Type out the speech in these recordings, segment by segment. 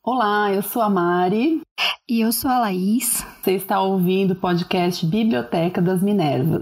Olá, eu sou a Mari. E eu sou a Laís. Você está ouvindo o podcast Biblioteca das Minervas.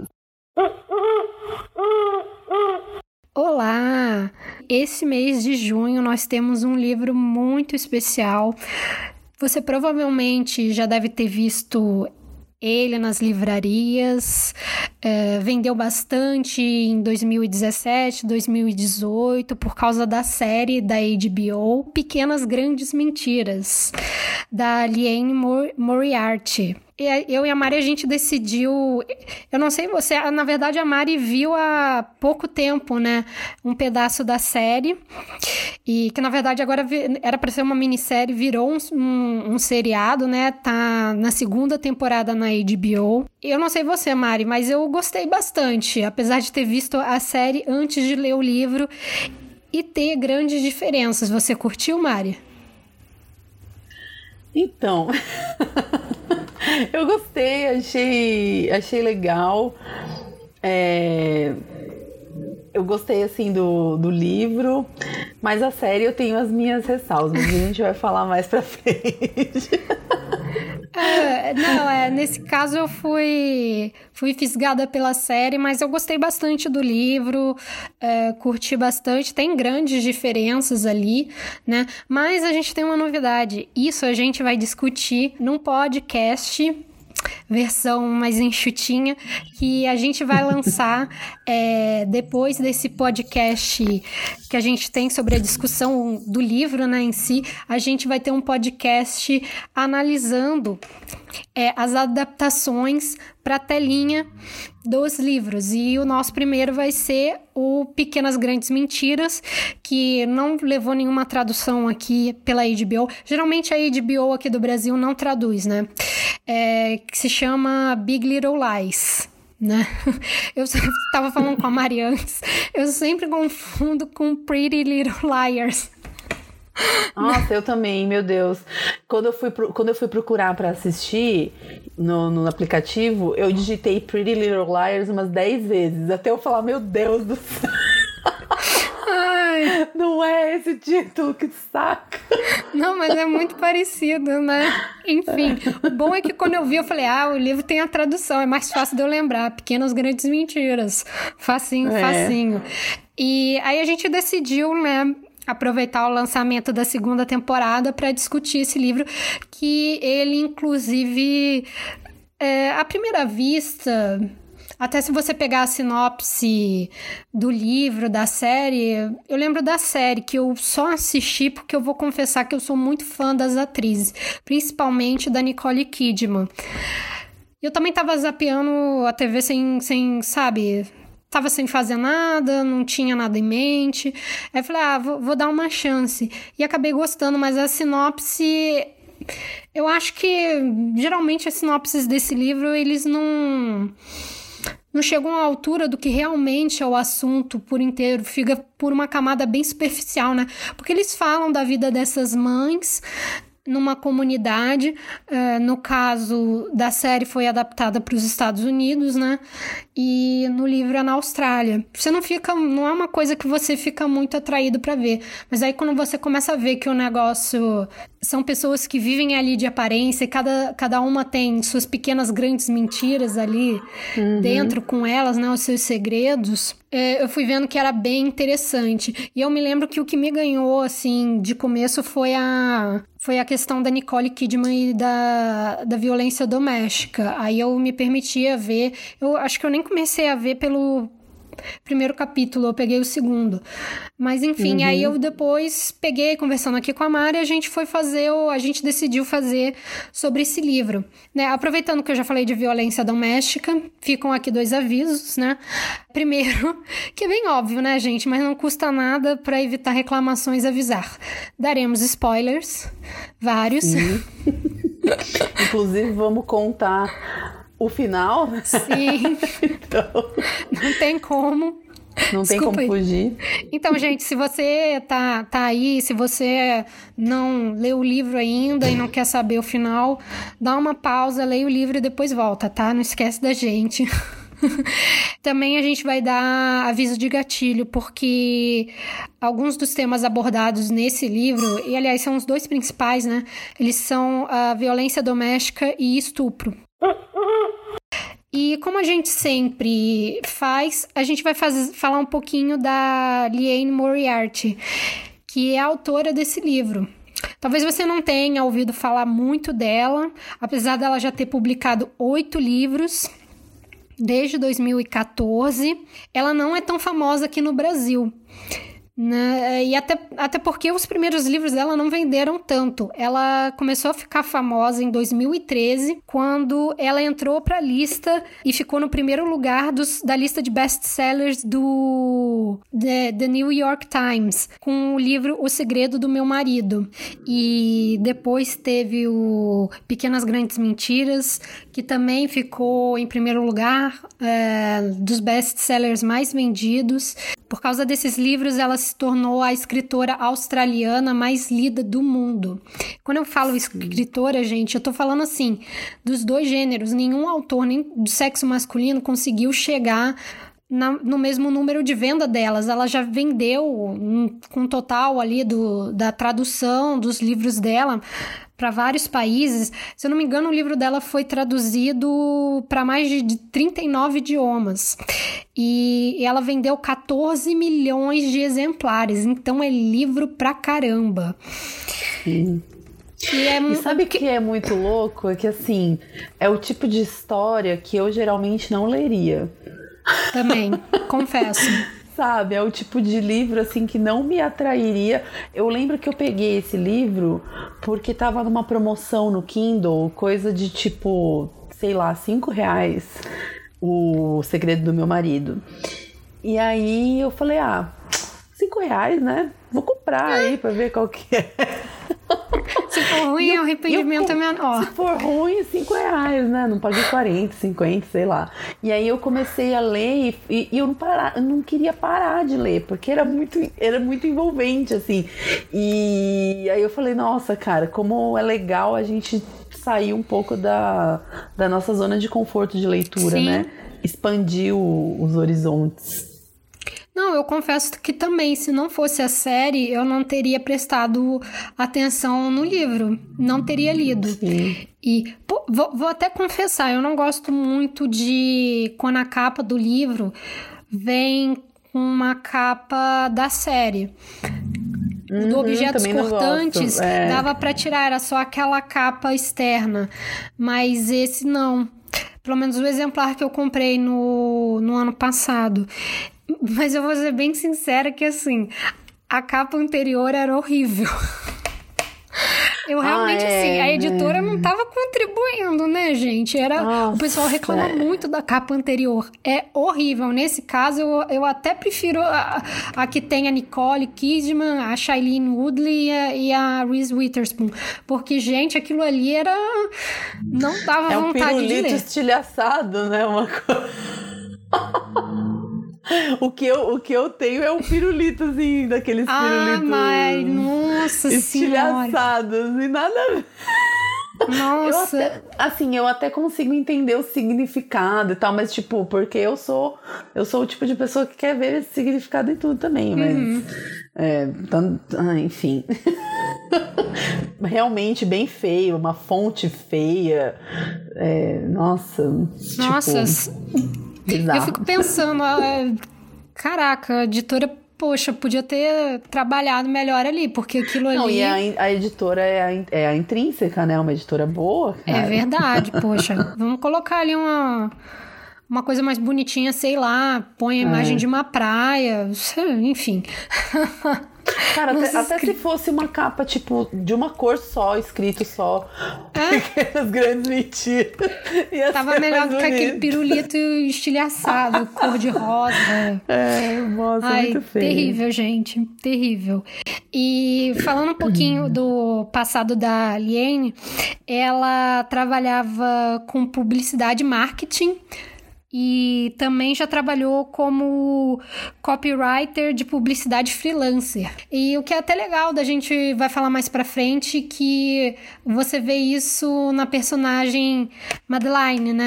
Olá! Esse mês de junho nós temos um livro muito especial. Você provavelmente já deve ter visto ele nas livrarias, vendeu bastante em 2017, 2018, por causa da série da HBO, Pequenas Grandes Mentiras, da Liane Moriarty. Eu e a Mari, a gente decidiu... Eu não sei você, na verdade a Mari viu há pouco tempo, né? Um pedaço da série. E que na verdade agora era para ser uma minissérie, virou um seriado, né? Tá na segunda temporada na HBO. Eu não sei você, Mari, mas eu gostei bastante. Apesar de ter visto a série antes de ler o livro e ter grandes diferenças. Você curtiu, Mari? Então... Eu gostei, achei legal. Eu gostei, assim, do livro, mas a série eu tenho as minhas ressalvas, mas a gente vai falar mais pra frente. Nesse caso eu fui fisgada pela série, mas eu gostei bastante do livro, curti bastante, tem grandes diferenças ali, né? Mas a gente tem uma novidade, isso a gente vai discutir num podcast, versão mais enxutinha, que a gente vai lançar depois desse podcast que a gente tem sobre a discussão do livro, né, em si. A gente vai ter um podcast analisando as adaptações para a telinha dos livros, e o nosso primeiro vai ser o Pequenas Grandes Mentiras, que não levou nenhuma tradução aqui pela HBO. Geralmente a HBO aqui do Brasil não traduz, né? Que se chama Big Little Lies, né? Eu estava falando com a Mari antes, eu sempre confundo com Pretty Little Liars. Nossa, eu também, meu Deus. Quando eu fui procurar pra assistir no aplicativo, eu digitei Pretty Little Liars umas 10 vezes, até eu falar, meu Deus do céu. Ai. Não é esse título, que saco. Não, mas é muito parecido, né? Enfim, o bom é que quando eu vi, eu falei, o livro tem a tradução, é mais fácil de eu lembrar. Pequenas Grandes Mentiras. Facinho. E aí a gente decidiu, né, aproveitar o lançamento da segunda temporada para discutir esse livro, que ele, inclusive, à primeira vista... Até se você pegar a sinopse do livro, da série... Eu lembro da série, que eu só assisti porque eu vou confessar que eu sou muito fã das atrizes, principalmente da Nicole Kidman. Eu também tava zapeando a TV sem sabe... Tava sem fazer nada, não tinha nada em mente. Aí eu falei, vou dar uma chance. E acabei gostando, mas a sinopse... Eu acho que, geralmente, as sinopses desse livro, eles não chegam à altura do que realmente é o assunto por inteiro, fica por uma camada bem superficial, né? Porque eles falam da vida dessas mães numa comunidade, no caso da série foi adaptada para os Estados Unidos, né? E no livro é na Austrália. Não é uma coisa que você fica muito atraído para ver, mas aí quando você começa a ver que o negócio são pessoas que vivem ali de aparência e cada uma tem suas pequenas grandes mentiras ali dentro com elas, né? Os seus segredos. Eu fui vendo que era bem interessante. E eu me lembro que o que me ganhou, assim, de começo foi a questão da Nicole Kidman e da violência doméstica. Aí eu me permitia ver. Eu acho que eu nem comecei a ver pelo primeiro capítulo, eu peguei o segundo. Mas enfim, aí eu depois peguei, conversando aqui com a Mari, a gente decidiu fazer sobre esse livro, né? Aproveitando que eu já falei de violência doméstica, ficam aqui 2 avisos, né? Primeiro, que é bem óbvio, né, gente? Mas não custa nada para evitar reclamações avisar. Daremos spoilers, vários. Inclusive, vamos contar o final. Sim. Então... Não tem como. Não tem como fugir. Então, gente, se você tá aí, se você não leu o livro ainda e não quer saber o final, dá uma pausa, leia o livro e depois volta, tá? Não esquece da gente. Também a gente vai dar aviso de gatilho, porque alguns dos temas abordados nesse livro, e aliás são os dois principais, né? Eles são a violência doméstica e estupro. E como a gente sempre faz, a gente vai falar um pouquinho da Liane Moriarty, que é a autora desse livro. Talvez você não tenha ouvido falar muito dela, apesar dela já ter publicado 8 livros desde 2014. Ela não é tão famosa aqui no Brasil, né? E até porque os primeiros livros dela não venderam tanto. Ela começou a ficar famosa em 2013, quando ela entrou para a lista e ficou no primeiro lugar da lista de best-sellers do The New York Times, com o livro O Segredo do Meu Marido. E depois teve o Pequenas Grandes Mentiras, que também ficou em primeiro lugar dos best-sellers mais vendidos. Por causa desses livros, ela se tornou a escritora australiana mais lida do mundo. Quando eu falo escritora, gente, eu tô falando assim, dos dois gêneros. Nenhum autor, nem do sexo masculino, conseguiu chegar no mesmo número de venda delas. Ela já vendeu com um total ali da tradução dos livros dela para vários países. Se eu não me engano, o livro dela foi traduzido para mais de 39 idiomas. E ela vendeu 14 milhões de exemplares. Então é livro pra caramba. Sim. E sabe o que é muito louco? É que, assim, é o tipo de história que eu geralmente não leria. Também, confesso. Sabe, é o tipo de livro, assim, que não me atrairia. Eu lembro que eu peguei esse livro porque tava numa promoção no Kindle, coisa de tipo, sei lá, R$5, O Segredo do Meu Marido. E aí eu falei, R$5, né? Vou comprar aí pra ver qual que é. Se for ruim, o arrependimento é menor. Se for ruim, R$5, né? Não paguei 40, 50, sei lá. E aí eu comecei a ler e eu não queria parar de ler, porque era muito envolvente, assim. E aí eu falei, nossa, cara, como é legal a gente sair um pouco da nossa zona de conforto de leitura, Sim. né? Expandir os horizontes. Não, eu confesso que também, se não fosse a série, eu não teria prestado atenção no livro, não teria lido. Sim. E vou até confessar, eu não gosto muito de quando a capa do livro vem com uma capa da série. Do Objetos Cortantes dava para tirar, era só aquela capa externa, mas esse não. Pelo menos o exemplar que eu comprei no ano passado. Mas eu vou ser bem sincera que, assim, a capa anterior era horrível. Eu realmente, assim, a editora não estava contribuindo, né, gente? O pessoal reclama muito da capa anterior. É horrível. Nesse caso, eu até prefiro a que tem a Nicole Kidman, a Shailene Woodley e a Reese Witherspoon. Porque, gente, aquilo ali não dava vontade de ler. É um pirulito estilhaçado, né? Uma coisa... O que eu tenho é um pirulitozinho, daqueles pirulitos mas, nossa estilhaçados e nada a ver. Nossa. Eu até consigo entender o significado e tal, mas tipo, porque eu sou o tipo de pessoa que quer ver esse significado em tudo também, mas enfim. Realmente bem feio, uma fonte feia. Nossa. Tipo, bizarro. Eu fico pensando, caraca, a editora, poxa, podia ter trabalhado melhor ali, porque aquilo ali... Não, e a editora é a Intrínseca, né? Uma editora boa, cara. É verdade, poxa. Vamos colocar ali uma coisa mais bonitinha, sei lá, põe a imagem de uma praia, enfim... Cara, até se fosse uma capa, tipo, de uma cor só, escrito só, Pequenas Grandes Mentiras. Tava melhor do que aquele pirulito estilhaçado, cor de rosa. Nossa, muito feio. Terrível, gente, terrível. E falando um pouquinho do passado da Liane, ela trabalhava com publicidade e marketing, e também já trabalhou como copywriter de publicidade freelancer. E o que é até legal, da gente vai falar mais pra frente, que você vê isso na personagem Madeline, né?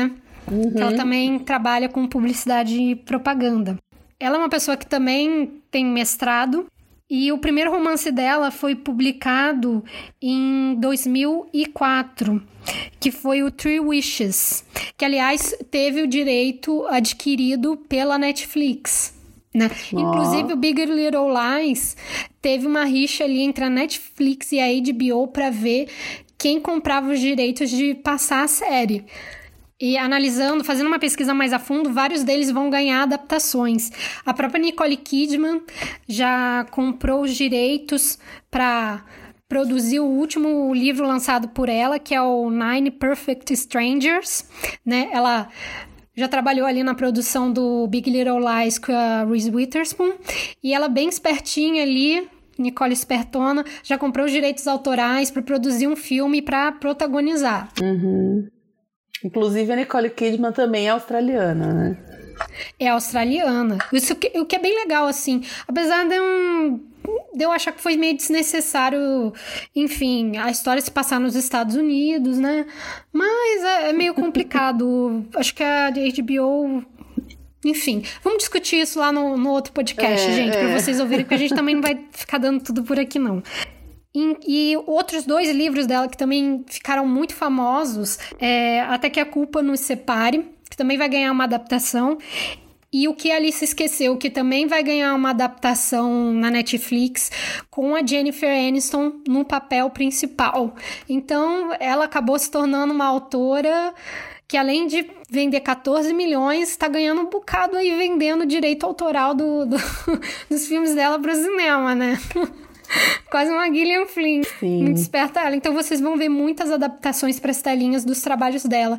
que ela também trabalha com publicidade e propaganda. Ela é uma pessoa que também tem mestrado, e o primeiro romance dela foi publicado em 2004, que foi o Three Wishes, que, aliás, teve o direito adquirido pela Netflix, né? Inclusive, o Big Little Lies teve uma rixa ali entre a Netflix e a HBO para ver quem comprava os direitos de passar a série. E analisando, fazendo uma pesquisa mais a fundo, vários deles vão ganhar adaptações. A própria Nicole Kidman já comprou os direitos para produzir o último livro lançado por ela, que é o Nine Perfect Strangers, né? Ela já trabalhou ali na produção do Big Little Lies com a Reese Witherspoon, e ela, bem espertinha ali, Nicole espertona, já comprou os direitos autorais para produzir um filme para protagonizar. Inclusive, a Nicole Kidman também é australiana, né? É australiana. O que é bem legal, assim. Apesar de eu achar que foi meio desnecessário, enfim, a história se passar nos Estados Unidos, né? Mas é meio complicado. Acho que a HBO... Enfim, vamos discutir isso lá no outro podcast, gente, pra vocês ouvirem, porque a gente também não vai ficar dando tudo por aqui, não. E outros 2 livros dela que também ficaram muito famosos, Até que a Culpa Nos Separe, que também vai ganhar uma adaptação, e O Que Alice Esqueceu, que também vai ganhar uma adaptação na Netflix, com a Jennifer Aniston no papel principal. Então, ela acabou se tornando uma autora que, além de vender 14 milhões, está ganhando um bocado aí vendendo direito autoral dos filmes dela para o cinema, né? Quase uma Gillian Flynn. Sim. Muito esperta ela. Então vocês vão ver muitas adaptações para as telinhas dos trabalhos dela.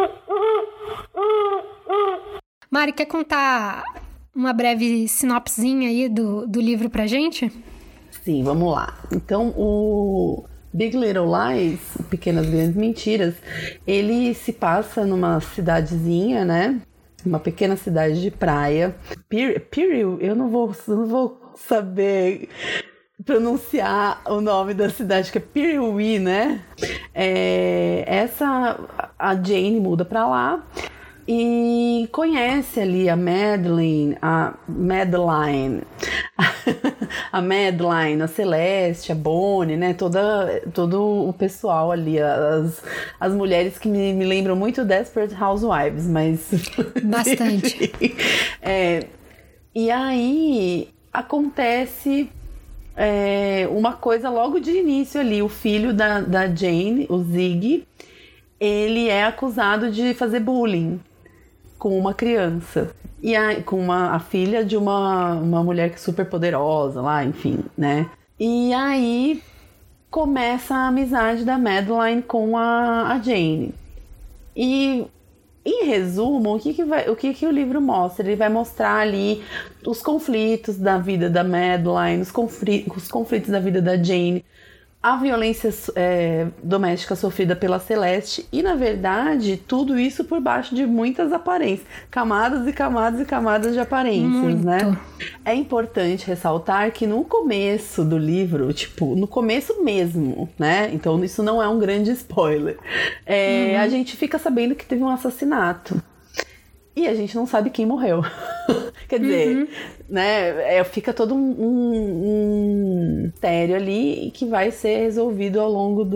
Mari, quer contar uma breve sinopsezinha aí do livro pra gente? Sim, vamos lá. Então, o Big Little Lies, Pequenas Grandes Mentiras, ele se passa numa cidadezinha, né? Uma pequena cidade de praia. Piriu, eu não vou saber pronunciar o nome da cidade, que é Piriwee, né? A Jane muda pra lá e conhece ali a Madeline, a Celeste, a Bonnie, né? Todo o pessoal ali, as mulheres que me lembram muito Desperate Housewives, mas... Bastante. E aí acontece uma coisa logo de início ali. O filho da Jane, o Ziggy, ele é acusado de fazer bullying com uma criança. E com a filha de uma mulher que é super poderosa lá, enfim, né? E aí começa a amizade da Madeline com a Jane. E, em resumo, o que o livro mostra? Ele vai mostrar ali os conflitos da vida da Madeline, os conflitos da vida da Jane, a violência doméstica sofrida pela Celeste e, na verdade, tudo isso por baixo de muitas aparências. Camadas e camadas e camadas de aparências, muito, né? É importante ressaltar que no começo do livro, tipo, no começo mesmo, né? Então, isso não é um grande spoiler. A gente fica sabendo que teve um assassinato. E a gente não sabe quem morreu. Quer dizer, né, fica todo um mistério ali que vai ser resolvido ao longo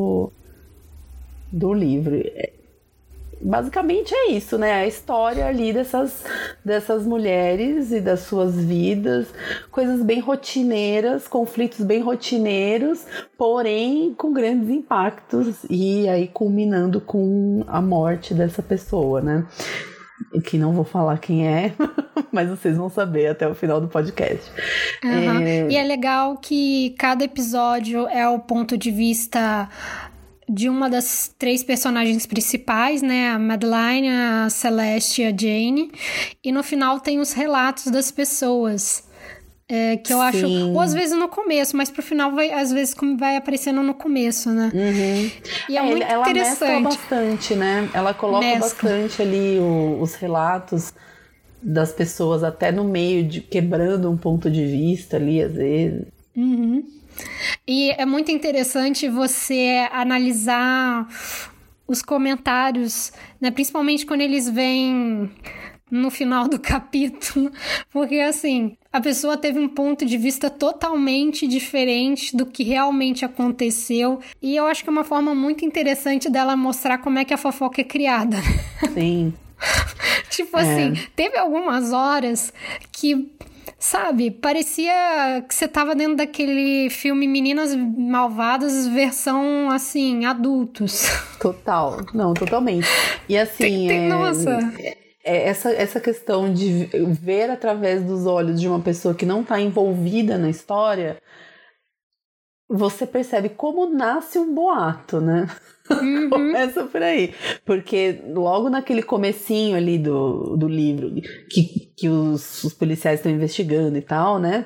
do livro. Basicamente é isso, né? A história ali dessas mulheres e das suas vidas, coisas bem rotineiras, conflitos bem rotineiros, porém com grandes impactos, e aí culminando com a morte dessa pessoa, né? Que não vou falar quem é, mas vocês vão saber até o final do podcast. E é legal que cada episódio é o ponto de vista de uma das 3 personagens principais, né? A Madeline, a Celeste e a Jane. E no final tem os relatos das pessoas. Que eu acho, ou às vezes no começo, mas pro final às vezes vai aparecendo no começo, né? E é muito ela interessante. Mescla bastante, né? Ela coloca bastante ali os relatos das pessoas até no meio, quebrando um ponto de vista ali, às vezes. E é muito interessante você analisar os comentários, né? Principalmente quando eles vêm no final do capítulo, porque assim, a pessoa teve um ponto de vista totalmente diferente do que realmente aconteceu, e eu acho que é uma forma muito interessante dela mostrar como é que a fofoca é criada. Sim. Tipo assim, teve algumas horas que, sabe, parecia que você tava dentro daquele filme Meninas Malvadas versão, assim, adultos. Total. Não, totalmente. E assim, nossa... Essa questão de ver através dos olhos de uma pessoa que não está envolvida na história, você percebe como nasce um boato, né? Começa por aí. Porque logo naquele comecinho ali do livro, que os policiais estão investigando e tal, né?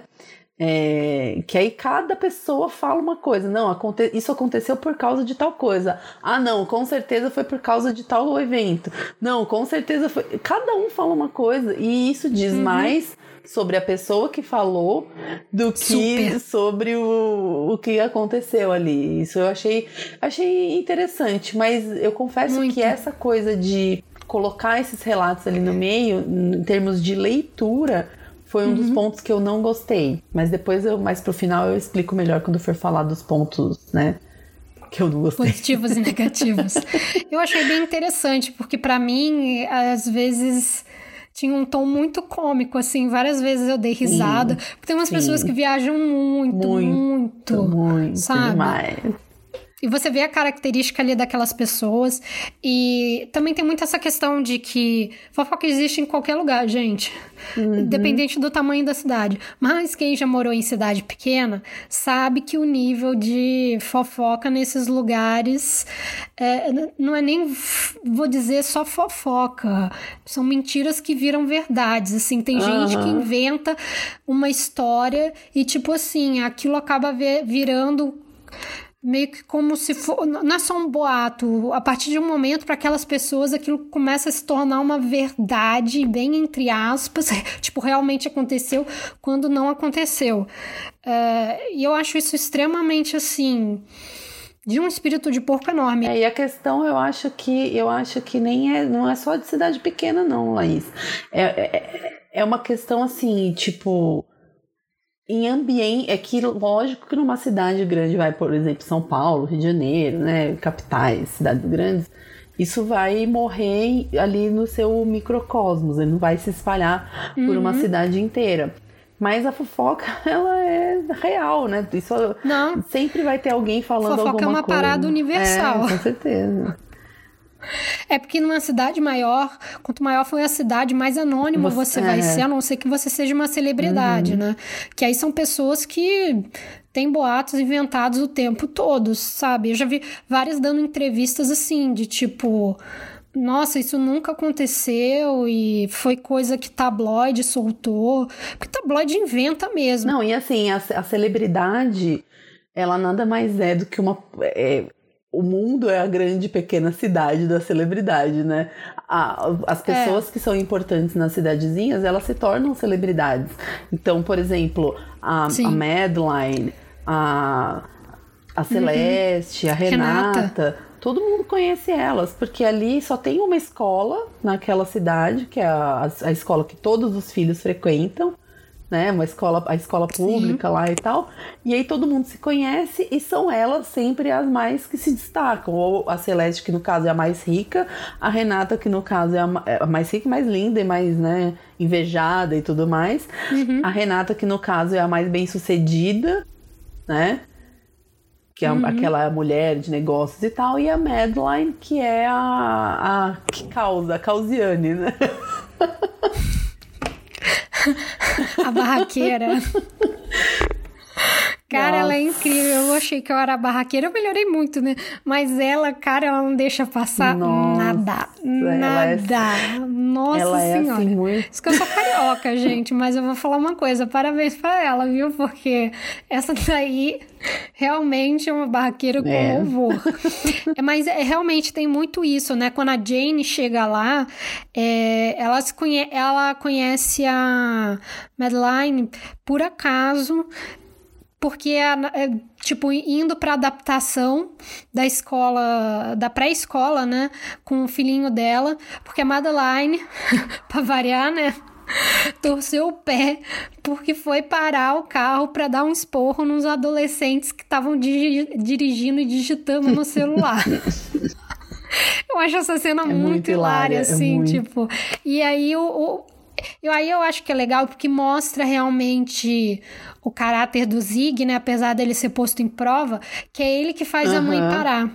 Que aí cada pessoa fala uma coisa. Não, isso aconteceu por causa de tal coisa. Ah, não, com certeza foi por causa de tal evento. Não, com certeza foi... Cada um fala uma coisa. E isso diz mais sobre a pessoa que falou do que sobre o que aconteceu ali. Isso eu achei interessante. Mas eu confesso que essa coisa de colocar esses relatos ali no meio, em termos de leitura... Foi um dos pontos que eu não gostei. Mas depois, mais pro final, eu explico melhor quando for falar dos pontos, né? Que eu não gostei. Positivos e negativos. Eu achei bem interessante, porque pra mim, às vezes... tinha um tom muito cômico, assim. Várias vezes eu dei risada. Porque tem umas pessoas que viajam muito, sabe? Demais. E você vê a característica ali daquelas pessoas. E também tem muito essa questão de que fofoca existe em qualquer lugar, gente. Independente do tamanho da cidade. Mas quem já morou em cidade pequena sabe que o nível de fofoca nesses lugares não é nem, vou dizer, só fofoca. São mentiras que viram verdades. Assim, tem gente que inventa uma história e, tipo assim, aquilo acaba virando... meio que como se for... Não é só um boato. A partir de um momento, para aquelas pessoas, aquilo começa a se tornar uma verdade, bem entre aspas. Tipo, realmente aconteceu quando não aconteceu. E eu acho isso extremamente, assim... de um espírito de porco enorme. E a questão, eu acho que não é só de cidade pequena, não, Laís. É uma questão, assim, tipo... em ambiente, é que lógico que numa cidade grande, vai, por exemplo, São Paulo, Rio de Janeiro, né, capitais, cidades grandes, isso vai morrer ali no seu microcosmos, ele não vai se espalhar por uma cidade inteira. Mas a fofoca, ela é real, né? Isso não. Sempre vai ter alguém falando alguma coisa. Fofoca é uma parada universal. Com certeza. É porque numa cidade maior, quanto maior for a cidade, mais anônimo você vai ser, a não ser que você seja uma celebridade, né? Que aí são pessoas que têm boatos inventados o tempo todo, sabe? Eu já vi várias dando entrevistas assim, de tipo... nossa, isso nunca aconteceu e foi coisa que tabloide soltou. Porque tabloide inventa mesmo. Não, e assim, a celebridade, ela nada mais é do que uma... o mundo é a grande pequena cidade da celebridade, né? As pessoas que são importantes nas cidadezinhas, elas se tornam celebridades. Então, por exemplo, a Madeline, a Celeste, a Renata, todo mundo conhece elas, porque ali só tem uma escola naquela cidade, que é a escola que todos os filhos frequentam, né? A escola pública lá e tal. E aí todo mundo se conhece e são elas sempre as mais que se destacam. Ou a Celeste, que no caso é a mais rica, a Renata, que no caso é a mais rica e mais linda e mais, né, invejada e tudo mais. A Renata, que no caso é a mais bem-sucedida, né? Que é aquela mulher de negócios e tal. E a Madeline, que é a Causiane, né? A barraqueira. Cara, ela é incrível. Eu achei que eu era barraqueira. Eu melhorei muito, né? Mas ela, cara, ela não deixa passar nada. Nossa ela Senhora. É assim, muito... Isso que eu sou carioca, gente. Mas eu vou falar uma coisa. Parabéns pra ela, viu? Porque essa daí realmente é uma barraqueira com louvor. Mas realmente tem muito isso, né? Quando a Jane chega lá, ela conhece a Madeline por acaso... porque tipo, indo pra adaptação da escola, da pré-escola, né, com o filhinho dela, porque a Madeline, pra variar, né, torceu o pé porque foi parar o carro pra dar um esporro nos adolescentes que estavam dirigindo e digitando no celular. Eu acho essa cena muito hilária, assim, tipo... E aí, aí eu acho que é legal porque mostra realmente o caráter do Zig, né? Apesar dele ser posto em prova, que é ele que faz a mãe parar.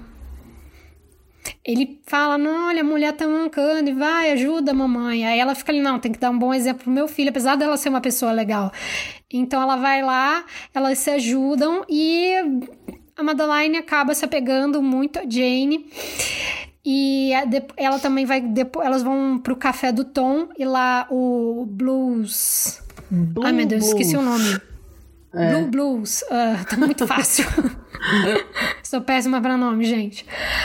Ele fala, não, olha, a mulher tá mancando e vai, ajuda a mamãe. Aí ela fica ali, não, tem que dar um bom exemplo pro meu filho, apesar dela ser uma pessoa legal. Então ela vai lá, elas se ajudam e a Madeline acaba se apegando muito a Jane. E ela também vai, elas vão pro café do Tom e lá o Blues... Ai, meu Deus, esqueci o nome. Blue Blues. Tá muito fácil. Sou péssima pra nome, gente.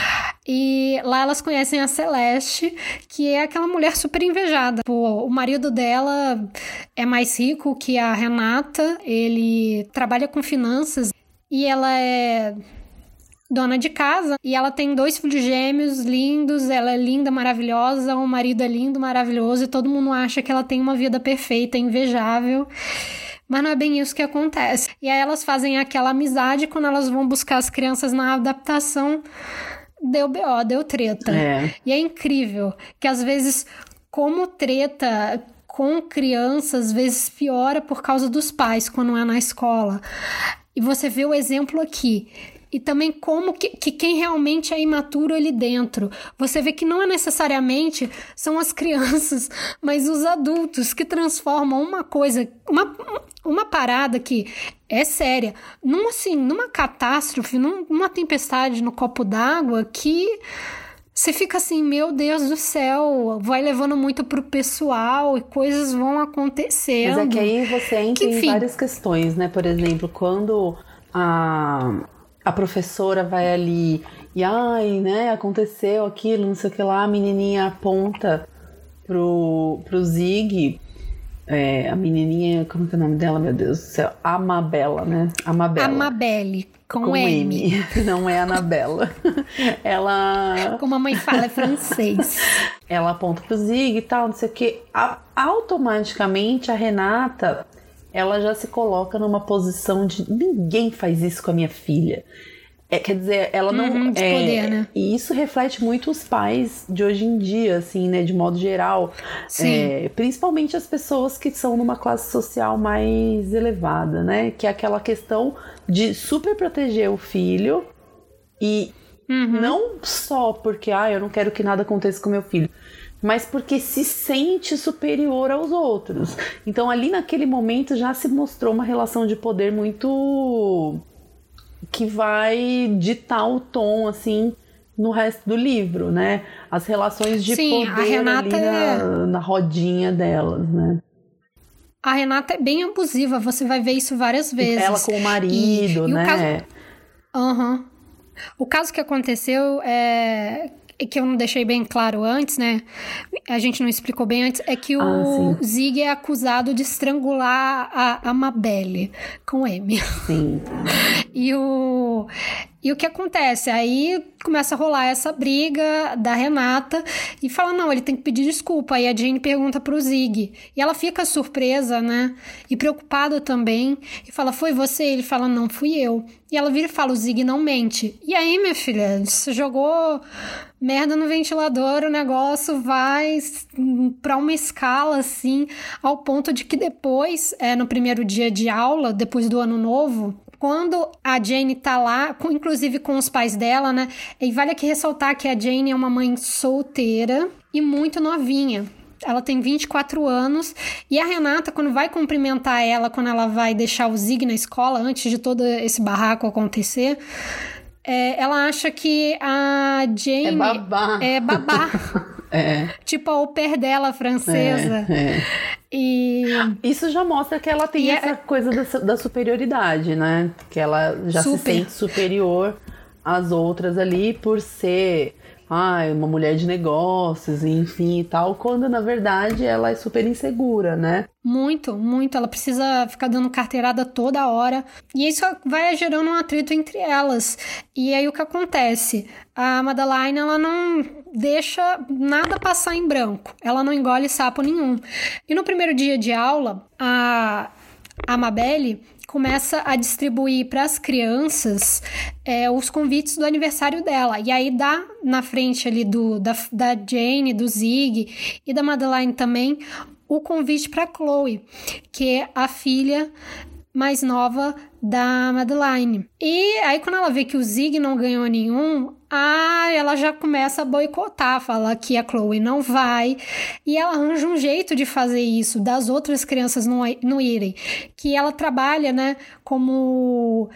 E lá elas conhecem a Celeste, que é aquela mulher super invejada. O marido dela é mais rico que a Renata, ele trabalha com finanças e ela é dona de casa e ela tem 2 filhos gêmeos lindos, ela é linda, maravilhosa, o marido é lindo, maravilhoso e todo mundo acha que ela tem uma vida perfeita, invejável. Mas não é bem isso que acontece. E aí elas fazem aquela amizade quando elas vão buscar as crianças na adaptação. Deu BO, deu treta. E é incrível que às vezes, como treta com crianças, às vezes piora por causa dos pais quando é na escola. E você vê o exemplo aqui. E também como que quem realmente é imaturo ali dentro. Você vê que não é necessariamente são as crianças, mas os adultos que transformam uma coisa, uma parada que é séria, numa catástrofe, numa tempestade no copo d'água que você fica assim, meu Deus do céu, vai levando muito pro pessoal e coisas vão acontecendo. Mas é que aí você entra em várias questões, né? Por exemplo, quando a professora vai ali e, né, aconteceu aquilo, não sei o que lá, a menininha aponta pro Zig, a menininha, como que é o nome dela, meu Deus do céu? Amabela, né? Amabelle, com M. Não é Anabela. Ela... Como a mãe fala, é francês. Ela aponta pro Zig e tal, não sei o que. Automaticamente, a Renata... ela já se coloca numa posição de ninguém faz isso com a minha filha. Quer dizer, ela não... de poder, né? E isso reflete muito os pais de hoje em dia, assim, né? De modo geral. Sim. Principalmente as pessoas que são numa classe social mais elevada, né? Que é aquela questão de super proteger o filho e não só porque, eu não quero que nada aconteça com meu filho, mas porque se sente superior aos outros. Então ali naquele momento já se mostrou uma relação de poder muito... que vai ditar o tom, assim, no resto do livro, né? As relações de poder a Renata ali na rodinha delas, né? A Renata é bem abusiva, você vai ver isso várias vezes. Ela com o marido, né? O caso que aconteceu que eu não deixei bem claro antes, né? A gente não explicou bem antes, é que o Zig é acusado de estrangular a Amabelle com M. Sim. E o que acontece? Aí começa a rolar essa briga da Renata e fala, não, ele tem que pedir desculpa. Aí a Jane pergunta pro Zig. E ela fica surpresa, né? E preocupada também. E fala, foi você? Ele fala, não, fui eu. E ela vira e fala, o Zig não mente. E aí, minha filha, você jogou merda no ventilador, o negócio vai pra uma escala, assim, ao ponto de que depois, no primeiro dia de aula, depois do ano novo, quando a Jane tá lá, inclusive com os pais dela, né? E vale aqui ressaltar que a Jane é uma mãe solteira e muito novinha. Ela tem 24 anos. E a Renata, quando vai cumprimentar ela, quando ela vai deixar o Zig na escola, antes de todo esse barraco acontecer, ela acha que a Jane é babá. Tipo a au pair dela, francesa. E isso já mostra que ela tem essa coisa da superioridade, né? Que ela já se sente superior as outras ali por ser uma mulher de negócios, enfim e tal, quando na verdade ela é super insegura, né? Muito, muito. Ela precisa ficar dando carteirada toda hora. E isso vai gerando um atrito entre elas. E aí o que acontece? A Madeline, ela não deixa nada passar em branco. Ela não engole sapo nenhum. E no primeiro dia de aula, a Amabelle começa a distribuir para as crianças os convites do aniversário dela. E aí dá na frente ali da Jane, do Zig e da Madeline também o convite para Chloe, que é a filha mais nova da Madeline. E aí quando ela vê que o Zig não ganhou nenhum, ela já começa a boicotar, fala que a Chloe não vai, e ela arranja um jeito de fazer isso, das outras crianças não irem, que ela trabalha, né, como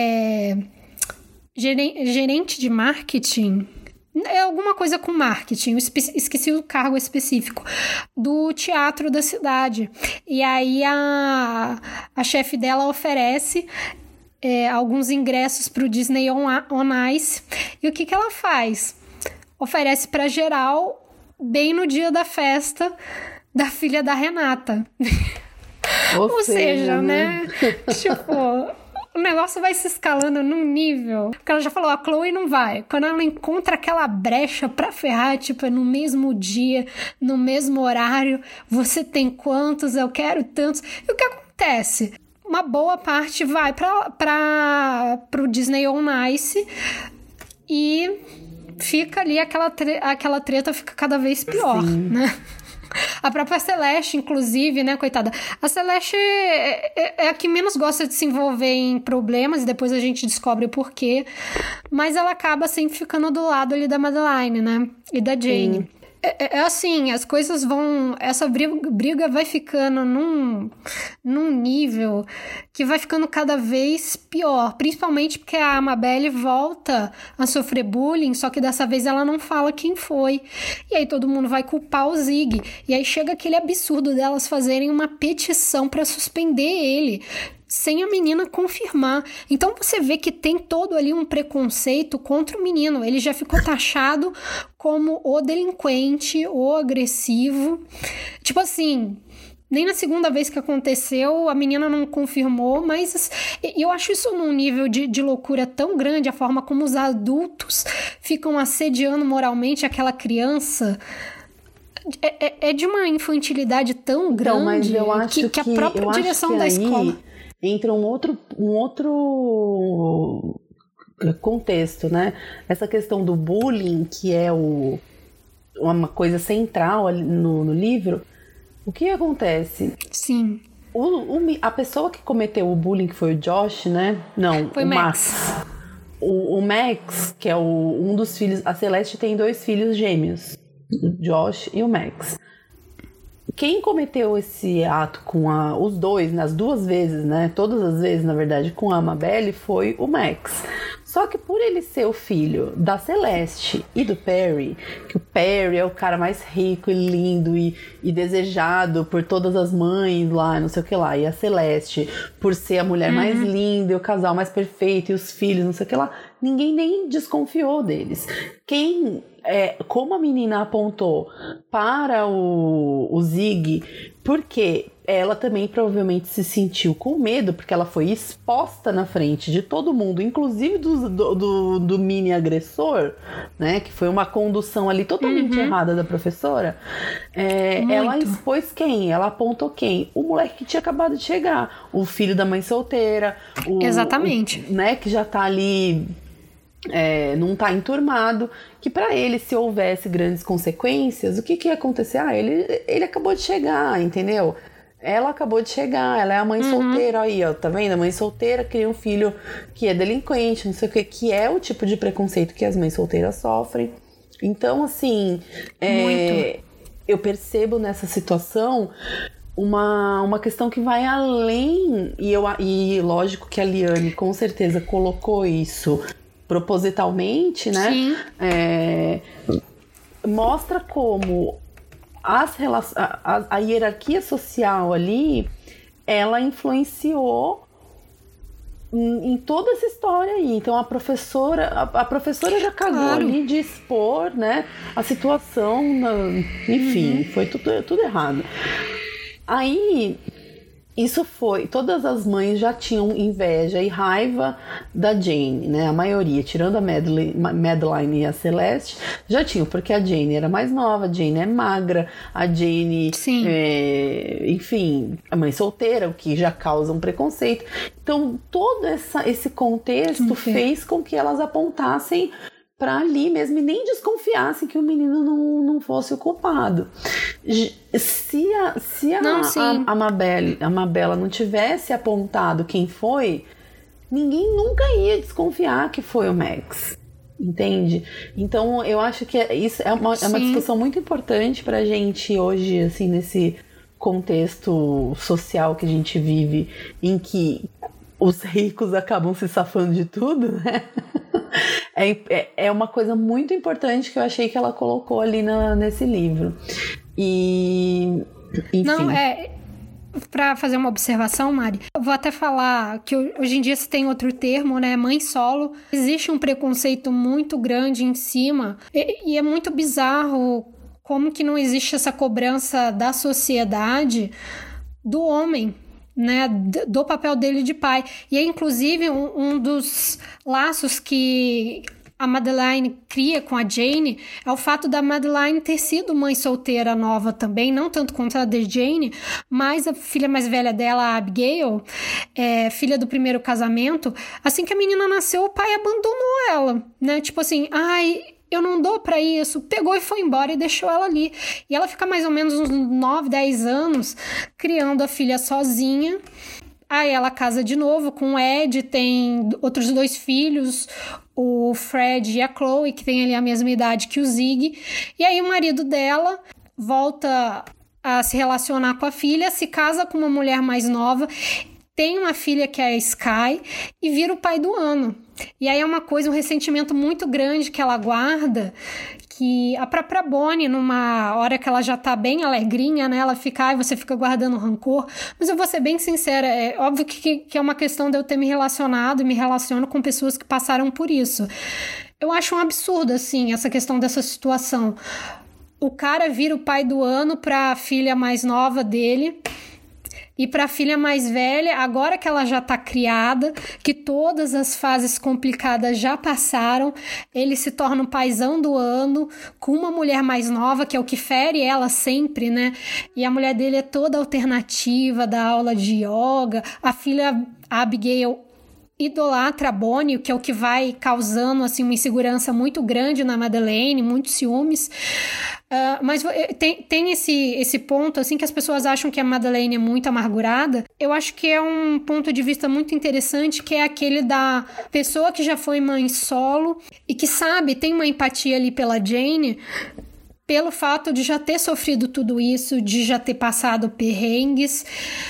gerente de marketing, alguma coisa com marketing, esqueci o cargo específico, do teatro da cidade. E aí a chefe dela oferece alguns ingressos para o Disney on Ice. E o que ela faz? Oferece para geral bem no dia da festa da filha da Renata. Ou seja, né? Tipo, o negócio vai se escalando num nível. Porque ela já falou, a Chloe não vai. Quando ela encontra aquela brecha pra ferrar, tipo, é no mesmo dia, no mesmo horário, você tem quantos, eu quero tantos. E o que acontece? Uma boa parte vai pro Disney on Ice e fica ali, aquela treta fica cada vez pior, né? A própria Celeste, inclusive, né, coitada. A Celeste é a que menos gosta de se envolver em problemas, e depois a gente descobre o porquê. Mas ela acaba sempre ficando do lado ali da Madeline, né? E da Jane. É assim, as coisas vão... Essa briga vai ficando num nível que vai ficando cada vez pior. Principalmente porque a Amabelle volta a sofrer bullying, só que dessa vez ela não fala quem foi. E aí todo mundo vai culpar o Zig. E aí chega aquele absurdo delas fazerem uma petição para suspender ele, sem a menina confirmar. Então você vê que tem todo ali um preconceito contra o menino. Ele já ficou taxado como o delinquente, o agressivo. Tipo assim, nem na segunda vez que aconteceu a menina não confirmou, mas eu acho isso num nível de loucura tão grande, a forma como os adultos ficam assediando moralmente aquela criança. É de uma infantilidade tão grande, então, mas eu acho que a própria direção da escola... Entra um outro contexto, né? Essa questão do bullying, que é uma coisa central ali no livro. O que acontece? Sim. A pessoa que cometeu o bullying, que foi o Josh, né? Não, foi o Max. O Max, que é um dos filhos... A Celeste tem 2 filhos gêmeos, o Josh e o Max. Quem cometeu esse ato com os dois, nas 2 vezes, né? Todas as vezes, na verdade, com a Amabelle, foi o Max. Só que por ele ser o filho da Celeste e do Perry, que o Perry é o cara mais rico e lindo e desejado por todas as mães lá, não sei o que lá, e a Celeste por ser a mulher mais linda e o casal mais perfeito e os filhos, não sei o que lá, ninguém nem desconfiou deles. Como a menina apontou para o Zig, porque ela também provavelmente se sentiu com medo, porque ela foi exposta na frente de todo mundo, inclusive do mini agressor, né? Que foi uma condução ali totalmente errada da professora. Ela expôs quem? Ela apontou quem? O moleque que tinha acabado de chegar, o filho da mãe solteira. Exatamente. Né? Que já tá ali... não tá enturmado, que para ele, se houvesse grandes consequências, o que ia acontecer? Ele acabou de chegar, entendeu? Ela acabou de chegar, ela é a mãe solteira, aí, ó, tá vendo? A mãe solteira cria um filho que é delinquente, não sei o que é o tipo de preconceito que as mães solteiras sofrem. Então, assim, eu percebo nessa situação uma questão que vai além, e lógico que a Liane com certeza colocou isso propositalmente, né? Sim. Mostra como a hierarquia social ali, ela influenciou em toda essa história aí. Então a professora já cagou ali de expor, né, a situação, enfim, foi tudo errado. Aí todas as mães já tinham inveja e raiva da Jane, né? A maioria, tirando a Madeline e a Celeste, já tinham, porque a Jane era mais nova, a Jane é magra, a Jane, enfim, a mãe solteira, o que já causa um preconceito. Então, todo esse contexto fez com que elas apontassem para ali mesmo e nem desconfiassem que o menino não fosse o culpado. Se a Mabela não tivesse apontado quem foi, ninguém nunca ia desconfiar que foi o Max. Entende? Então eu acho que isso é uma discussão muito importante pra gente hoje, assim, nesse contexto social que a gente vive, em que os ricos acabam se safando de tudo, né? É uma coisa muito importante que eu achei que ela colocou ali nesse livro. E, enfim. Não, para fazer uma observação, Mari, eu vou até falar que hoje em dia se tem outro termo, né? Mãe solo. Existe um preconceito muito grande em cima e é muito bizarro como que não existe essa cobrança da sociedade do homem, né, do papel dele de pai. E é inclusive um dos laços que a Madeline cria com a Jane é o fato da Madeline ter sido mãe solteira nova também, não tanto quanto a de Jane, mas a filha mais velha dela, a Abigail, filha do primeiro casamento, assim que a menina nasceu, o pai abandonou ela, né, tipo assim, eu não dou pra isso, pegou e foi embora e deixou ela ali. E ela fica mais ou menos uns 9, 10 anos criando a filha sozinha. Aí ela casa de novo com o Ed, tem outros 2 filhos, o Fred e a Chloe, que tem ali a mesma idade que o Zig. E aí o marido dela volta a se relacionar com a filha, se casa com uma mulher mais nova, tem uma filha que é a Sky e vira o pai do ano. E aí é um ressentimento muito grande que ela guarda, que a própria Bonnie, numa hora que ela já tá bem alegrinha, né, ela fica, você fica guardando rancor. Mas eu vou ser bem sincera, é óbvio que é uma questão de eu ter me relacionado e me relaciono com pessoas que passaram por isso. Eu acho um absurdo, assim, essa questão dessa situação. O cara vira o pai do ano pra filha mais nova dele. E para a filha mais velha, agora que ela já está criada, que todas as fases complicadas já passaram, ele se torna o paizão do ano, com uma mulher mais nova, que é o que fere ela sempre, né? E a mulher dele é toda alternativa, dá aula de yoga. A filha, a Abigail, idolatra a Bonnie, que é o que vai causando assim, uma insegurança muito grande na Madeleine, muitos ciúmes. Mas tem esse ponto assim que as pessoas acham que a Madeleine é muito amargurada. Eu acho que é um ponto de vista muito interessante, que é aquele da pessoa que já foi mãe solo e que sabe, tem uma empatia ali pela Jane, pelo fato de já ter sofrido tudo isso, de já ter passado perrengues,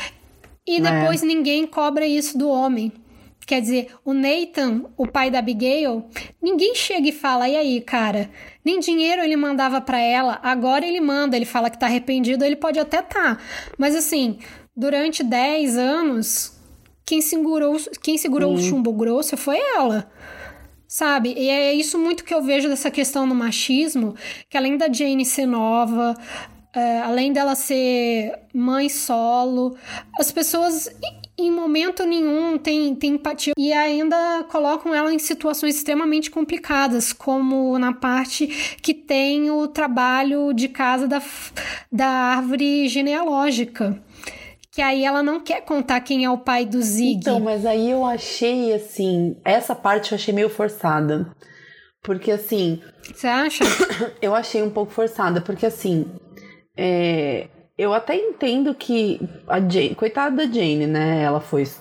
e depois ninguém cobra isso do homem. Quer dizer, o Nathan, o pai da Abigail, ninguém chega e fala, e aí, cara, nem dinheiro ele mandava pra ela, agora ele manda, ele fala que tá arrependido, ele pode até tá. Mas assim, durante 10 anos, quem segurou o chumbo grosso foi ela. Sabe? E é isso muito que eu vejo dessa questão do machismo, que além da Jane ser nova, além dela ser mãe solo, as pessoas em momento nenhum tem empatia e ainda colocam ela em situações extremamente complicadas, como na parte que tem o trabalho de casa da árvore genealógica. Que aí ela não quer contar quem é o pai do Zig. Então, mas aí eu achei, assim, essa parte eu achei meio forçada. Porque, assim... Você acha? Eu achei um pouco forçada, porque, assim... eu até entendo que a Jane... Coitada da Jane, né? Ela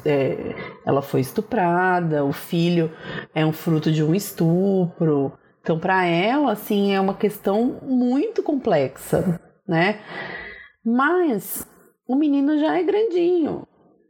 foi estuprada, o filho é um fruto de um estupro. Então, pra ela, assim, é uma questão muito complexa, né? Mas... o menino já é grandinho.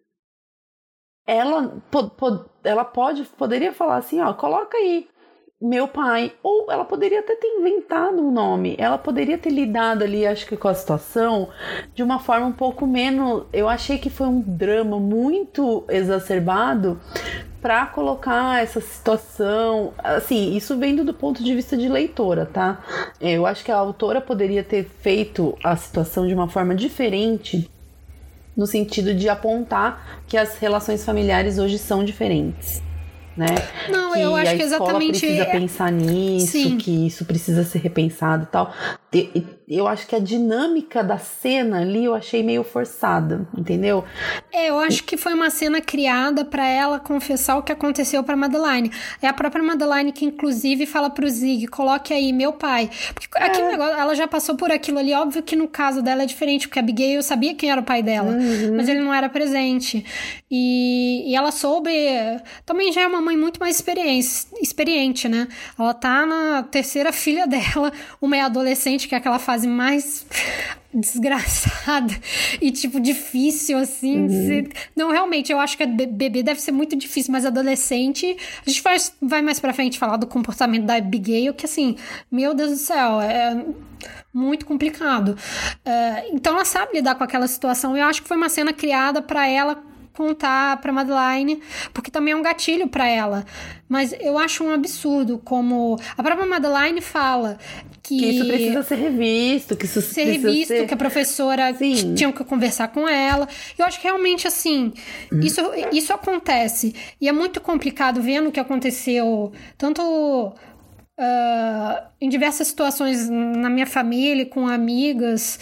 Ela poderia falar assim, ó, coloca aí meu pai. Ou ela poderia até ter inventado um nome. Ela poderia ter lidado ali, acho que com a situação, de uma forma um pouco menos... Eu achei que foi um drama muito exacerbado pra colocar essa situação, assim, isso vendo do ponto de vista de leitora, tá? Eu acho que a autora poderia ter feito a situação de uma forma diferente, no sentido de apontar que as relações familiares hoje são diferentes, né? Não, que eu acho a que escola exatamente precisa pensar nisso, Sim. que isso precisa ser repensado e tal. Eu acho que a dinâmica da cena ali eu achei meio forçada, entendeu? Eu acho que foi uma cena criada pra ela confessar o que aconteceu pra Madeline. É a própria Madeline que inclusive fala pro Zig, coloque aí meu pai. Porque aquele negócio, ela já passou por aquilo ali, óbvio que no caso dela é diferente, porque a Abigail sabia quem era o pai dela, mas ele não era presente. E ela soube, também já é uma mãe muito mais experiente, né? Ela tá na terceira filha dela, uma é adolescente, que é aquela fase mais desgraçada e, tipo, difícil, assim. Não, realmente, eu acho que bebê deve ser muito difícil, mas adolescente... A gente vai mais pra frente falar do comportamento da Abigail, que, assim, meu Deus do céu, é muito complicado. Então, ela sabe lidar com aquela situação. Eu acho que foi uma cena criada pra ela contar pra Madeline, porque também é um gatilho pra ela. Mas eu acho um absurdo como... A própria Madeline fala que isso precisa ser revisto, que isso ser precisa revisto, que a professora tinha que conversar com ela. Eu acho que realmente, assim, isso acontece. E é muito complicado vendo o que aconteceu, tanto em diversas situações na minha família, com amigas.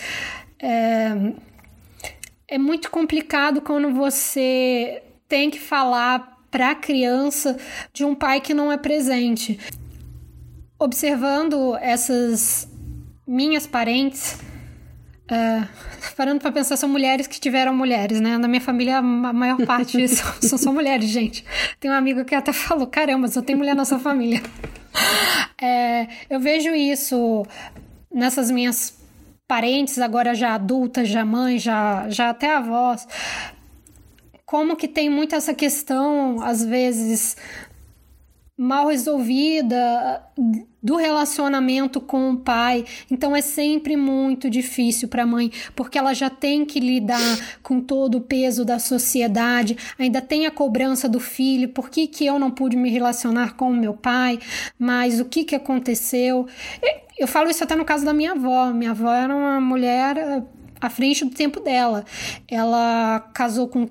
É muito complicado quando você tem que falar para a criança de um pai que não é presente. Observando essas minhas parentes, parando para pensar, são mulheres que tiveram mulheres, né? Na minha família, a maior parte são só mulheres, gente. Tem um amigo que até falou, caramba, só tem mulher na sua família. Eu vejo isso nessas minhas parentes, agora já adultas, já mães, já até avós, como que tem muito essa questão, às vezes, mal resolvida do relacionamento com o pai. Então é sempre muito difícil para a mãe, porque ela já tem que lidar com todo o peso da sociedade, ainda tem a cobrança do filho, por que eu não pude me relacionar com o meu pai, mas o que aconteceu? Eu falo isso até no caso da minha avó. Minha avó era uma mulher à frente do tempo dela. Ela casou com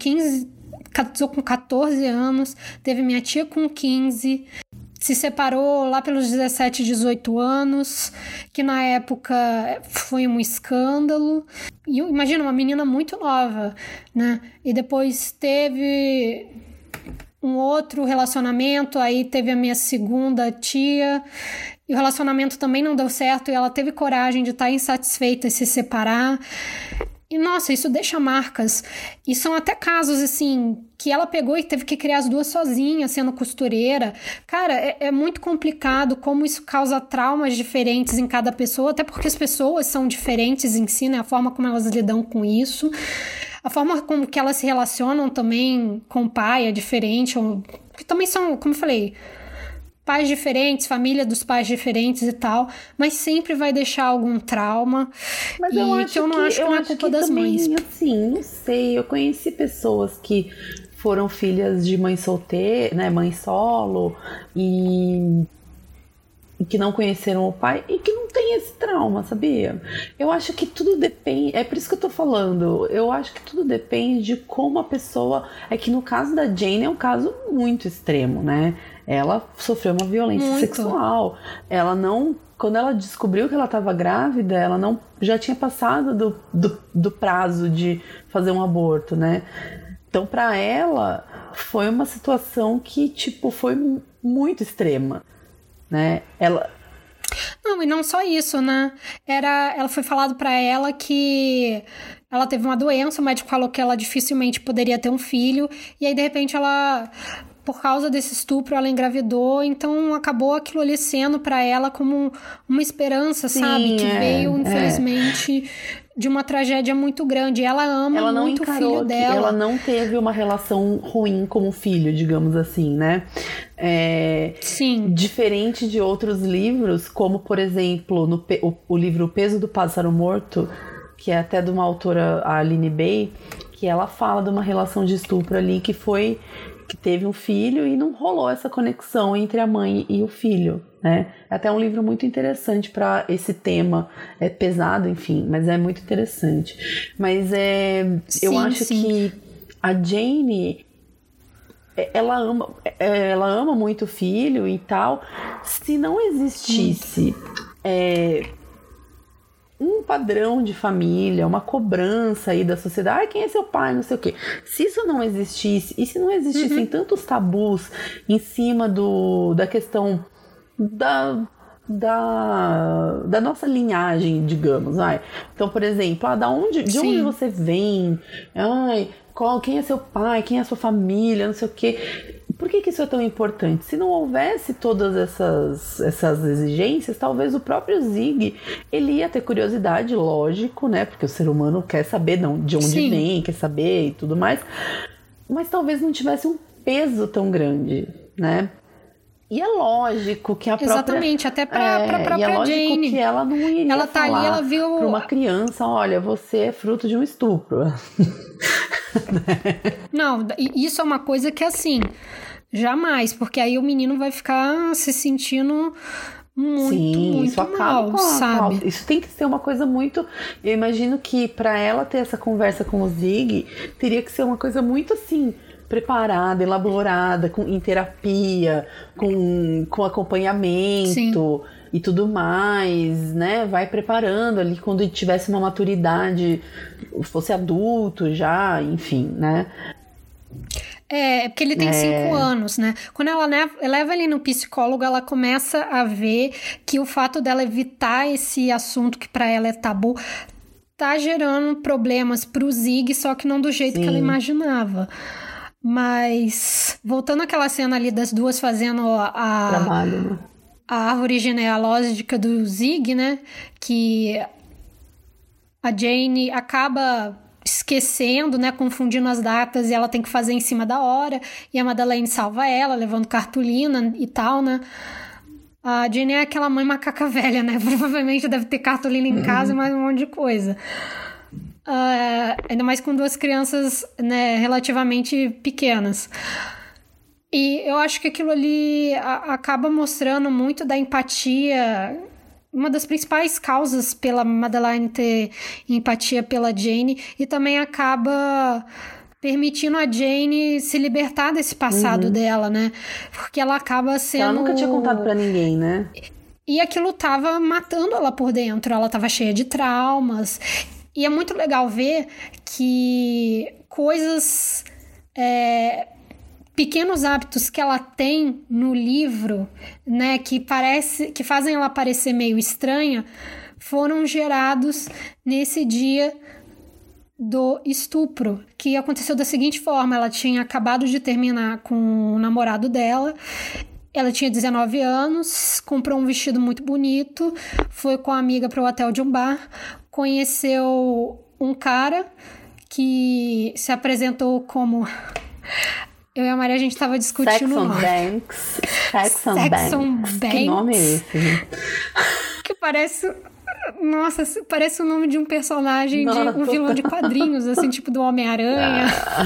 14 anos, teve minha tia com 15, se separou lá pelos 17, 18 anos, que na época foi um escândalo. E imagina, uma menina muito nova, né? E depois teve um outro relacionamento, aí teve a minha segunda tia, e o relacionamento também não deu certo, e ela teve coragem de estar insatisfeita e se separar. E, nossa, isso deixa marcas. E são até casos, assim, que ela pegou e teve que criar as duas sozinha, sendo costureira. Cara, é muito complicado como isso causa traumas diferentes em cada pessoa, até porque as pessoas são diferentes em si, né? A forma como elas lidam com isso. A forma como que elas se relacionam também com o pai é diferente. Que também são, como eu falei, pais diferentes, família dos pais diferentes e tal, mas sempre vai deixar algum trauma. Mas eu acho que não é culpa das mães. Assim, não sei, eu conheci pessoas que foram filhas de mãe solteira, né, mãe solo, e que não conheceram o pai e que não tem esse trauma, sabia? Eu acho que tudo depende, é por isso que eu tô falando, eu acho que tudo depende de como a pessoa, é que no caso da Jane é um caso muito extremo, né? Ela sofreu uma violência sexual, ela não, quando ela descobriu que ela estava grávida, ela não, já tinha passado do prazo de fazer um aborto, né? Então pra ela foi uma situação que, tipo, foi muito extrema, né? Não, e não só isso, né? Ela foi falado pra ela que ela teve uma doença, o médico falou que ela dificilmente poderia ter um filho, e aí de repente ela, por causa desse estupro, ela engravidou, então acabou aquilo ali sendo pra ela como uma esperança, sabe? Que veio, infelizmente, de uma tragédia muito grande. Ela ama muito o filho dela. Ela não teve uma relação ruim com o filho, digamos assim, né? Sim. Diferente de outros livros, como, por exemplo, o livro O Peso do Pássaro Morto, que é até de uma autora, a Aline Bay, que ela fala de uma relação de estupro ali que que teve um filho e não rolou essa conexão entre a mãe e o filho, né? É até um livro muito interessante para esse tema. É pesado, enfim, mas é muito interessante. Mas eu acho que a Jane, ela ama muito o filho e tal. Se não existisse um padrão de família, uma cobrança aí da sociedade, quem é seu pai, não sei o quê. Se isso não existisse, e se não existissem tantos tabus em cima da questão da nossa linhagem, digamos, então, por exemplo, de onde você vem, quem é seu pai, quem é a sua família, não sei o quê. Por que isso é tão importante? Se não houvesse todas essas exigências, talvez o próprio Zig, ele ia ter curiosidade, lógico, né? Porque o ser humano quer saber de onde vem, quer saber e tudo mais. Mas talvez não tivesse um peso tão grande, né? E é lógico que a própria... Exatamente, até pra própria Jane. E é lógico que ela não iria ela tá falar ali, ela viu... pra uma criança, olha, você é fruto de um estupro. Não, isso é uma coisa que, assim, jamais, porque aí o menino vai ficar se sentindo muito isso mal, sabe? Isso tem que ser uma coisa muito... Eu imagino que pra ela ter essa conversa com o Zig, teria que ser uma coisa muito, assim, preparada, elaborada, em terapia, com acompanhamento e tudo mais, né? Vai preparando ali quando tivesse uma maturidade, fosse adulto já, enfim, né? Porque ele tem 5 anos, né? Quando ela leva ele no psicólogo, ela começa a ver que o fato dela evitar esse assunto que pra ela é tabu tá gerando problemas pro Zig, só que não do jeito que ela imaginava. Mas, voltando àquela cena ali das duas fazendo trabalho, né? A árvore genealógica do Zig, né? Que a Jane acaba esquecendo, né? Confundindo as datas e ela tem que fazer em cima da hora. E a Madeleine salva ela, levando cartolina e tal, né? A Jane é aquela mãe macaca velha, né? Provavelmente deve ter cartolina em casa e mais um monte de coisa. Ainda mais com 2 crianças, né, relativamente pequenas. E eu acho que aquilo ali acaba mostrando muito da empatia. Uma das principais causas pela Madeleine ter empatia pela Jane, e também acaba permitindo a Jane se libertar desse passado dela, né? Porque ela acaba sendo... Ela nunca tinha contado pra ninguém, né? E aquilo tava matando ela por dentro. Ela tava cheia de traumas. E é muito legal ver que coisas, pequenos hábitos que ela tem no livro, né, que fazem ela parecer meio estranha, foram gerados nesse dia do estupro, que aconteceu da seguinte forma: ela tinha acabado de terminar com o namorado dela. Ela tinha 19 anos, comprou um vestido muito bonito, foi com a amiga para o hotel de um bar, conheceu um cara que se apresentou como... Eu e a Maria, a gente estava discutindo o nome. Saxon Banks. Que nome é esse? Que parece... Nossa, parece o nome de um personagem de um vilão de quadrinhos, assim, tipo do Homem-Aranha.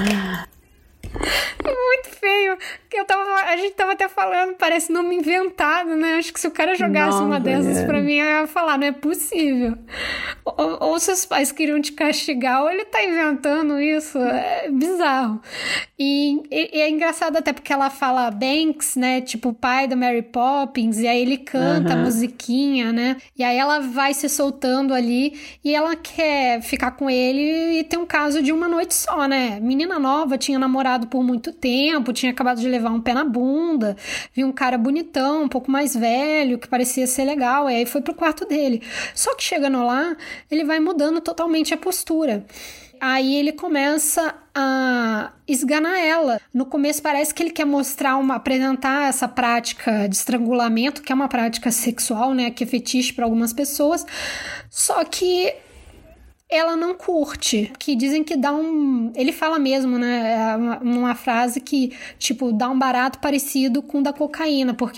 Muito feio. A gente tava até falando, parece nome inventado, né? Acho que se o cara jogasse uma dessas pra mim, eu ia falar, não é possível. Ou seus pais queriam te castigar, ou ele tá inventando isso. É bizarro. E é engraçado até porque ela fala Banks, né? Tipo, o pai da Mary Poppins, e aí ele canta a musiquinha, né? E aí ela vai se soltando ali, e ela quer ficar com ele e ter um caso de uma noite só, né? Menina nova, tinha namorado por muito tempo, tinha acabado de levar um pé na bunda, viu um cara bonitão, um pouco mais velho, que parecia ser legal, e aí foi pro quarto dele. Só que chegando lá, ele vai mudando totalmente a postura. Aí ele começa a esganar ela. No começo parece que ele quer apresentar essa prática de estrangulamento, que é uma prática sexual, né, que é fetiche para algumas pessoas, só que ela não curte, que dizem que dá ele fala mesmo, né, uma frase que, tipo, dá um barato parecido com o da cocaína, porque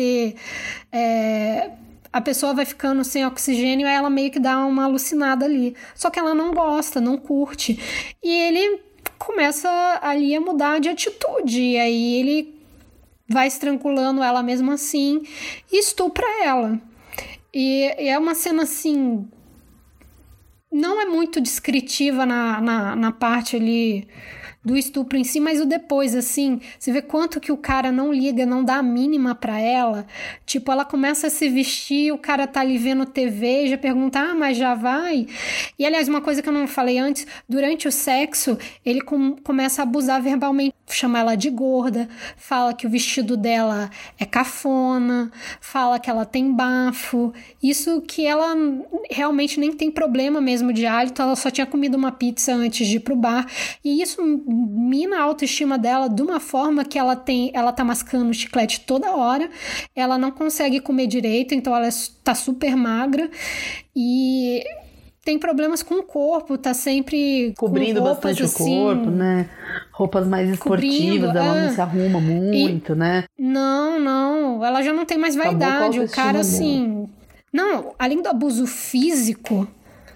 a pessoa vai ficando sem oxigênio e ela meio que dá uma alucinada ali. Só que ela não gosta, não curte. E ele começa ali a mudar de atitude. E aí ele vai estrangulando ela mesmo assim e estupra ela. E é uma cena assim... Não é muito descritiva na parte ali do estupro em si, mas o depois, assim, você vê quanto que o cara não liga, não dá a mínima pra ela. Tipo, ela começa a se vestir, o cara tá ali vendo TV e já pergunta, mas já vai? E, aliás, uma coisa que eu não falei antes, durante o sexo, ele começa a abusar verbalmente, chama ela de gorda, fala que o vestido dela é cafona, fala que ela tem bafo, isso que ela realmente nem tem problema mesmo de hálito, ela só tinha comido uma pizza antes de ir pro bar, e isso mina a autoestima dela de uma forma que ela tá mascando chiclete toda hora, ela não consegue comer direito, então ela tá super magra e tem problemas com o corpo, tá sempre cobrindo com bastante assim, o corpo, né? Roupas mais esportivas, ela não se arruma muito, né? Não, ela já não tem mais vaidade, o cara assim... Não, além do abuso físico,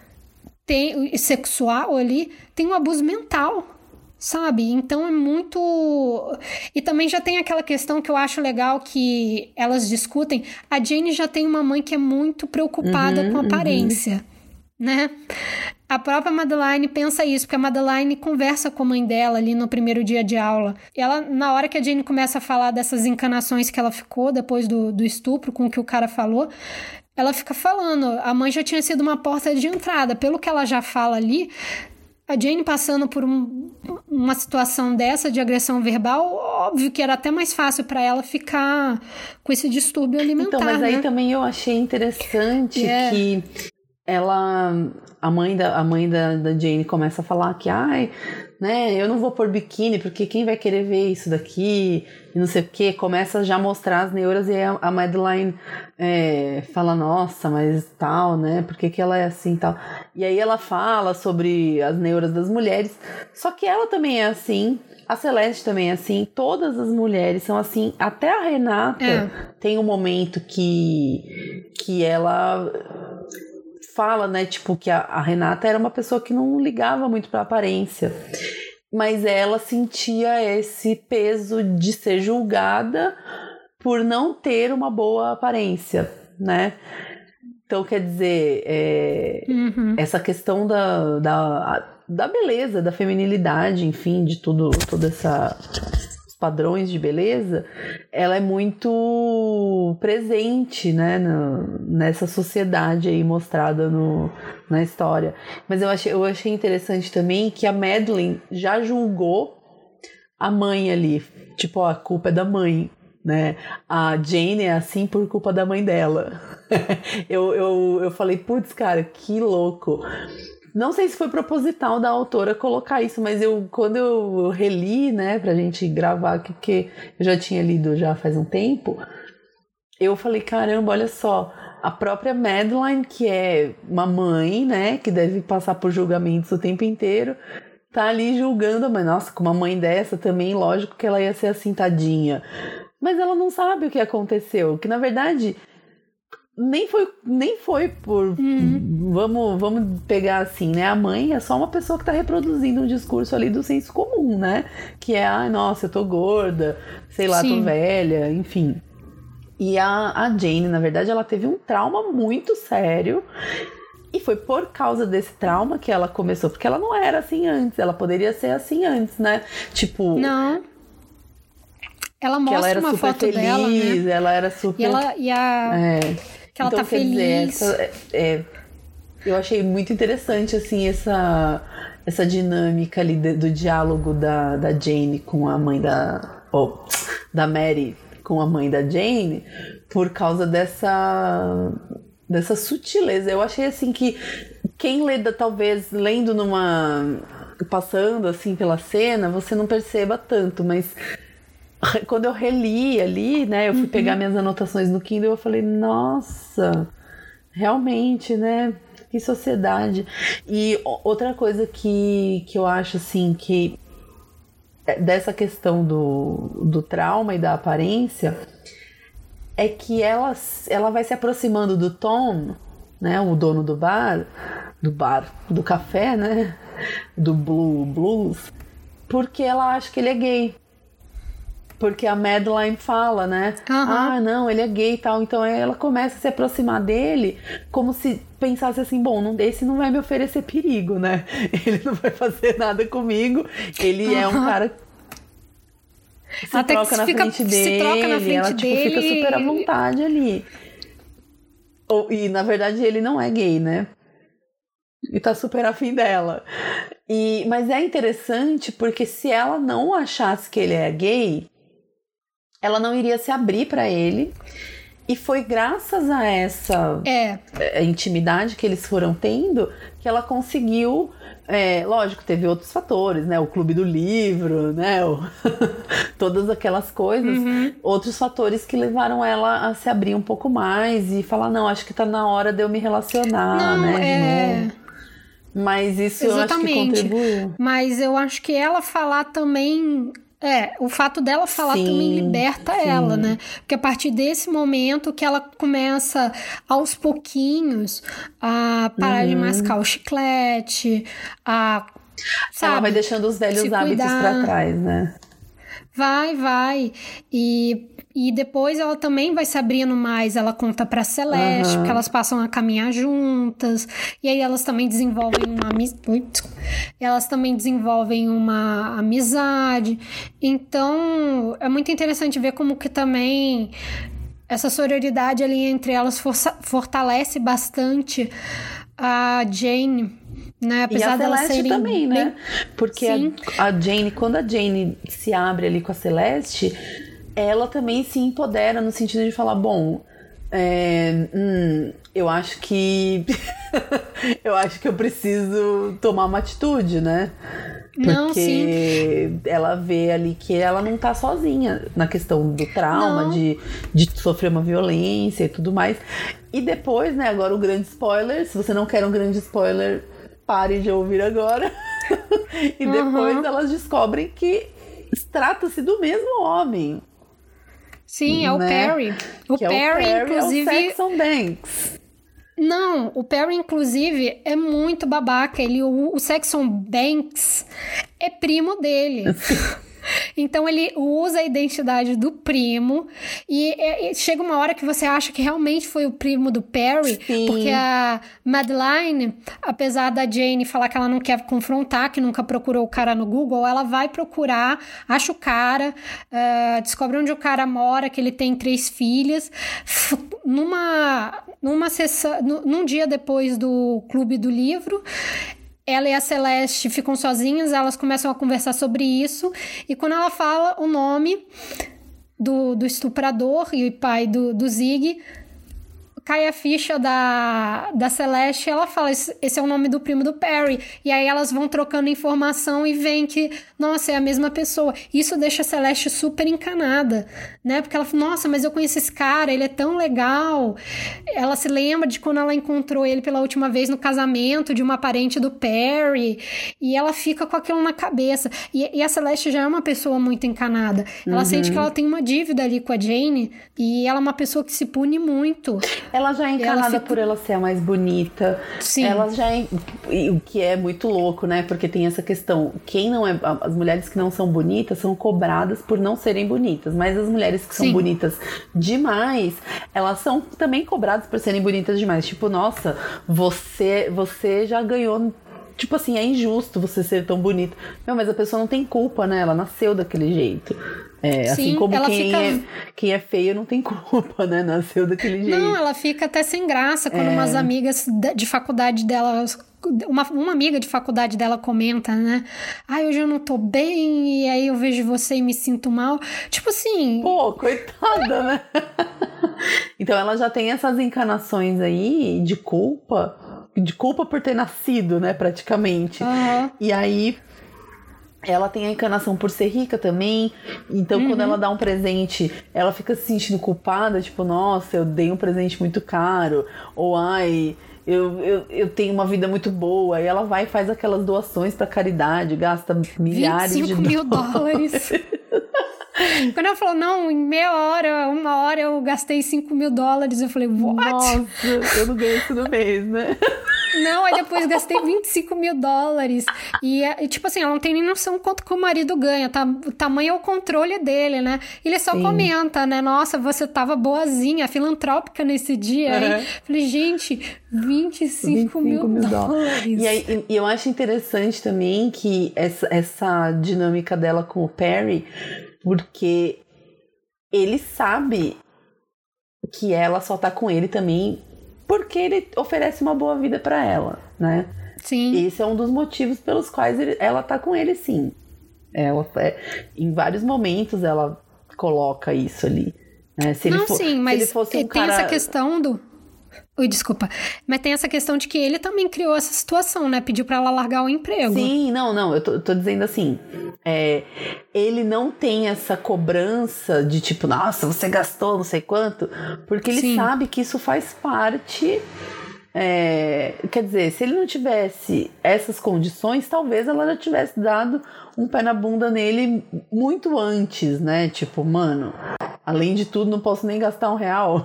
sexual ali, tem um abuso mental, sabe? Então é muito... E também já tem aquela questão que eu acho legal que elas discutem. A Jane já tem uma mãe que é muito preocupada com a aparência, né? A própria Madeline pensa isso, porque a Madeline conversa com a mãe dela ali no primeiro dia de aula. E ela, na hora que a Jane começa a falar dessas encanações que ela ficou depois do estupro, com o que o cara falou, ela fica falando, a mãe já tinha sido uma porta de entrada. Pelo que ela já fala ali, a Jane passando por uma situação dessa de agressão verbal, óbvio que era até mais fácil para ela ficar com esse distúrbio alimentar. Então, mas aí né? também eu achei interessante que a mãe da Jane começa a falar que, né, eu não vou pôr biquíni porque quem vai querer ver isso daqui e não sei o que, começa a já mostrar as neuras e aí a Madeline fala, nossa, mas tal, né, por que ela é assim tal, e aí ela fala sobre as neuras das mulheres, só que ela também é assim, a Celeste também é assim, todas as mulheres são assim, até a Renata tem um momento que ela fala, né, tipo, que a Renata era uma pessoa que não ligava muito pra aparência, mas ela sentia esse peso de ser julgada por não ter uma boa aparência, né? Então, quer dizer, essa questão da beleza, da feminilidade, enfim, de tudo, toda essa... padrões de beleza, ela é muito presente, né, nessa sociedade aí mostrada na história. Mas eu achei interessante também que a Madeline já julgou a mãe ali, tipo, a culpa é da mãe, né? A Jane é assim por culpa da mãe dela. eu falei, putz, cara, que louco. Não sei se foi proposital da autora colocar isso, mas quando eu reli, né, pra gente gravar aqui, porque eu já tinha lido já faz um tempo, eu falei, caramba, olha só, a própria Madeline, que é uma mãe, né, que deve passar por julgamentos o tempo inteiro, tá ali julgando a mãe. Nossa, com uma mãe dessa também, lógico que ela ia ser assim, tadinha. Mas ela não sabe o que aconteceu, que na verdade... Nem foi por... Vamos pegar assim, né? A mãe é só uma pessoa que tá reproduzindo um discurso ali do senso comum, né? Que é, nossa, eu tô gorda, sei lá, tô velha, enfim. E a Jane, na verdade, ela teve um trauma muito sério. E foi por causa desse trauma que ela começou. Porque ela não era assim antes. Ela poderia ser assim antes, né? Tipo... Não. Ela mostra ela era uma super foto feliz, dela, né? Ela era super... Que ela então, tá feliz. Dizer, eu achei muito interessante, assim, essa dinâmica ali do diálogo da Jane com a mãe da Mary com a mãe da Jane, por causa dessa sutileza. Eu achei, assim, que quem lê, talvez, lendo passando, assim, pela cena, você não perceba tanto, mas... Quando eu reli ali, né, eu fui pegar minhas anotações no Kindle, eu falei, nossa, realmente, né, que sociedade. E outra coisa que eu acho, assim, que dessa questão do trauma e da aparência, é que ela vai se aproximando do Tom, né, o dono do café, né, do blues, porque ela acha que ele é gay. Porque a Madeline fala, né? Ah, não, ele é gay e tal. Então ela começa a se aproximar dele como se pensasse assim, bom, esse não vai me oferecer perigo, né? Ele não vai fazer nada comigo. Ele é um cara que se troca na frente dele. Ela tipo, fica super à vontade ali. E na verdade ele não é gay, né? E tá super afim dela. Mas é interessante porque se ela não achasse que ele é gay, ela não iria se abrir pra ele. E foi graças a essa intimidade que eles foram tendo que ela conseguiu. Lógico, teve outros fatores, né? O clube do livro, né? Todas aquelas coisas. Outros fatores que levaram ela a se abrir um pouco mais e falar, não, acho que tá na hora de eu me relacionar, né? Mas isso eu acho que contribuiu. Mas eu acho que ela falar também... o fato dela falar também liberta ela, né? Porque a partir desse momento que ela começa, aos pouquinhos, a parar de mascar o chiclete, sabe, ela vai deixando os velhos hábitos pra trás, né? Vai. E depois ela também vai se abrindo mais. Ela conta pra Celeste, porque elas passam a caminhar juntas. E aí elas também desenvolvem uma amizade. Então, é muito interessante ver como que também essa sororidade ali entre elas fortalece bastante a Jane, né? Apesar dela serem também, né? Porque a Jane, quando a Jane se abre ali com a Celeste, ela também se empodera no sentido de falar, bom, eu acho que eu preciso tomar uma atitude, né? Porque ela vê ali que ela não tá sozinha na questão do trauma, de sofrer uma violência e tudo mais. E depois, né, agora o grande spoiler, se você não quer um grande spoiler, pare de ouvir agora. E depois elas descobrem que trata-se do mesmo homem. Sim, é o Perry. O Perry, inclusive... é o Saxon Banks. Não, o Perry, inclusive, é muito babaca. O Saxon Banks é primo dele. Então ele usa a identidade do primo e chega uma hora que você acha que realmente foi o primo do Perry, porque a Madeline, apesar da Jane falar que ela não quer confrontar, que nunca procurou o cara no Google, ela vai procurar, acha o cara, descobre onde o cara mora, que ele tem 3 filhas. Numa sessão, num dia depois do Clube do Livro, ela e a Celeste ficam sozinhas, elas começam a conversar sobre isso, e quando ela fala o nome do estuprador e o pai do Zig, cai a ficha da Celeste, ela fala, esse é o nome do primo do Perry, e aí elas vão trocando informação e veem que, nossa, é a mesma pessoa. Isso deixa a Celeste super encanada, né? Porque ela fala, nossa, mas eu conheço esse cara, ele é tão legal. Ela se lembra de quando ela encontrou ele pela última vez no casamento de uma parente do Perry, e ela fica com aquilo na cabeça. E a Celeste já é uma pessoa muito encanada. Ela sente que ela tem uma dívida ali com a Jane, e ela é uma pessoa que se pune muito. Ela já é encanada por ela ser a mais bonita. Sim. Ela já é... O que é muito louco, né? Porque tem essa questão. Quem não é... As mulheres que não são bonitas são cobradas por não serem bonitas. Mas as mulheres que são bonitas demais, elas são também cobradas por serem bonitas demais. Tipo, nossa, você já ganhou... Tipo assim, é injusto você ser tão bonita. Não, mas a pessoa não tem culpa, né? Ela nasceu daquele jeito. Assim como quem é feio não tem culpa, né? Nasceu daquele jeito. Não, ela fica até sem graça quando umas amigas de faculdade dela... Uma amiga de faculdade dela comenta, né? Hoje eu não tô bem, e aí eu vejo você e me sinto mal. Tipo assim... Pô, coitada, né? Então ela já tem essas encarnações aí de culpa por ter nascido, né, praticamente. E aí ela tem a encarnação por ser rica também. Então quando ela dá um presente, ela fica se sentindo culpada, tipo, nossa, eu dei um presente muito caro, ou eu tenho uma vida muito boa, e ela vai e faz aquelas doações pra caridade, gasta milhares de dólares. 25 mil dólares. Quando ela falou, não, em uma hora eu gastei 5 mil dólares, eu falei, what? Nossa, eu não ganho isso no mês, né? Não, aí depois gastei $25 mil. E, tipo assim, ela não tem nem noção quanto que o marido ganha, tá? O tamanho é o controle dele, né? Ele só comenta, né? Nossa, você tava boazinha, filantrópica nesse dia, hein? Falei, gente, 25 mil dólares. E aí, eu acho interessante também que essa dinâmica dela com o Perry, porque ele sabe que ela só tá com ele também porque ele oferece uma boa vida pra ela, né? Sim. Esse é um dos motivos pelos quais ela tá com ele, sim. Em vários momentos ela coloca isso ali. Né? Mas ele fosse tem essa questão do... Ui, desculpa. Mas tem essa questão de que ele também criou essa situação, né? Pediu pra ela largar o emprego. Sim, não, eu tô dizendo assim, ele não tem essa cobrança de tipo, nossa, você gastou não sei quanto, porque ele sabe que isso faz parte, quer dizer, se ele não tivesse essas condições, talvez ela já tivesse dado um pé na bunda nele muito antes, né? Tipo, mano, além de tudo, não posso nem gastar R$1.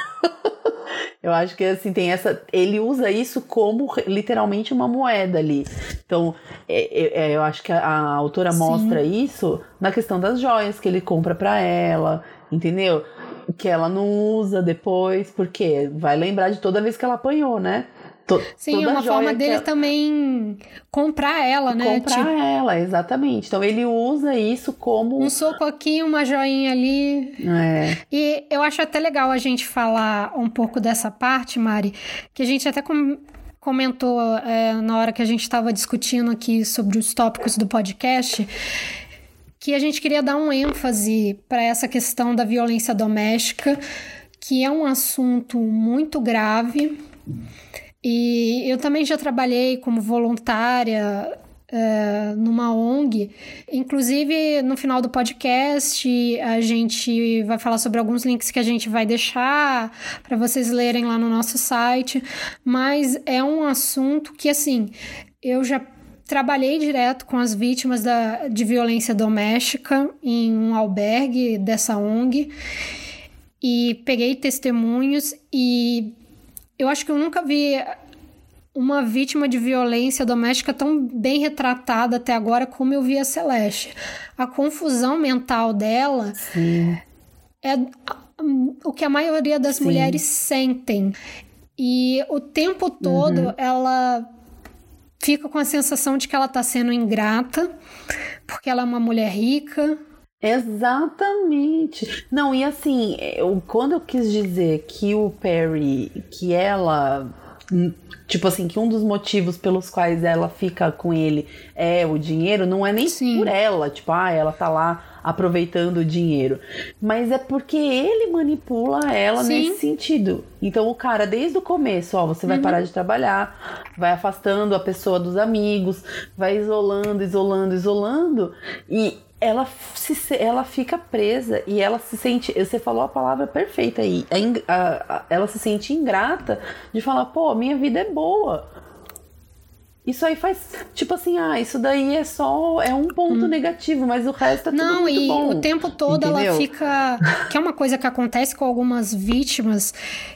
Eu acho que assim, ele usa isso como literalmente uma moeda ali. Então, eu acho que a autora mostra isso na questão das joias que ele compra pra ela, entendeu? Que ela não usa depois, porque vai lembrar de toda vez que ela apanhou, né? Sim, é uma forma dele também comprar ela, né? Comprar ela, exatamente. Então ele usa isso como... um soco aqui, uma joinha ali. E eu acho até legal a gente falar um pouco dessa parte, Mari, que a gente até comentou na hora que a gente estava discutindo aqui sobre os tópicos do podcast, que a gente queria dar um ênfase para essa questão da violência doméstica, que é um assunto muito grave. E eu também já trabalhei como voluntária numa ONG. Inclusive, no final do podcast, a gente vai falar sobre alguns links que a gente vai deixar para vocês lerem lá no nosso site. Mas é um assunto que, assim, eu já trabalhei direto com as vítimas de violência doméstica em um albergue dessa ONG. E peguei testemunhos e... eu acho que eu nunca vi uma vítima de violência doméstica tão bem retratada até agora como eu vi a Celeste. A confusão mental dela é o que a maioria das mulheres sentem. E o tempo todo ela fica com a sensação de que ela está sendo ingrata, porque ela é uma mulher rica. Exatamente. Não, e assim, quando eu quis dizer que o Perry, que ela... tipo assim, que um dos motivos pelos quais ela fica com ele é o dinheiro, não é nem por ela, tipo, ela tá lá aproveitando o dinheiro, mas é porque ele manipula ela nesse sentido. Então o cara, desde o começo, você vai parar de trabalhar, vai afastando a pessoa dos amigos, vai isolando, e ela fica presa e ela se sente... Você falou a palavra perfeita aí. Ela se sente ingrata de falar, pô, minha vida é boa. Isso aí faz... Tipo assim, isso daí é um ponto negativo, mas o resto é tudo muito bom. Não, e o tempo todo ela fica... Que é uma coisa que acontece com algumas vítimas...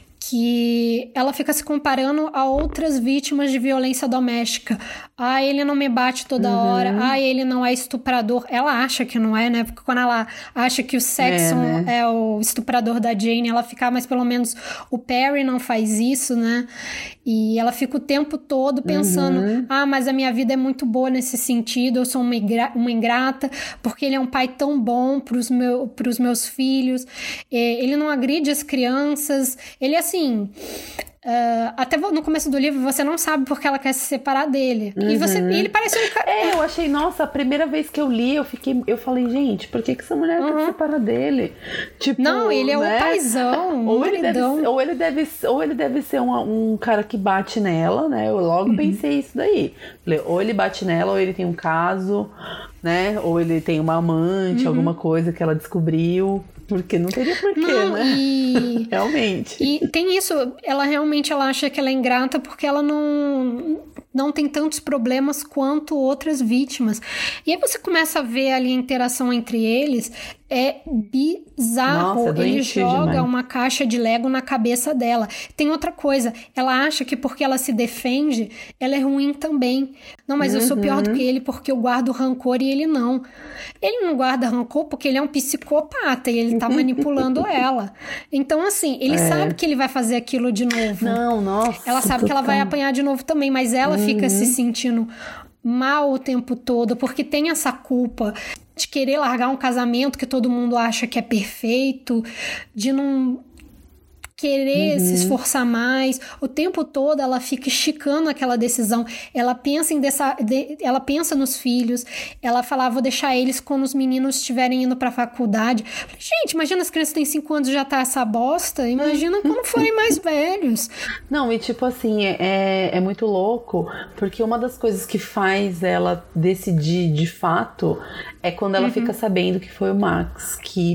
que ela fica se comparando a outras vítimas de violência doméstica. Ele não me bate toda hora. Ele não é estuprador. Ela acha que não é, né? Porque quando ela acha que o Saxon é o estuprador da Jane, ela fica, mas pelo menos o Perry não faz isso, né? E ela fica o tempo todo pensando, mas a minha vida é muito boa nesse sentido, eu sou uma ingrata, porque ele é um pai tão bom pros meus filhos, ele não agride as crianças, ele assim... até no começo do livro você não sabe porque ela quer se separar dele. E ele parece um cara... eu achei, nossa, a primeira vez que eu li, eu falei, gente, por que essa mulher quer se separar dele? Tipo, não, ele é um paizão, ou ele deve ser um cara que bate nela, né? Eu logo pensei isso daí. Falei, ou ele bate nela, ou ele tem um caso, né? Ou ele tem uma amante, alguma coisa que ela descobriu. Porque não teria porquê, né? Realmente. E tem isso, ela realmente acha que ela é ingrata porque ela não não tem tantos problemas quanto outras vítimas. E aí você começa a ver ali a interação entre eles, é bizarro. Nossa, ele joga demais. uma caixa de Lego na cabeça dela. Tem outra coisa, ela acha que porque ela se defende, ela é ruim também. Não, mas eu sou pior do que ele porque eu guardo rancor e ele não. Ele não guarda rancor porque ele é um psicopata e ele tá manipulando ela. Então, assim, ele sabe que ele vai fazer aquilo de novo. Não, nossa. Ela sabe que ela vai apanhar de novo também, mas ela fica se sentindo mal o tempo todo, porque tem essa culpa de querer largar um casamento que todo mundo acha que é perfeito, de não querer se esforçar mais. O tempo todo ela fica esticando aquela decisão. Ela pensa ela pensa nos filhos. Ela fala, vou deixar eles quando os meninos estiverem indo pra faculdade. Gente, imagina as crianças têm 5 anos e já tá essa bosta. Imagina quando forem mais velhos. Não, e tipo assim, é muito louco, porque uma das coisas que faz ela decidir de fato é quando ela fica sabendo que foi o Max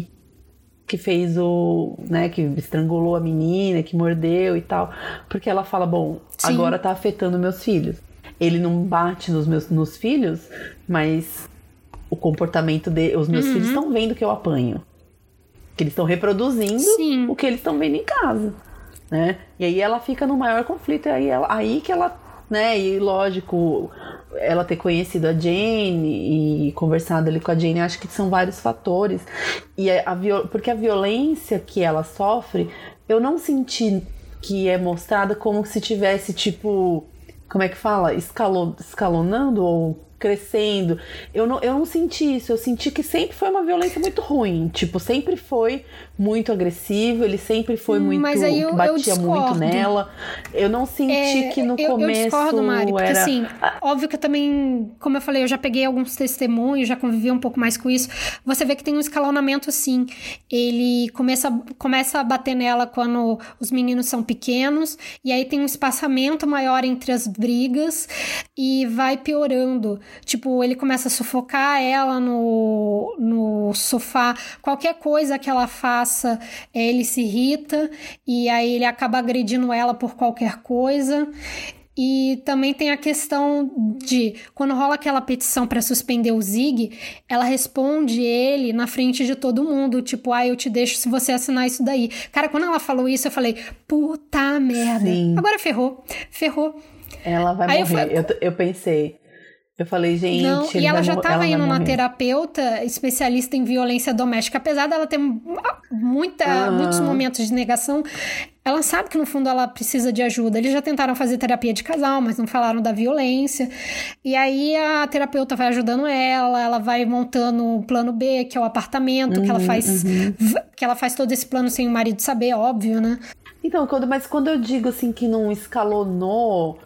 que fez que estrangulou a menina, que mordeu e tal, porque ela fala, bom, Sim. agora tá afetando meus filhos. Ele não bate nos filhos, mas o comportamento os meus filhos estão vendo que eu apanho. Que eles estão reproduzindo Sim. o que eles estão vendo em casa, né? E aí ela fica no maior conflito, aí que ela, né, e lógico, ela ter conhecido a Jane e conversado ali com a Jane, acho que são vários fatores. E porque a violência que ela sofre, eu não senti que é mostrada como se tivesse, tipo, como é que fala? Escalonando ou crescendo. Eu não senti isso. Eu senti que sempre foi uma violência muito ruim. Tipo, sempre foi muito agressivo. Ele sempre foi muito... Mas aí batia muito nela. Eu não senti que no começo... Eu discordo, Mari. Porque era... assim, óbvio que eu também... Como eu falei, eu já peguei alguns testemunhos, já convivi um pouco mais com isso. Você vê que tem um escalonamento, sim. Ele começa a bater nela quando os meninos são pequenos. E aí tem um espaçamento maior entre as brigas. E vai piorando. Tipo, ele começa a sufocar ela no sofá. Qualquer coisa que ela faça, ele se irrita. E aí ele acaba agredindo ela por qualquer coisa. E também tem a questão de... Quando rola aquela petição pra suspender o Zig, ela responde ele na frente de todo mundo. Tipo, eu te deixo se você assinar isso daí. Cara, quando ela falou isso, eu falei... Puta merda. Sim. Agora ferrou. Ela vai morrer. Eu pensei... Eu falei, gente... Não, e ela já estava indo na terapeuta especialista em violência doméstica. Apesar dela ter muitos momentos de negação, ela sabe que no fundo ela precisa de ajuda. Eles já tentaram fazer terapia de casal, mas não falaram da violência. E aí a terapeuta vai ajudando ela vai montando o plano B, que é o apartamento, que ela faz todo esse plano sem o marido saber, óbvio, né? Então, mas quando eu digo assim que não escalonou...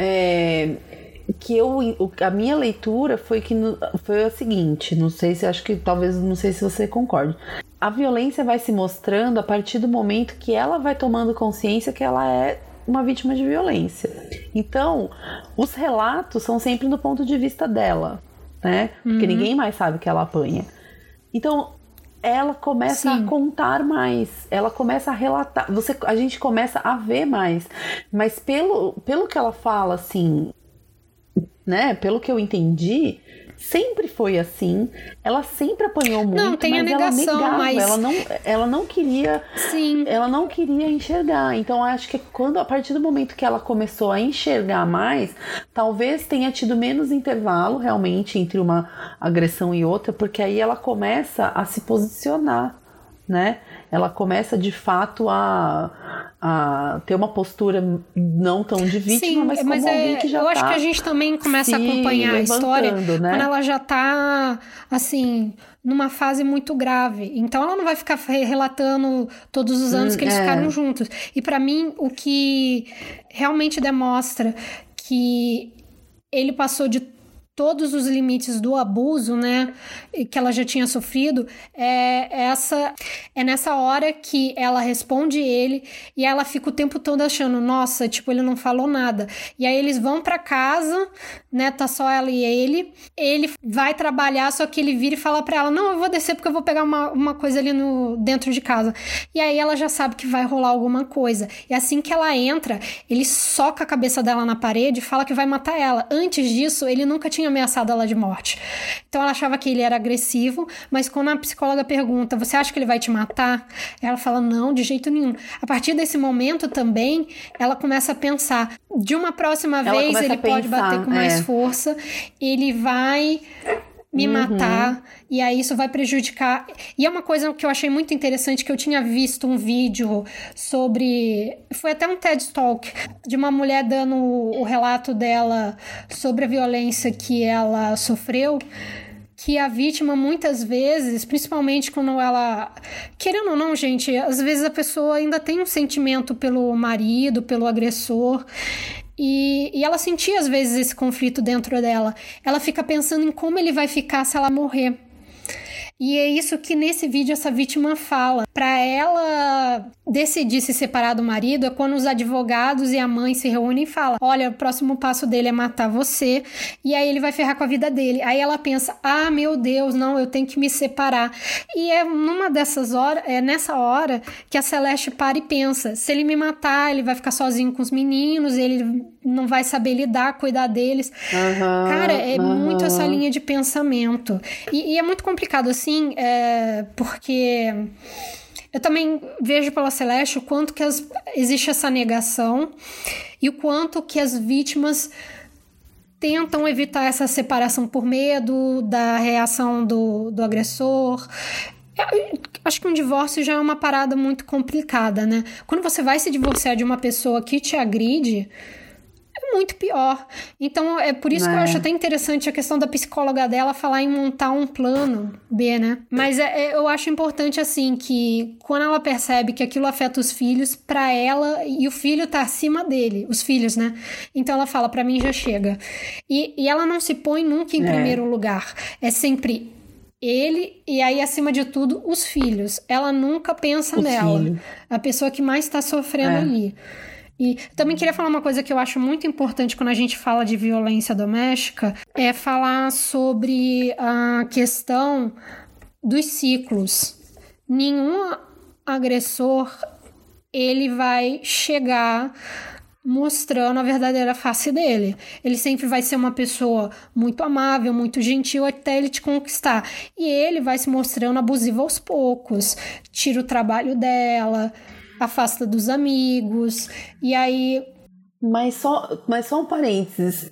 a minha leitura foi foi a seguinte, não sei se você concorde. A violência vai se mostrando a partir do momento que ela vai tomando consciência que ela é uma vítima de violência. Então, os relatos são sempre do ponto de vista dela, né? Porque ninguém mais sabe que ela apanha. Então, ela começa a contar mais, ela começa a relatar, a gente começa a ver mais. Mas pelo que ela fala, assim... Né? Pelo que eu entendi, sempre foi assim. Ela sempre apanhou muito, não, tem mas a negação, ela negava, mas... ela não queria. Sim. Ela não queria enxergar. Então acho que a partir do momento que ela começou a enxergar mais, talvez tenha tido menos intervalo realmente entre uma agressão e outra, porque aí ela começa a se posicionar, né? Ela começa de fato a ter uma postura não tão de vítima, mas como alguém que já eu acho que a gente também começa a acompanhar a história, né? Quando ela já tá, assim, numa fase muito grave. Então ela não vai ficar relatando todos os anos que eles ficaram juntos. E pra mim, o que realmente demonstra que ele passou de todos os limites do abuso, né, que ela já tinha sofrido, é nessa hora que ela responde ele e ela fica o tempo todo achando, nossa, tipo, ele não falou nada. E aí eles vão pra casa, né, tá só ela e ele vai trabalhar, só que ele vira e fala pra ela, não, eu vou descer porque eu vou pegar uma coisa ali dentro de casa. E aí ela já sabe que vai rolar alguma coisa. E assim que ela entra, ele soca a cabeça dela na parede e fala que vai matar ela. Antes disso, ele nunca tinha ameaçado ela de morte. Então ela achava que ele era agressivo, mas quando a psicóloga pergunta, você acha que ele vai te matar? Ela fala, não, de jeito nenhum. A partir desse momento também, ela começa a pensar, de uma próxima vez ele pode bater com mais força, ele vai me matar, e aí isso vai prejudicar. E é uma coisa que eu achei muito interessante, que eu tinha visto um vídeo sobre... Foi até um TED Talk, de uma mulher dando o relato dela sobre a violência que ela sofreu, que a vítima, muitas vezes, principalmente quando ela... Querendo ou não, gente, às vezes a pessoa ainda tem um sentimento pelo marido, pelo agressor... E ela sentia, às vezes, esse conflito dentro dela. Ela fica pensando em como ele vai ficar se ela morrer. E é isso que nesse vídeo essa vítima fala. Para ela decidir se separar do marido é quando os advogados e a mãe se reúnem e falam, olha, o próximo passo dele é matar você e aí ele vai ferrar com a vida dele. Aí ela pensa, ah, meu Deus, não, eu tenho que me separar. E é numa dessas horas, é nessa hora que a Celeste para e pensa, se ele me matar, ele vai ficar sozinho com os meninos, ele não vai saber lidar, cuidar deles. Cara, é muito essa linha de pensamento. E é muito complicado assim, porque eu também vejo pela Celeste o quanto que existe essa negação e o quanto que as vítimas tentam evitar essa separação por medo da reação do agressor. Acho que um divórcio já é uma parada muito complicada, né? Quando você vai se divorciar de uma pessoa que te agride, é muito pior. Então, é por isso que eu acho até interessante a questão da psicóloga dela falar em montar um plano B, né? Mas eu acho importante, assim, que quando ela percebe que aquilo afeta os filhos, pra ela, e o filho tá acima dele, os filhos, né? Então ela fala, pra mim já chega. E ela não se põe nunca em primeiro lugar. É sempre ele e aí, acima de tudo, os filhos. Ela nunca pensa nela. A pessoa que mais tá sofrendo ali. E também queria falar uma coisa que eu acho muito importante quando a gente fala de violência doméstica, é falar sobre a questão dos ciclos. Nenhum agressor, ele vai chegar mostrando a verdadeira face dele. Ele sempre vai ser uma pessoa muito amável, muito gentil, até ele te conquistar. E ele vai se mostrando abusivo aos poucos, tira o trabalho dela, afasta dos amigos, e aí... Mas só um parênteses.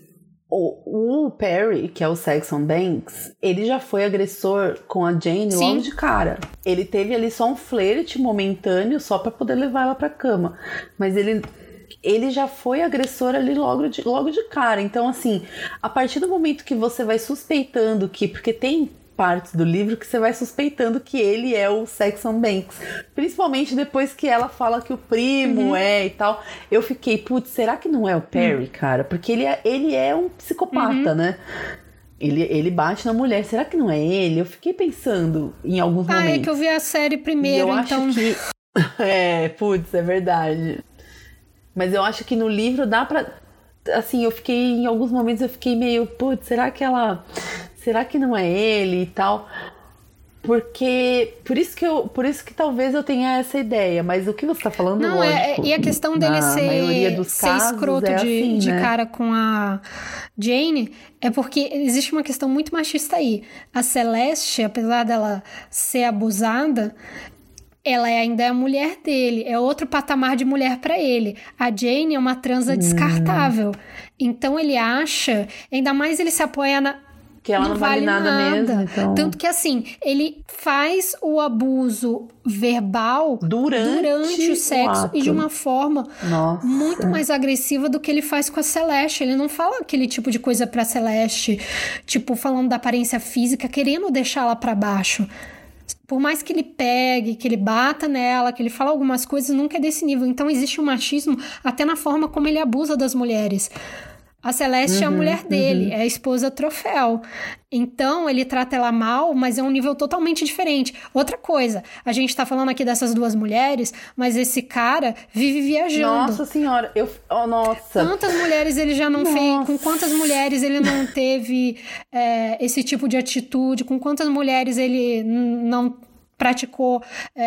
O Perry, que é o Saxon Banks, ele já foi agressor com a Jane logo de cara. Ele teve ali só um flerte momentâneo, só pra poder levar ela pra cama. Mas ele já foi agressor ali logo de cara. Então, assim, a partir do momento que você vai suspeitando que... Porque tem partes do livro que você vai suspeitando que ele é o Saxon Banks. Principalmente depois que ela fala que o primo e tal. Eu fiquei, putz, será que não é o Perry, cara? Porque ele é um psicopata, né? Ele bate na mulher. Será que não é ele? Eu fiquei pensando em alguns momentos. É que eu vi a série primeiro, então... Acho que... putz, é verdade. Mas eu acho que no livro dá pra... Assim, em alguns momentos eu fiquei meio, putz, será que não é ele e tal? Porque... Por isso que talvez eu tenha essa ideia. Mas o que você tá falando, não, lógico, e a questão dele ser escroto assim, de né? cara com a Jane é porque existe uma questão muito machista aí. A Celeste, apesar dela ser abusada, ela ainda é a mulher dele, é outro patamar de mulher pra ele. A Jane é uma transa descartável. Então ele acha, ainda mais ele se apoia que ela não vale nada mesmo. Então... Tanto que, assim, ele faz o abuso verbal durante o sexo e de uma forma muito mais agressiva do que ele faz com a Celeste. Ele não fala aquele tipo de coisa pra Celeste, tipo, falando da aparência física, querendo deixá-la pra baixo. Por mais que ele pegue, que ele bata nela, que ele fala algumas coisas, nunca é desse nível. Então existe um machismo até na forma como ele abusa das mulheres. A Celeste é a mulher dele, é a esposa troféu. Então, ele trata ela mal, mas é um nível totalmente diferente. Outra coisa, a gente tá falando aqui dessas duas mulheres, mas esse cara vive viajando. Nossa senhora, nossa. Quantas mulheres ele já não fez? Com quantas mulheres ele não teve esse tipo de atitude? Com quantas mulheres ele não praticou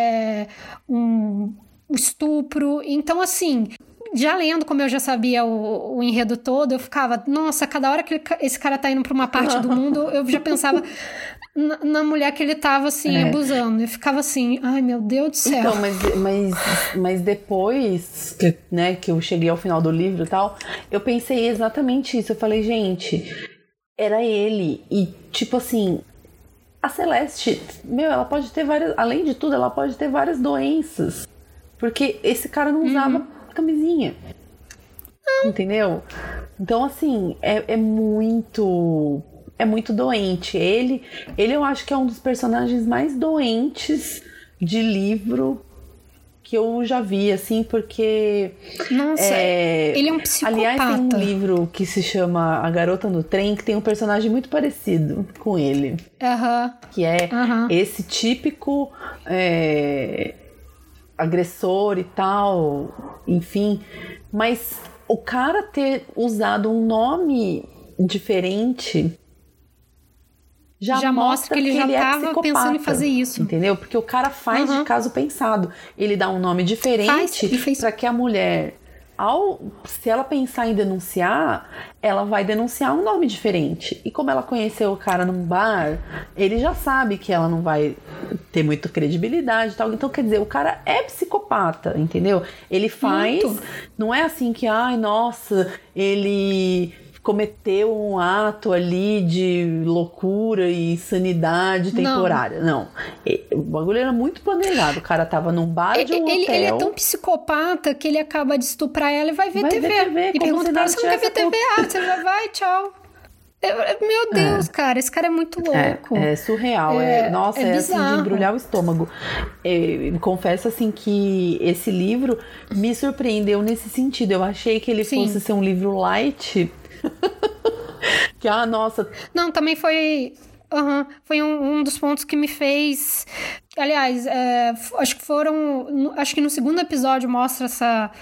um estupro? Então, assim... Já lendo, como eu já sabia o enredo todo, eu ficava, nossa, cada hora que esse cara tá indo pra uma parte do mundo, eu já pensava na mulher que ele tava, assim, abusando. Eu ficava assim, ai, meu Deus do céu. Então, mas depois, que eu cheguei ao final do livro e tal, eu pensei exatamente isso. Eu falei, gente, era ele. E, tipo assim, a Celeste, ela pode ter várias... Além de tudo, ela pode ter várias doenças. Porque esse cara não usava... camisinha. Entendeu? Então, assim, é muito doente. Ele eu acho que é um dos personagens mais doentes de livro que eu já vi, assim, porque... Nossa, ele é um psicopata. Aliás, tem um livro que se chama A Garota no Trem, que tem um personagem muito parecido com ele. Que é esse típico... agressor e tal, enfim, mas o cara ter usado um nome diferente já mostra que ele já estava pensando em fazer isso, entendeu? Porque o cara faz de caso pensado, ele dá um nome diferente para que a mulher, se ela pensar em denunciar, ela vai denunciar um nome diferente. E como ela conheceu o cara num bar, ele já sabe que ela não vai ter muita credibilidade e tal. Então, quer dizer, o cara é psicopata, entendeu? Ele faz... Não é assim que, ai, nossa, ele... cometeu um ato ali de loucura e insanidade temporária. Não. O bagulho era muito planejado. O cara tava num bar de um hotel. Ele é tão psicopata que ele acaba de estuprar ela e vai ver TV. E pergunta pra ela, você não quer ver TV? Você já vai, tchau. Meu Deus, cara, esse cara é muito louco. É surreal. Nossa, é assim de embrulhar o estômago. Confesso assim que esse livro me surpreendeu nesse sentido. Eu achei que ele fosse ser um livro light... que, nossa... Não, também foi um dos pontos que me fez... Aliás, acho que no segundo episódio mostra essa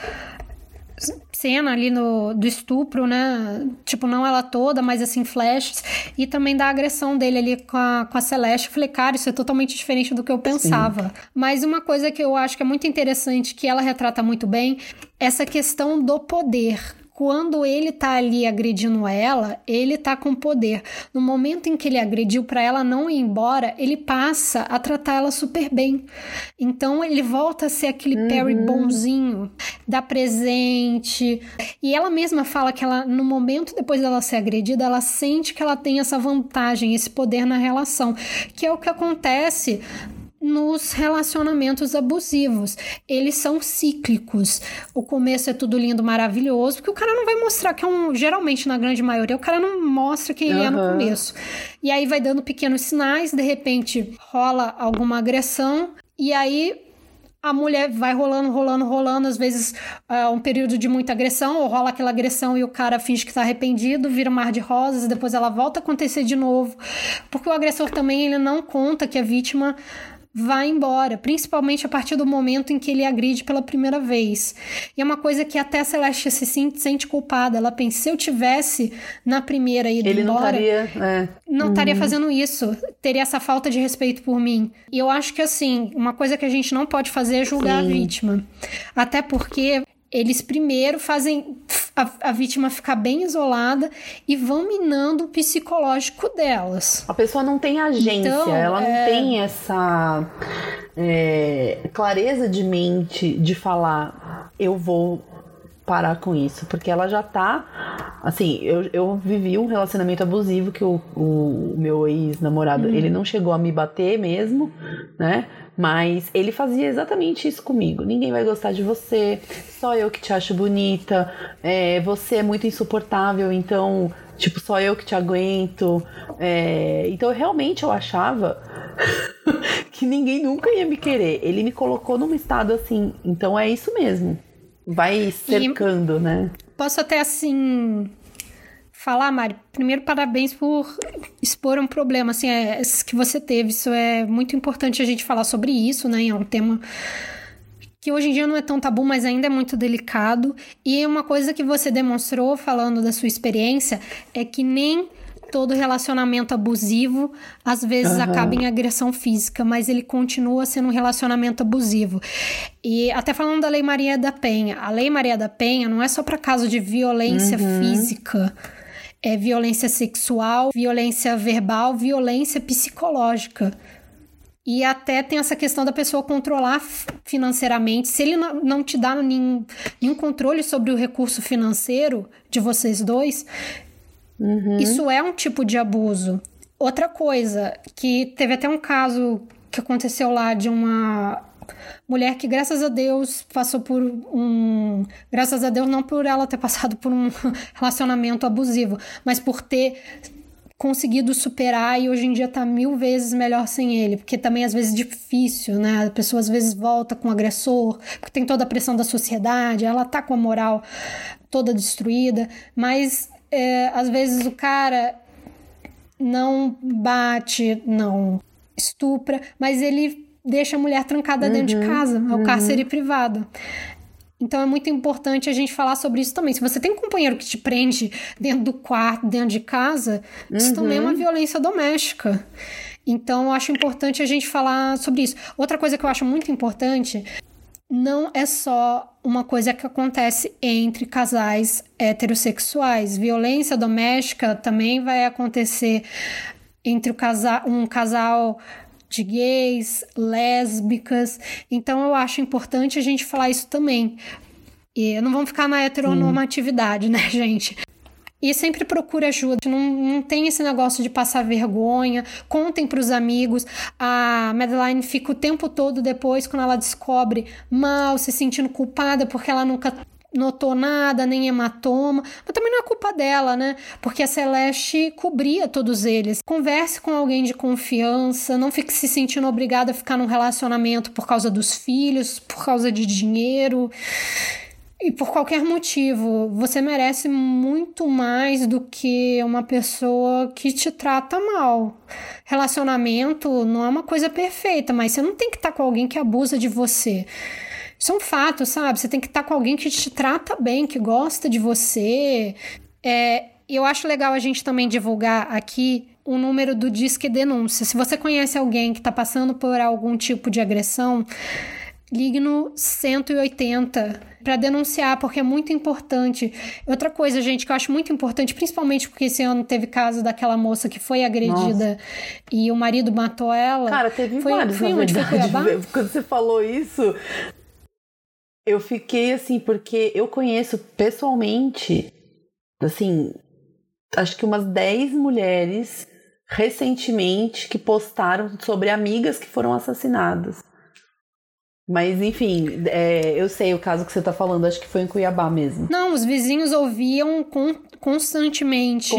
cena ali do estupro, né? Tipo, não ela toda, mas assim, flashes. E também da agressão dele ali com a Celeste. Eu falei, cara, isso é totalmente diferente do que eu pensava. Sim. Mas uma coisa que eu acho que é muito interessante, que ela retrata muito bem, essa questão do poder. Quando ele tá ali agredindo ela, ele tá com poder. No momento em que ele agrediu pra ela não ir embora, ele passa a tratar ela super bem. Então ele volta a ser aquele Perry bonzinho, dá presente. E ela mesma fala que ela, no momento depois dela ser agredida, ela sente que ela tem essa vantagem, esse poder na relação, que é o que acontece nos relacionamentos abusivos. Eles são cíclicos. O começo é tudo lindo, maravilhoso, porque o cara não vai mostrar que geralmente, na grande maioria, o cara não mostra quem ele é no começo. E aí vai dando pequenos sinais, de repente rola alguma agressão, e aí a mulher vai rolando, às vezes um período de muita agressão, ou rola aquela agressão e o cara finge que tá arrependido, vira um mar de rosas, e depois ela volta a acontecer de novo, porque o agressor também, ele não conta que a vítima vai embora, principalmente a partir do momento em que ele agride pela primeira vez. E é uma coisa que até a Celeste se sente culpada. Ela pensa, se eu tivesse na primeira ido embora, não estaria fazendo isso, teria essa falta de respeito por mim. E eu acho que, assim, uma coisa que a gente não pode fazer é julgar a vítima. Até porque eles primeiro fazem a vítima ficar bem isolada e vão minando o psicológico delas. A pessoa não tem agência, então, ela não tem essa clareza de mente de falar, eu vou parar com isso, porque ela já tá, assim, eu vivi um relacionamento abusivo que o meu ex-namorado, ele não chegou a me bater mesmo, né? Mas ele fazia exatamente isso comigo. Ninguém vai gostar de você, só eu que te acho bonita, você é muito insuportável, então, tipo, só eu que te aguento. Então, realmente eu achava que ninguém nunca ia me querer. Ele me colocou num estado assim, então é isso mesmo. Vai cercando, né? Posso até, assim, falar, Mari, primeiro, parabéns por expor um problema, assim, que você teve. Isso é muito importante a gente falar sobre isso, né? É um tema que hoje em dia não é tão tabu, mas ainda é muito delicado. E uma coisa que você demonstrou, falando da sua experiência, é que nem todo relacionamento abusivo, às vezes, acaba em agressão física, mas ele continua sendo um relacionamento abusivo. E até falando da Lei Maria da Penha, a Lei Maria da Penha não é só para caso de violência física, é violência sexual, violência verbal, violência psicológica. E até tem essa questão da pessoa controlar financeiramente. Se ele não te dá nenhum controle sobre o recurso financeiro de vocês dois, isso é um tipo de abuso. Outra coisa, que teve até um caso que aconteceu lá de uma mulher que, graças a Deus, passou por Graças a Deus, não por ela ter passado por um relacionamento abusivo, mas por ter conseguido superar e hoje em dia tá 1000 vezes melhor sem ele, porque também às vezes é difícil, né? A pessoa às vezes volta com o agressor, porque tem toda a pressão da sociedade, ela tá com a moral toda destruída, mas às vezes o cara não bate, não estupra, mas ele deixa a mulher trancada dentro de casa, é o cárcere privado. Então é muito importante a gente falar sobre isso também. Se você tem um companheiro que te prende dentro do quarto, dentro de casa, isso também é uma violência doméstica. Então eu acho importante a gente falar sobre isso. Outra coisa que eu acho muito importante, não é só uma coisa que acontece entre casais heterossexuais. Violência doméstica também vai acontecer entre um casal de gays, lésbicas. Então eu acho importante a gente falar isso também. E não vamos ficar na heteronormatividade, né, gente? E sempre procure ajuda. Não tem esse negócio de passar vergonha. Contem pros amigos. A Madeline fica o tempo todo depois, quando ela descobre, mal, se sentindo culpada porque ela nunca notou nada, nem hematoma. Mas também não é culpa dela, né? Porque a Celeste cobria todos eles. Converse com alguém de confiança. Não fique se sentindo obrigada a ficar num relacionamento por causa dos filhos, por causa de dinheiro. E por qualquer motivo, você merece muito mais do que uma pessoa que te trata mal. Relacionamento não é uma coisa perfeita, mas você não tem que estar com alguém que abusa de você. Isso é um fato, sabe? Você tem que estar com alguém que te trata bem, que gosta de você. Eu acho legal a gente também divulgar aqui o número do Disque Denúncia. Se você conhece alguém que está passando por algum tipo de agressão, ligue no 180 para denunciar, porque é muito importante. Outra coisa, gente, que eu acho muito importante, principalmente porque esse ano teve caso daquela moça que foi agredida e o marido matou ela. Cara, teve vários, foi onde? Foi Cuiabá? Quando você falou isso, eu fiquei assim, porque eu conheço pessoalmente, assim, acho que umas 10 mulheres recentemente que postaram sobre amigas que foram assassinadas. Mas, enfim, eu sei o caso que você tá falando, acho que foi em Cuiabá mesmo. Não, os vizinhos ouviam constantemente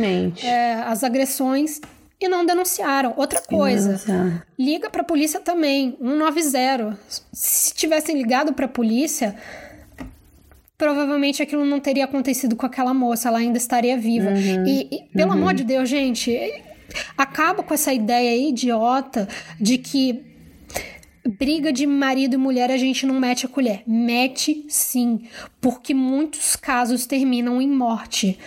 as agressões e não denunciaram. Outra coisa, liga pra polícia também, 190. Se tivessem ligado pra polícia, provavelmente aquilo não teria acontecido com aquela moça, ela ainda estaria viva. E pelo amor de Deus, gente, acaba com essa ideia idiota de que briga de marido e mulher a gente não mete a colher. Mete sim, porque muitos casos terminam em morte.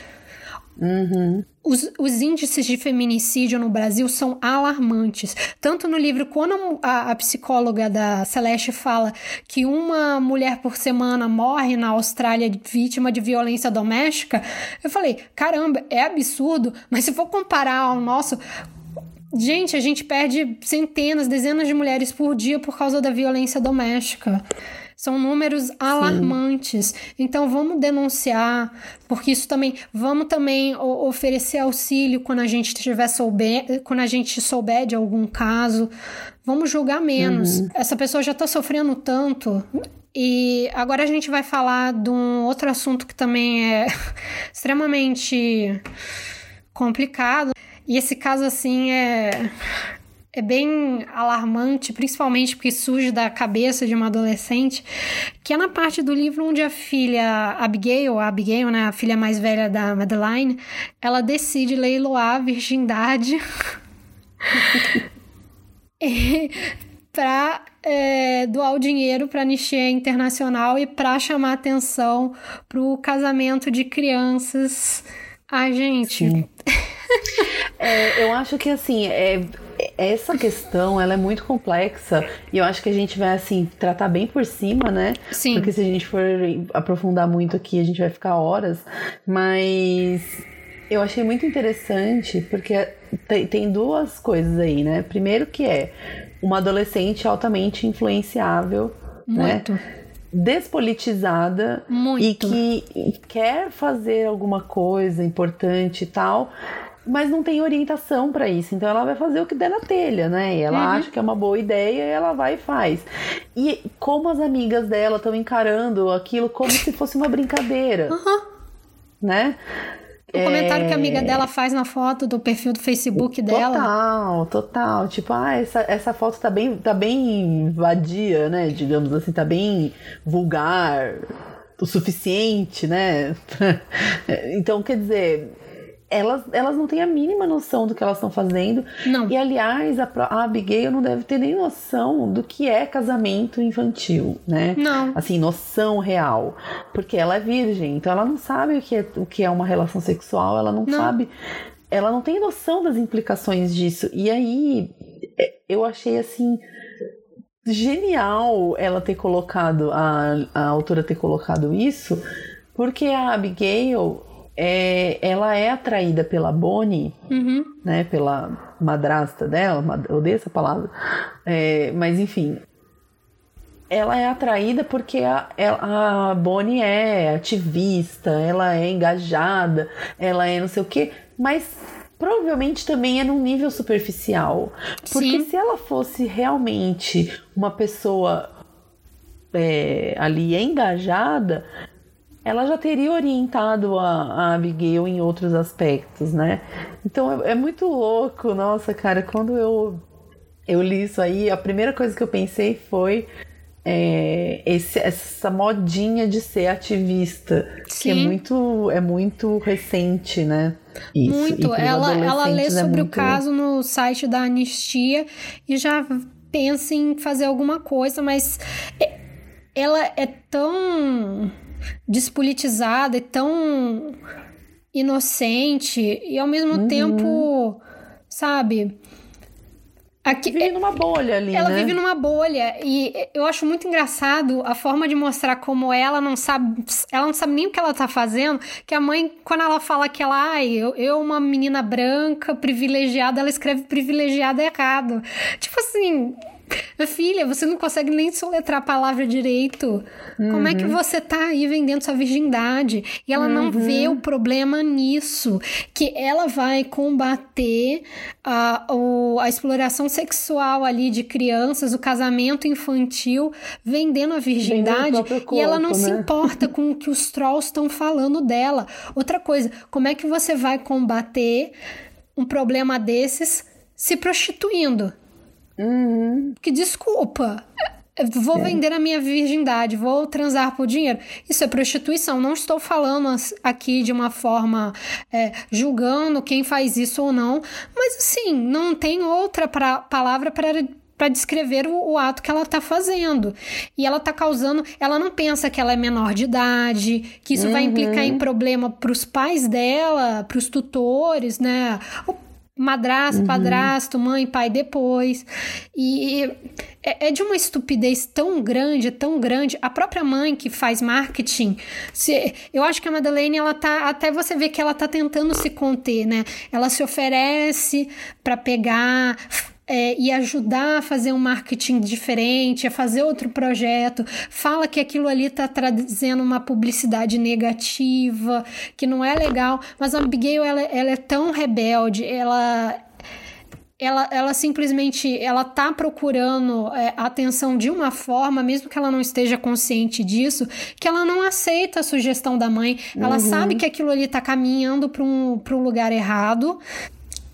Os índices de feminicídio no Brasil são alarmantes. Tanto no livro, quando a psicóloga da Celeste fala que uma mulher por semana morre na Austrália vítima de violência doméstica, eu falei, caramba, é absurdo, mas se for comparar ao nosso... Gente, a gente perde centenas, dezenas de mulheres por dia por causa da violência doméstica. São números alarmantes. Então, vamos denunciar, porque isso também... Vamos também oferecer auxílio quando a gente souber de algum caso. Vamos julgar menos. Essa pessoa já está sofrendo tanto. E agora a gente vai falar de um outro assunto que também é extremamente complicado. E esse caso, assim, é bem alarmante, principalmente porque surge da cabeça de uma adolescente, que é na parte do livro onde a filha Abigail, né, a filha mais velha da Madeline, ela decide leiloar a virgindade para doar o dinheiro para a Anistia Internacional e para chamar atenção para o casamento de crianças. Ai, gente... Eu acho que, assim, essa questão, ela é muito complexa e eu acho que a gente vai, assim, tratar bem por cima, né? Sim. Porque se a gente for aprofundar muito aqui, a gente vai ficar horas, mas eu achei muito interessante porque tem duas coisas aí, né? Primeiro que é uma adolescente altamente influenciável, muito, né? Despolitizada muito. E que quer fazer alguma coisa importante e tal, mas não tem orientação para isso, então ela vai fazer o que der na telha, né? E ela acha que é uma boa ideia e ela vai e faz. E como as amigas dela estão encarando aquilo como se fosse uma brincadeira, né? O comentário que a amiga dela faz na foto do perfil do Facebook dela. Total. Tipo, essa foto tá bem vadia, né? Digamos assim, tá bem vulgar o suficiente, né? Então, quer dizer, elas não têm a mínima noção do que elas estão fazendo. Não. E, aliás, a Abigail não deve ter nem noção do que é casamento infantil, né? Não. Assim, noção real. Porque ela é virgem, então ela não sabe o que é uma relação sexual, ela não sabe... Ela não tem noção das implicações disso. E aí, eu achei, assim... genial ela ter colocado, a autora ter colocado isso, porque a Abigail... ela é atraída pela Bonnie, né, pela madrasta dela, eu odeio essa palavra, mas enfim, ela é atraída porque a Bonnie é ativista, ela é engajada, ela é não sei o quê, mas provavelmente também é num nível superficial, porque se ela fosse realmente uma pessoa ali engajada, ela já teria orientado a Abigail em outros aspectos, né? Então é muito louco, nossa, cara, quando eu li isso aí, a primeira coisa que eu pensei foi essa modinha de ser ativista, que é muito recente, né? Isso. Muito, ela lê sobre o caso no site da Anistia e já pensa em fazer alguma coisa, mas ela é tão... despolitizada e tão inocente e ao mesmo tempo, sabe, vive numa bolha ali, ela né? vive numa bolha e eu acho muito engraçado a forma de mostrar como ela não sabe nem o que ela tá fazendo, que a mãe, quando ela fala que ela, eu uma menina branca privilegiada, ela escreve privilegiada errado, tipo assim... Filha, você não consegue nem soletrar a palavra direito. Como é que você tá aí vendendo sua virgindade? E ela não vê o problema nisso. Que ela vai combater a exploração sexual ali de crianças, o casamento infantil, vendendo a virgindade. E ela não se importa com o que os trolls estão falando dela. Outra coisa, como é que você vai combater um problema desses se prostituindo? Que desculpa, vou vender a minha virgindade, vou transar por dinheiro, isso é prostituição. Não estou falando aqui de uma forma julgando quem faz isso ou não, mas assim, não tem outra palavra para descrever o ato que ela está fazendo. E ela está causando... Ela não pensa que ela é menor de idade, que isso vai implicar em problema para os pais dela, para os tutores, né? Madrasto, padrasto, mãe, pai depois. E é de uma estupidez tão grande. A própria mãe que faz marketing, eu acho que a Madeleine, ela tá, até você vê que ela tá tentando se conter, né? Ela se oferece para pegar... e ajudar a fazer um marketing diferente, a fazer outro projeto, fala que aquilo ali está trazendo uma publicidade negativa, que não é legal, mas a Abigail, ela é tão rebelde, ela simplesmente, ela tá procurando a atenção de uma forma, mesmo que ela não esteja consciente disso, que ela não aceita a sugestão da mãe, ela sabe que aquilo ali tá caminhando para um lugar errado,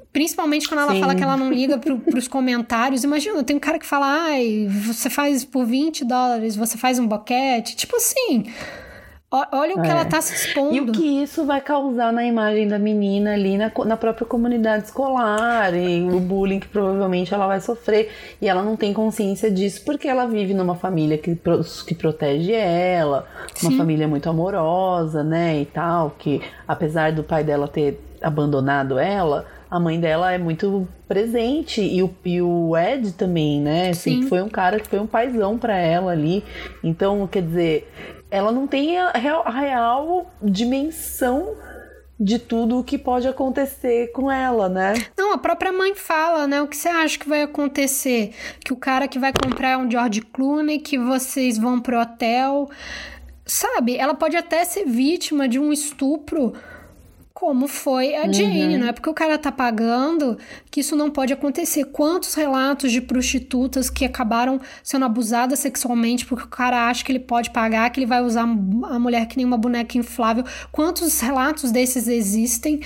Principalmente quando ela Sim. fala que ela não liga pros comentários. Imagina, tem um cara que fala, ai, você faz por $20, você faz um boquete. Tipo assim, olha o que ela tá se expondo. E o que isso vai causar na imagem da menina ali na própria comunidade escolar, e o bullying que provavelmente ela vai sofrer, e ela não tem consciência disso porque ela vive numa família que protege ela, uma família muito amorosa, né, e tal, que apesar do pai dela ter abandonado ela, a mãe dela é muito presente, e o Ed também, né, sempre foi um cara que foi um paizão pra ela ali. Então, quer dizer, ela não tem a real dimensão de tudo o que pode acontecer com ela, né? Não, a própria mãe fala, né? O que você acha que vai acontecer? Que o cara que vai comprar é um George Clooney, que vocês vão pro hotel. Sabe? Ela pode até ser vítima de um estupro, como foi a Jane, não é porque o cara tá pagando que isso não pode acontecer. Quantos relatos de prostitutas que acabaram sendo abusadas sexualmente porque o cara acha que ele pode pagar, que ele vai usar a mulher que nem uma boneca inflável. Quantos relatos desses existem?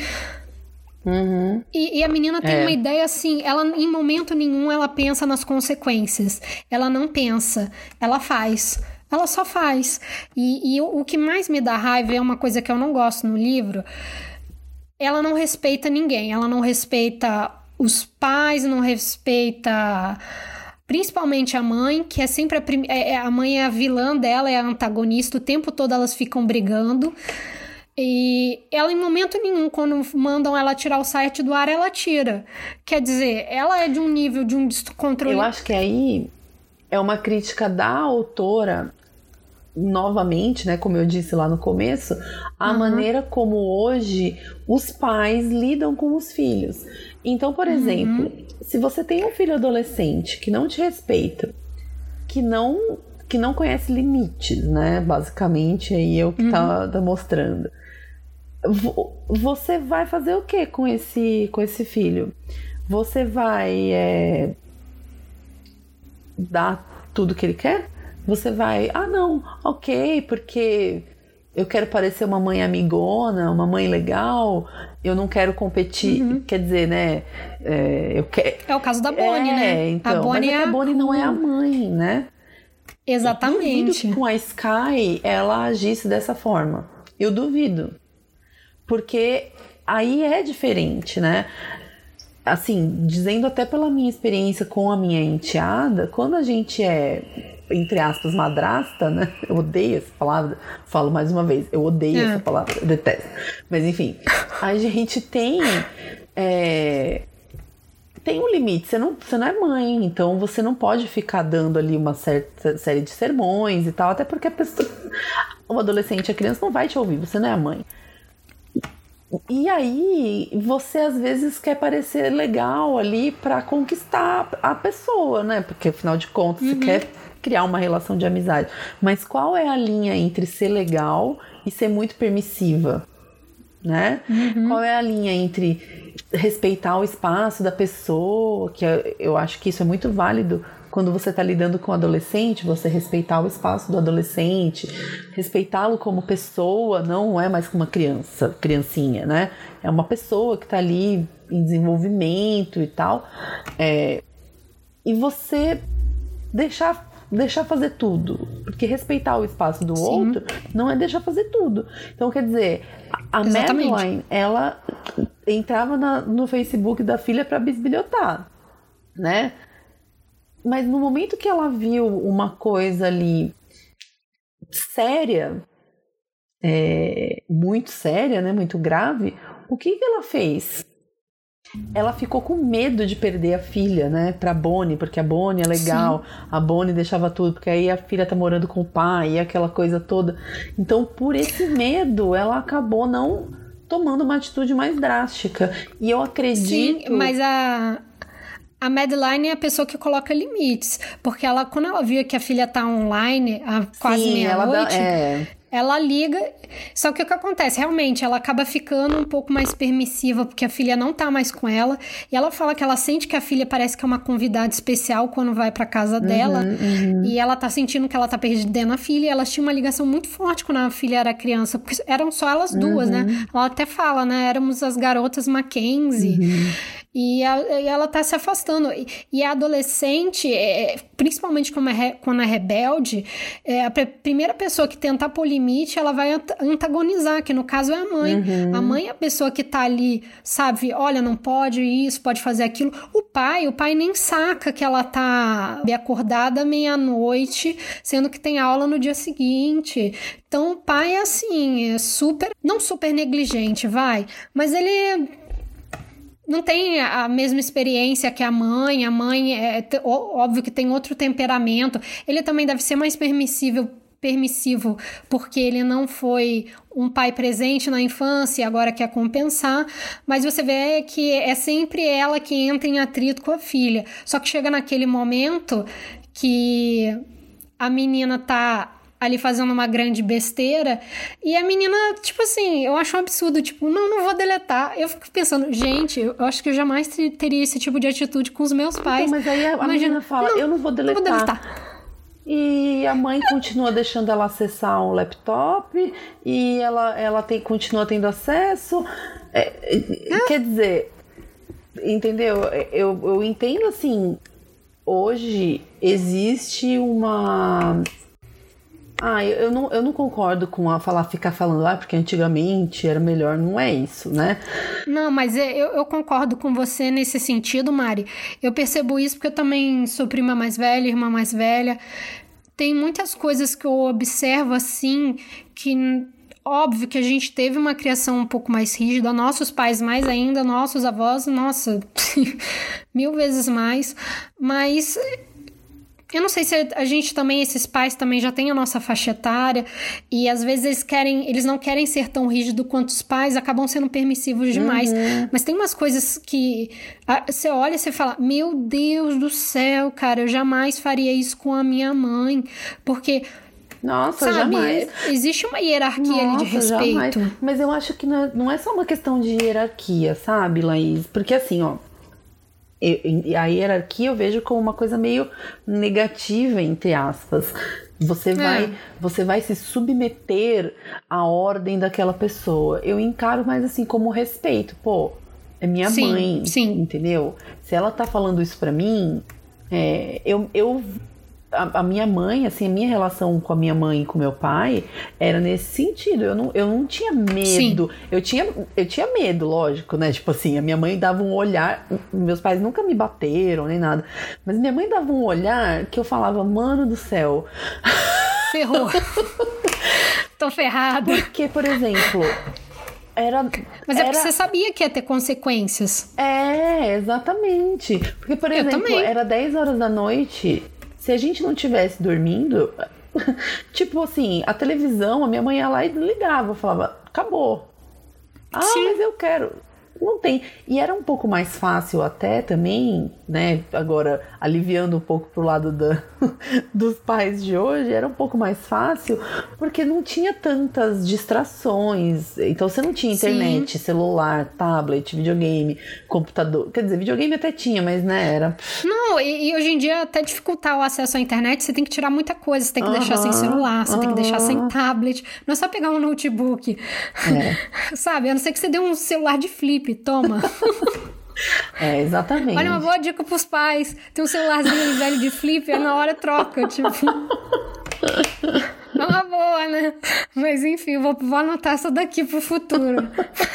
E a menina tem uma ideia assim, ela em momento nenhum ela pensa nas consequências. Ela não pensa, ela faz. Ela só faz. E o que mais me dá raiva é uma coisa que eu não gosto no livro. Ela não respeita ninguém. Ela não respeita os pais, não respeita principalmente a mãe, que é sempre a mãe é a vilã dela, é a antagonista. O tempo todo elas ficam brigando. E ela, em momento nenhum, quando mandam ela tirar o site do ar, ela tira. Quer dizer, ela é de um nível de um descontrole. Eu acho que aí é uma crítica da autora, novamente, né, como eu disse lá no começo, a maneira como hoje os pais lidam com os filhos. Então, por exemplo, se você tem um filho adolescente que não te respeita, que não conhece limites, né, basicamente, aí é o que tá mostrando. Você vai fazer o que com esse filho? Você vai dar tudo que ele quer? Você vai, não, ok, porque eu quero parecer uma mãe amigona, uma mãe legal, eu não quero competir, quer dizer, né, eu quero... É o caso da Bonnie, né? Então, a Bonnie mas a Bonnie não é a mãe, né? Exatamente. Eu duvido que com a Sky ela agisse dessa forma. Eu duvido. Porque aí é diferente, né? Assim, dizendo até pela minha experiência com a minha enteada, quando a gente é, entre aspas, madrasta, né? Eu odeio essa palavra, falo mais uma vez, eu odeio essa palavra, eu detesto. Mas enfim, a gente tem um limite, você não é mãe, então você não pode ficar dando ali uma certa série de sermões e tal, até porque o adolescente, a criança não vai te ouvir, você não é a mãe. E aí, você às vezes quer parecer legal ali pra conquistar a pessoa, né? Porque afinal de contas, você quer criar uma relação de amizade. Mas qual é a linha entre ser legal e ser muito permissiva, né? Qual é a linha entre respeitar o espaço da pessoa, que eu acho que isso é muito válido quando você está lidando com o adolescente, você respeitar o espaço do adolescente, respeitá-lo como pessoa, não é mais como uma criancinha, né? É uma pessoa que está ali em desenvolvimento e tal. E você deixar fazer tudo, porque respeitar o espaço do outro não é deixar fazer tudo. Então, quer dizer, a Madeline, ela entrava no Facebook da filha para bisbilhotar, né? Mas no momento que ela viu uma coisa ali séria, muito séria, né, muito grave, o que ela fez? Ela ficou com medo de perder a filha, né, pra Bonnie, porque a Bonnie é legal, a Bonnie deixava tudo, porque aí a filha tá morando com o pai, e aquela coisa toda. Então, por esse medo, ela acabou não tomando uma atitude mais drástica. E eu acredito... Sim, mas a Madeline é a pessoa que coloca limites, porque quando ela viu que a filha tá online há quase meia-noite, ela liga. Só que o que acontece? Realmente, ela acaba ficando um pouco mais permissiva, porque a filha não tá mais com ela, e ela fala que ela sente que a filha parece que é uma convidada especial quando vai pra casa dela, e ela tá sentindo que ela tá perdendo a filha, e elas tinham uma ligação muito forte quando a filha era criança, porque eram só elas duas, né? Ela até fala, né? Éramos as garotas Mackenzie. E ela tá se afastando. E a adolescente, principalmente quando é rebelde, a primeira pessoa que tentar pôr limite, ela vai antagonizar, que no caso é a mãe. A mãe é a pessoa que tá ali, sabe? Olha, não pode isso, pode fazer aquilo. O pai nem saca que ela tá acordada meia-noite, sendo que tem aula no dia seguinte. Então o pai é assim, não super negligente, mas ele não tem a mesma experiência que a mãe é óbvio que tem outro temperamento, ele também deve ser mais permissivo, porque ele não foi um pai presente na infância e agora quer compensar, mas você vê que é sempre ela que entra em atrito com a filha, só que chega naquele momento que a menina tá ali fazendo uma grande besteira, e a menina, tipo assim, eu acho um absurdo, tipo, não vou deletar. Eu fico pensando, gente, eu acho que eu jamais teria esse tipo de atitude com os meus pais. Então, mas aí a menina fala, eu não vou deletar. Não vou deletar. E a mãe continua deixando ela acessar um laptop, e ela continua tendo acesso. Quer dizer, entendeu? Eu entendo, assim, hoje existe uma... eu não concordo com ficar falando, porque antigamente era melhor, não é isso, né? Não, mas eu concordo com você nesse sentido, Mari. Eu percebo isso porque eu também sou prima mais velha, irmã mais velha. Tem muitas coisas que eu observo assim, que óbvio que a gente teve uma criação um pouco mais rígida, nossos pais mais ainda, nossos avós, nossa, 1000 vezes mais, mas... Eu não sei se a gente também, esses pais também já têm a nossa faixa etária e às vezes eles não querem ser tão rígidos quanto os pais, acabam sendo permissivos demais. Mas tem umas coisas que você olha e você fala, meu Deus do céu, cara, eu jamais faria isso com a minha mãe, porque... Nossa, sabe, jamais. Existe uma hierarquia ali de respeito. Jamais. Mas eu acho que não é só uma questão de hierarquia, sabe, Laís? Porque assim, a hierarquia eu vejo como uma coisa meio negativa, entre aspas. Você vai se submeter à ordem daquela pessoa. Eu encaro mais assim como respeito. Pô, é minha mãe, entendeu? Se ela tá falando isso pra mim, a minha mãe, assim, a minha relação com a minha mãe e com meu pai era nesse sentido. Eu não tinha medo. Eu tinha medo, lógico, né? Tipo assim, a minha mãe dava um olhar. Meus pais nunca me bateram nem nada. Mas minha mãe dava um olhar que eu falava, mano do céu. Ferrou. Tô ferrada. Porque, por exemplo... Mas porque você sabia que ia ter consequências. Exatamente. Porque, por exemplo, era 10 horas da noite... Se a gente não tivesse dormindo, tipo assim, a televisão, a minha mãe ia lá e ligava, falava, acabou. Mas eu quero. Não tem. E era um pouco mais fácil até também, né? Agora, aliviando um pouco pro lado dos pais de hoje, era um pouco mais fácil, porque não tinha tantas distrações. Então, você não tinha internet, celular, tablet, videogame, computador. Quer dizer, videogame até tinha, mas, né, era... Não, e hoje em dia, até dificultar o acesso à internet, você tem que tirar muita coisa. Você tem que deixar sem celular, você tem que deixar sem tablet. Não é só pegar um notebook. Sabe? A não ser que você dê um celular de flip. Toma. Exatamente. Olha, uma boa dica pros pais. Tem um celularzinho velho de flip, aí na hora troca, tipo... É uma boa, né? Mas enfim, vou anotar essa daqui pro futuro.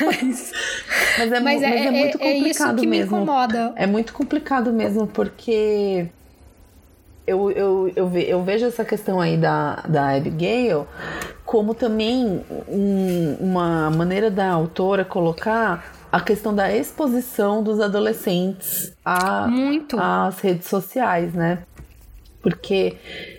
Mas é muito complicado mesmo. Isso que me incomoda. É muito complicado mesmo, porque eu vejo essa questão aí da Abigail como também uma maneira da autora colocar a questão da exposição dos adolescentes às redes sociais, né? Porque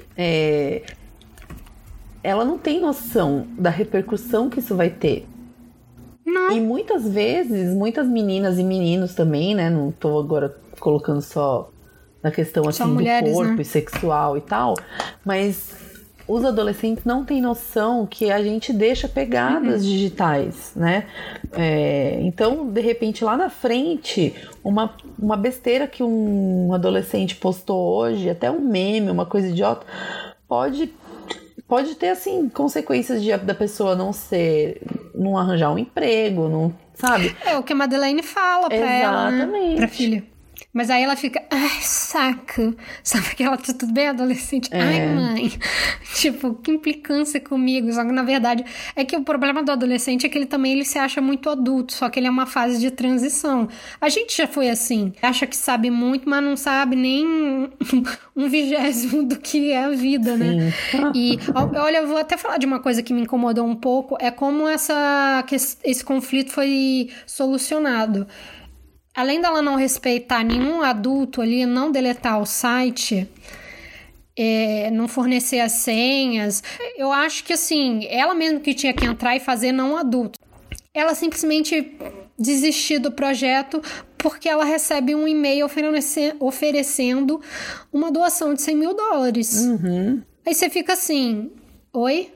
ela não tem noção da repercussão que isso vai ter. Não. E muitas vezes, muitas meninas e meninos também, né? Não tô agora colocando só na questão assim, mulheres, do corpo, né? E sexual e tal, mas os adolescentes não têm noção que a gente deixa pegadas digitais, né? Então, de repente, lá na frente, uma besteira que um adolescente postou hoje, até um meme, uma coisa idiota, pode ter, assim, consequências da pessoa não arranjar um emprego, não sabe? É o que a Madeleine fala pra ela, né? Pra filha. Mas aí ela fica, ai, saco. Sabe aquela atitude bem adolescente? Ai, mãe. Tipo, que implicância comigo. Só que, na verdade, é que o problema do adolescente é que ele se acha muito adulto. Só que ele é uma fase de transição. A gente já foi assim. Acha que sabe muito, mas não sabe nem 1/20 do que é a vida, né? E, olha, eu vou até falar de uma coisa que me incomodou um pouco. É como esse conflito foi solucionado. Além dela não respeitar nenhum adulto ali, não deletar o site, não fornecer as senhas, eu acho que assim, ela mesmo que tinha que entrar e fazer não adulto. Ela simplesmente desistiu do projeto porque ela recebe um e-mail oferecendo uma doação de $100 mil. Aí você fica assim, oi?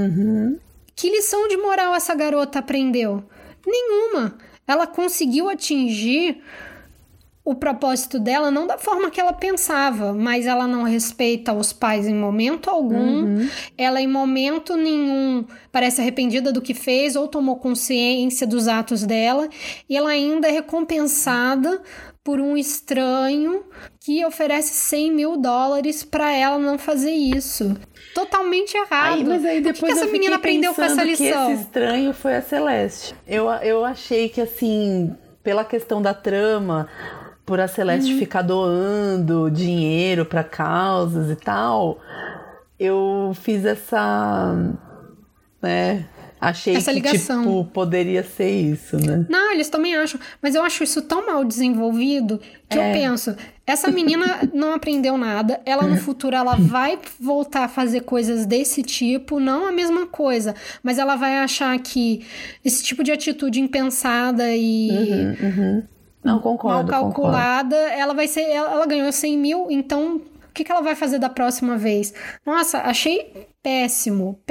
Que lição de moral essa garota aprendeu? Nenhuma. Ela conseguiu atingir o propósito dela, não da forma que ela pensava, mas ela não respeita os pais em momento algum, ela em momento nenhum parece arrependida do que fez ou tomou consciência dos atos dela, e ela ainda é recompensada por um estranho que oferece $100 mil para ela não fazer isso. Totalmente errado. Mas aí depois o que essa menina aprendeu com essa lição? Que esse estranho foi a Celeste. Eu achei que, assim, pela questão da trama, por a Celeste ficar doando dinheiro para causas e tal, eu fiz essa, né? Achei essa ligação. Tipo, poderia ser isso, né? Não, eles também acham. Mas eu acho isso tão mal desenvolvido que eu penso, essa menina não aprendeu nada. Ela, no futuro, ela vai voltar a fazer coisas desse tipo. Não a mesma coisa. Mas ela vai achar que esse tipo de atitude impensada e... Não, concordo, mal calculada, ela ganhou 100 mil, então o que ela vai fazer da próxima vez? Nossa, achei péssimo.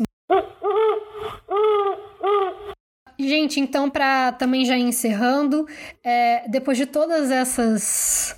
Gente, então, para também já ir encerrando, depois de todas essas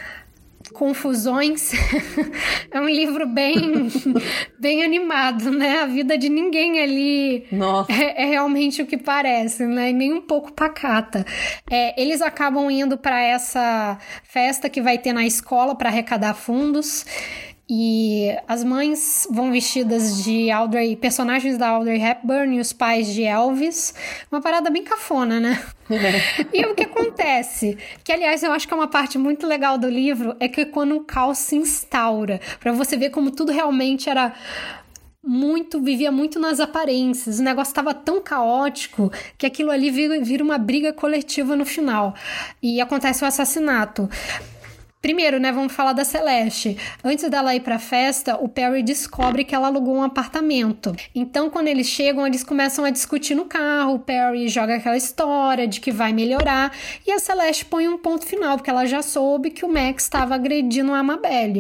confusões, é um livro bem animado, né? A vida de ninguém ali é realmente o que parece, né? Nem um pouco pacata. Eles acabam indo para essa festa que vai ter na escola para arrecadar fundos. E as mães vão vestidas de personagens da Audrey Hepburn e os pais de Elvis. Uma parada bem cafona, né? E o que acontece? Que, aliás, eu acho que é uma parte muito legal do livro, é que quando o caos se instaura, pra você ver como tudo realmente era vivia muito nas aparências. O negócio estava tão caótico que aquilo ali vira uma briga coletiva no final. E acontece o assassinato. Primeiro, né, vamos falar da Celeste. Antes dela ir pra festa, o Perry descobre que ela alugou um apartamento. Então, quando eles chegam, eles começam a discutir no carro. O Perry joga aquela história de que vai melhorar. E a Celeste põe um ponto final, porque ela já soube que o Max estava agredindo a Amabelle.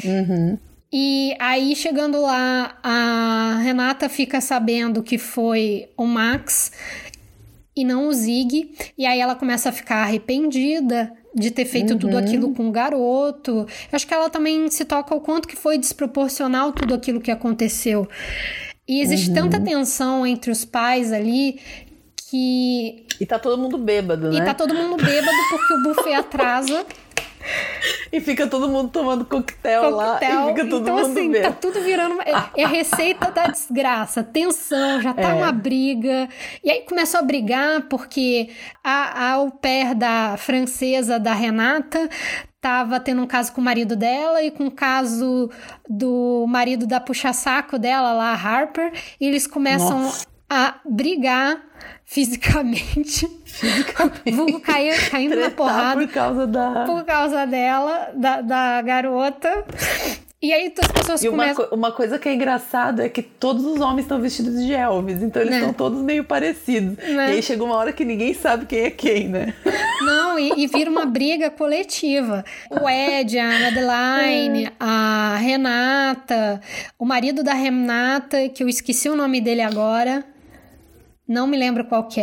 E aí, chegando lá, a Renata fica sabendo que foi o Max e não o Zig. E aí ela começa a ficar arrependida de ter feito tudo aquilo com o garoto. Eu acho que ela também se toca o quanto que foi desproporcional tudo aquilo que aconteceu. E existe tanta tensão entre os pais ali que... E tá todo mundo bêbado, né? E tá todo mundo bêbado porque o buffet atrasa. E fica todo mundo tomando coquetel lá. E fica todo então, mundo assim, bêbado. tá tudo virando... É receita da desgraça. Tensão, já tá uma briga. E aí começou a brigar porque a au pair da francesa, da Renata, tava tendo um caso com o marido dela e com o caso do marido da puxa-saco dela, lá, a Harper. E eles começam a brigar fisicamente. Vulgo caindo na porrada. Por causa dela, da garota. E aí as pessoas começam... Uma coisa que é engraçada é que todos os homens estão vestidos de Elvis. Então eles estão todos meio parecidos. E aí chega uma hora que ninguém sabe quem é quem, né? Não, e vira uma briga coletiva. O Ed, a Madeline, a Renata, o marido da Renata, que eu esqueci o nome dele agora. Não me lembro qual que é.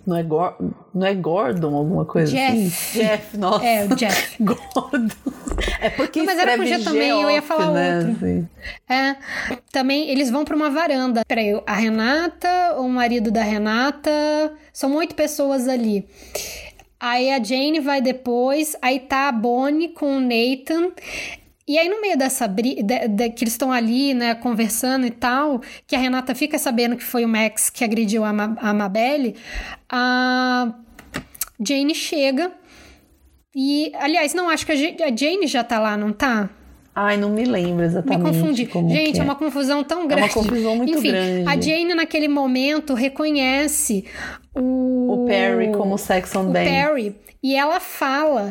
Não é Gordon, alguma coisa Jeff. assim? Jeff, nossa. É, o Jeff. Gordon. É porque não, mas era pro G também, eu ia falar né? outro. Assim. Também eles vão pra uma varanda. Peraí, a Renata, o marido da Renata, são 8 pessoas ali. Aí a Jane vai depois, aí tá a Bonnie com o Nathan. E aí no meio dessa briga, que eles estão ali, né, conversando e tal, que a Renata fica sabendo que foi o Max que agrediu a Amabelle, a Jane chega e, aliás, não, acho que a Jane já tá lá, não tá? Ai, não me lembro exatamente. Me confundi. Gente, é uma confusão tão grande. É uma confusão muito Enfim, grande. A Jane, naquele momento, reconhece o Perry como Saxon Banks. Perry, e ela fala...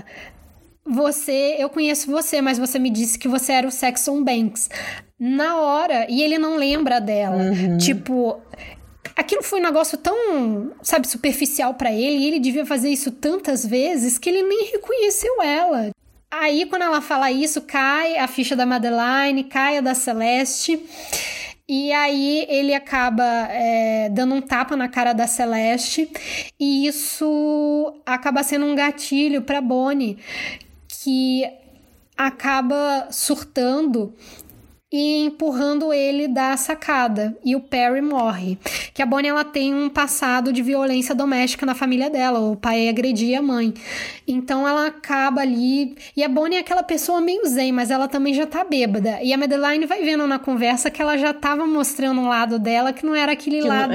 eu conheço você, mas você me disse que você era o Saxon Banks. Na hora, e ele não lembra dela. Tipo, aquilo foi um negócio tão, sabe, superficial pra ele, e ele devia fazer isso tantas vezes que ele nem reconheceu ela. Aí, quando ela fala isso, cai a ficha da Madeline, cai a da Celeste... E aí ele acaba dando um tapa na cara da Celeste, e isso acaba sendo um gatilho pra Bonnie, que acaba surtando e empurrando ele da sacada, e o Perry morre. Que a Bonnie, ela tem um passado de violência doméstica na família dela, o pai agredia a mãe. Então ela acaba ali, e a Bonnie é aquela pessoa meio zen, mas ela também já tá bêbada. E a Madeline vai vendo na conversa que ela já tava mostrando um lado dela que não era aquele lado...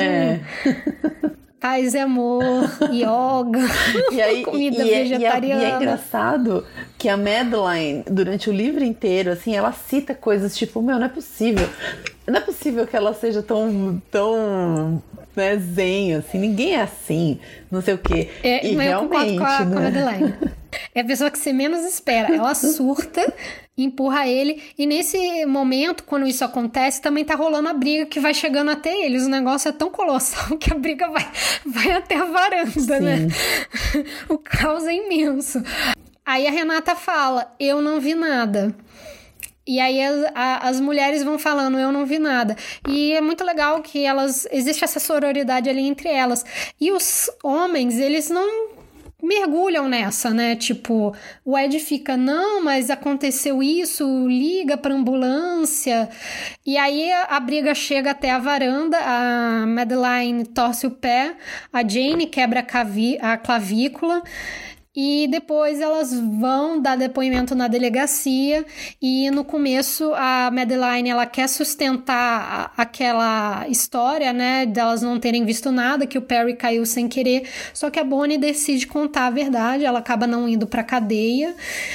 Paz e amor, yoga, e aí, comida vegetariana. E é engraçado que a Madeline, durante o livro inteiro, assim, ela cita coisas tipo, não é possível. Não é possível que ela seja tão né, zen, assim. Ninguém é assim, não sei o quê. E realmente, eu concordo com a Madeline. É a pessoa que você menos espera. Ela surta, empurra ele, e nesse momento, quando isso acontece, também tá rolando a briga que vai chegando até eles. O negócio é tão colossal que a briga vai até a varanda, né? O caos é imenso. Aí a Renata fala, eu não vi nada. E aí as mulheres vão falando, eu não vi nada. E é muito legal que existe essa sororidade ali entre elas. E os homens, eles não mergulham nessa, né? Tipo, o Ed fica, não, mas aconteceu isso, liga pra ambulância. E aí a briga chega até a varanda, a Madeline torce o pé, a Jane quebra a clavícula. E depois elas vão dar depoimento na delegacia, e no começo a Madeline, ela quer sustentar aquela história, né, delas não terem visto nada, que o Perry caiu sem querer, só que a Bonnie decide contar a verdade, ela acaba não indo pra cadeia.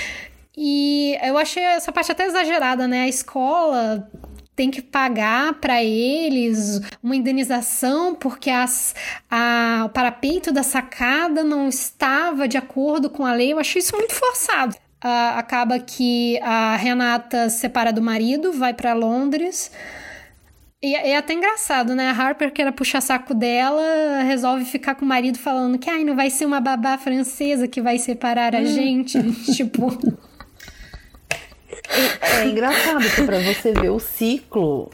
E eu achei essa parte até exagerada, né, a escola tem que pagar para eles uma indenização porque o parapeito da sacada não estava de acordo com a lei. Eu achei isso muito forçado. Acaba que a Renata se separa do marido, vai para Londres. E é até engraçado, né? A Harper, que era puxar saco dela, resolve ficar com o marido falando que não vai ser uma babá francesa que vai separar a gente. Tipo... É engraçado que pra você ver o ciclo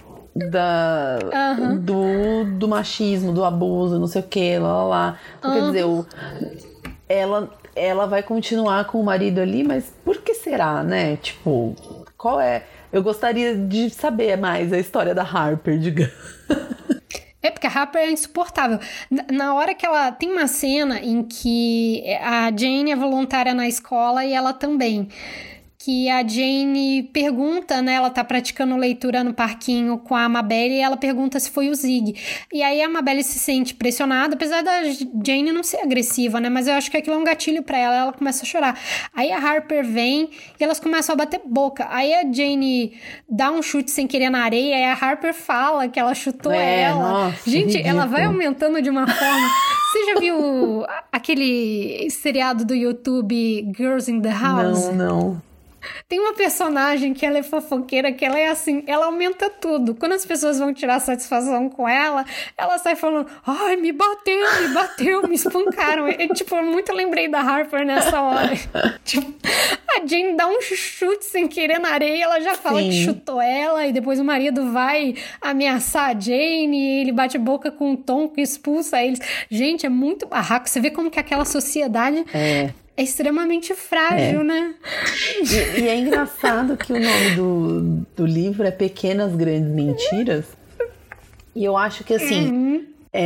do machismo, do abuso, não sei o que, lá. Então, quer dizer, ela vai continuar com o marido ali, mas por que será, né? Tipo, qual é... Eu gostaria de saber mais a história da Harper, digamos. É, porque a Harper é insuportável. Na hora que ela... Tem uma cena em que a Jane é voluntária na escola e ela também... que a Jane pergunta, né, ela tá praticando leitura no parquinho com a Amabelle, e ela pergunta se foi o Zig. E aí a Amabelle se sente pressionada, apesar da Jane não ser agressiva, né, mas eu acho que aquilo é um gatilho pra ela começa a chorar. Aí a Harper vem e elas começam a bater boca. Aí a Jane dá um chute sem querer na areia, e a Harper fala que ela chutou ela. Nossa, gente, ridículo. Ela vai aumentando de uma forma... Você já viu aquele seriado do YouTube Girls in the House? Não. Tem uma personagem que ela é fofoqueira, que ela é assim, ela aumenta tudo. Quando as pessoas vão tirar satisfação com ela sai falando, ai, me bateu, me espancaram. Tipo, eu muito lembrei da Harper nessa hora. Tipo, a Jane dá um chute sem querer na areia, ela já fala que chutou ela, e depois o marido vai ameaçar a Jane, e ele bate boca com o Tom, que expulsa eles. Gente, é muito barraco. Você vê como que aquela sociedade... é extremamente frágil, né? E é engraçado que o nome do livro é Pequenas Grandes Mentiras. E eu acho que, assim,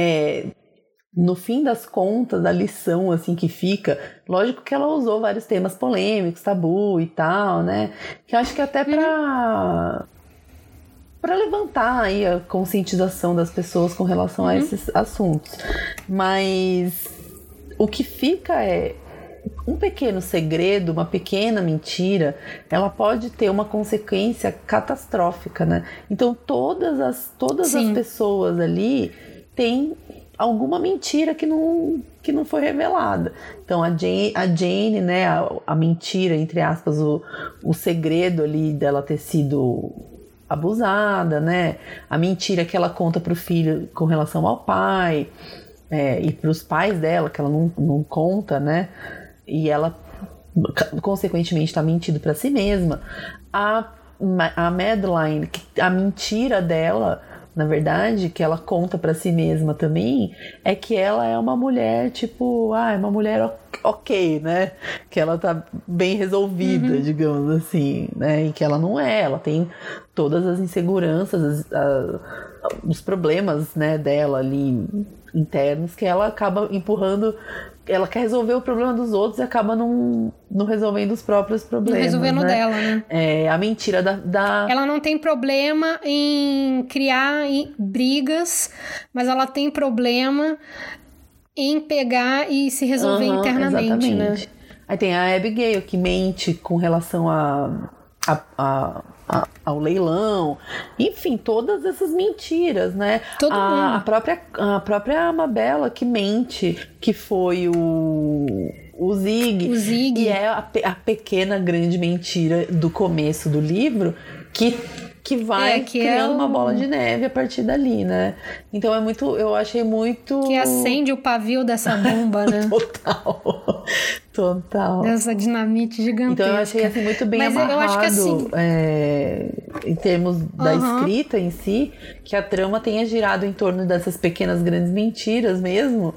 no fim das contas, a lição, assim, que fica... Lógico que ela usou vários temas polêmicos, tabu e tal, né? Que eu acho que até para levantar aí a conscientização das pessoas com relação a esses assuntos. Mas o que fica é... Um pequeno segredo, uma pequena mentira, ela pode ter uma consequência catastrófica, né? Então todas as pessoas ali têm alguma mentira que não foi revelada. Então a Jane, né, a mentira, entre aspas, o segredo ali dela ter sido abusada, né? A mentira que ela conta pro filho com relação ao pai, e pros pais dela, que ela não conta, né? E ela, consequentemente, está mentindo para si mesma. A Madeline, a mentira dela, na verdade, que ela conta para si mesma também, é que ela é uma mulher, tipo, é uma mulher ok, né? Que ela tá bem resolvida, digamos assim, né? E que ela não é, ela tem todas as inseguranças, os problemas, né, dela ali internos, que ela acaba empurrando. Ela quer resolver o problema dos outros e acaba não resolvendo os próprios problemas. Não resolvendo, né? Dela, né? A mentira da... Ela não tem problema em criar brigas, mas ela tem problema em pegar e se resolver internamente, exatamente, né? Aí tem a Abigail, que mente com relação ao leilão, enfim, todas essas mentiras, né? A própria Amabella, que mente, que foi o Zig. E é a pequena grande mentira do começo do livro que vai criando uma bola de neve a partir dali, né? Então eu achei muito... Que acende o pavio dessa bomba, né? Total. Dessa dinamite gigantesca. Então eu achei assim, muito bem amarrado, eu acho que, assim, em termos da escrita em si, que a trama tenha girado em torno dessas pequenas grandes mentiras mesmo.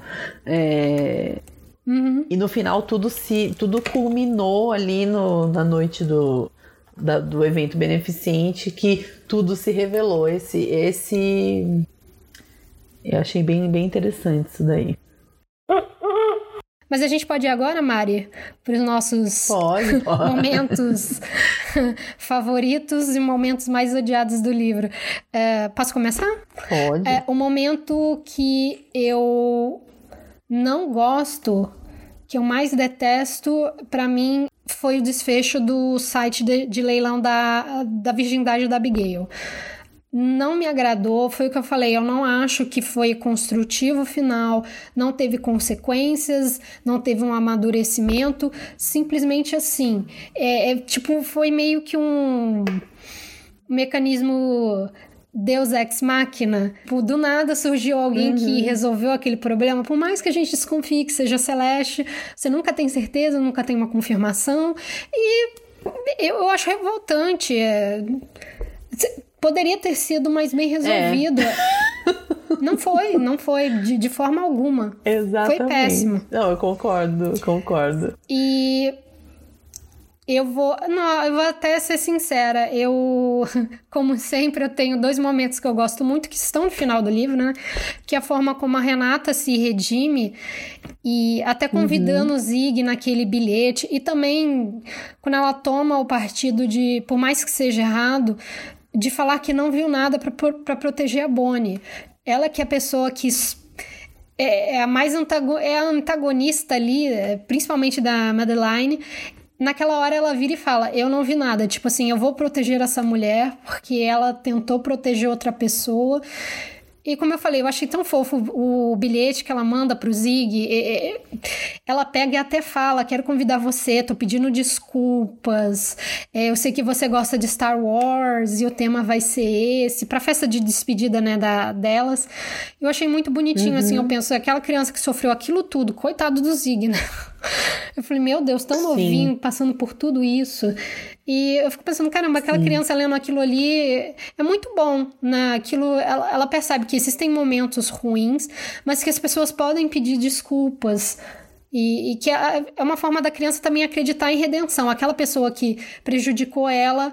E no final tudo culminou ali na noite do evento beneficente, que tudo se revelou. Eu achei bem, bem interessante isso daí. Mas a gente pode ir agora, Mari, para os nossos momentos favoritos e momentos mais odiados do livro. Posso começar? Pode. O momento que eu não gosto, que eu mais detesto, para mim, foi o desfecho do site de leilão da virgindade da Abigail. Não me agradou, foi o que eu falei, eu não acho que foi construtivo o final, não teve consequências, não teve um amadurecimento, simplesmente assim, tipo, foi meio que um mecanismo Deus Ex Machina. Do nada surgiu alguém que resolveu aquele problema, por mais que a gente desconfie que seja Celeste, você nunca tem certeza, nunca tem uma confirmação, e eu acho revoltante. Poderia ter sido mais bem resolvido. Não foi, de forma alguma. Exatamente. Foi péssimo. Não, eu concordo. E eu vou até ser sincera, como sempre, eu tenho 2 momentos que eu gosto muito, que estão no final do livro, né? Que é a forma como a Renata se redime, e até convidando o Zig naquele bilhete, e também quando ela toma o partido de, por mais que seja errado, de falar que não viu nada para proteger a Bonnie. Ela que é a pessoa que é a mais é a antagonista ali, principalmente da Madeline. Naquela hora ela vira e fala, eu não vi nada. Tipo assim, eu vou proteger essa mulher porque ela tentou proteger outra pessoa. E como eu falei, eu achei tão fofo o bilhete que ela manda pro Zig. Ela pega e até fala, quero convidar você, tô pedindo desculpas. Eu sei que você gosta de Star Wars e o tema vai ser esse. Pra festa de despedida, né, delas. Eu achei muito bonitinho, assim, eu penso, aquela criança que sofreu aquilo tudo, coitado do Zig, né? Eu falei, meu Deus, tão novinho, passando por tudo isso. E eu fico pensando, caramba, aquela criança lendo aquilo ali é muito bom, né? Aquilo, ela percebe que existem momentos ruins, mas que as pessoas podem pedir desculpas. E que é uma forma da criança também acreditar em redenção. Aquela pessoa que prejudicou ela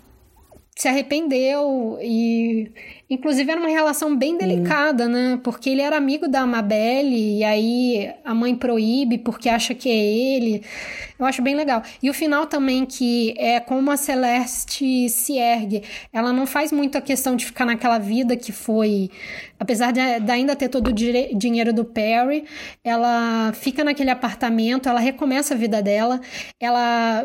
se arrependeu e... Inclusive era uma relação bem delicada, né? Porque ele era amigo da Amabelle e aí a mãe proíbe porque acha que é ele. Eu acho bem legal. E o final também, que é como a Celeste se ergue. Ela não faz muito a questão de ficar naquela vida que foi... Apesar de ainda ter todo o dinheiro do Perry, ela fica naquele apartamento, ela recomeça a vida dela, ela...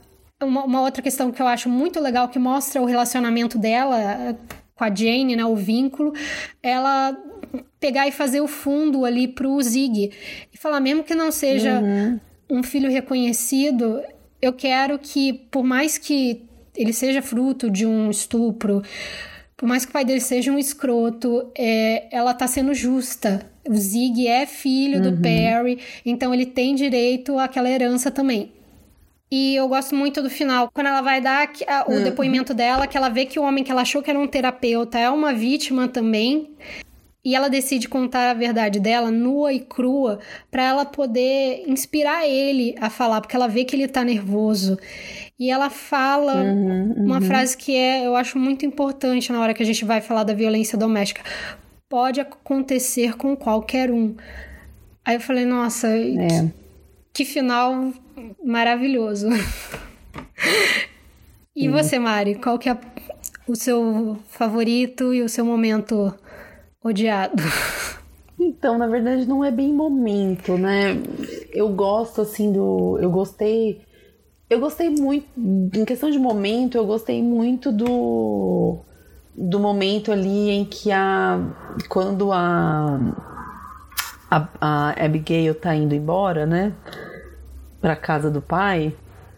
Uma outra questão que eu acho muito legal, que mostra o relacionamento dela com a Jane, né, o vínculo, ela pegar e fazer o fundo ali pro Zig. E falar, mesmo que não seja um filho reconhecido, eu quero que, por mais que ele seja fruto de um estupro, por mais que o pai dele seja um escroto, ela tá sendo justa. O Zig é filho do Perry, então ele tem direito àquela herança também. E eu gosto muito do final, quando ela vai dar o depoimento dela, que ela vê que o homem que ela achou que era um terapeuta é uma vítima também, e ela decide contar a verdade dela, nua e crua, pra ela poder inspirar ele a falar, porque ela vê que ele tá nervoso. E ela fala uma frase que eu acho muito importante na hora que a gente vai falar da violência doméstica. Pode acontecer com qualquer um. Aí eu falei, nossa, que final... maravilhoso. E você, Mari, qual que é o seu favorito e o seu momento odiado? Então, na verdade, não é bem momento, né? Eu gosto, assim, Eu gostei muito... Em questão de momento, eu gostei muito do momento ali em que quando a Abigail tá indo embora, né? Pra casa do pai,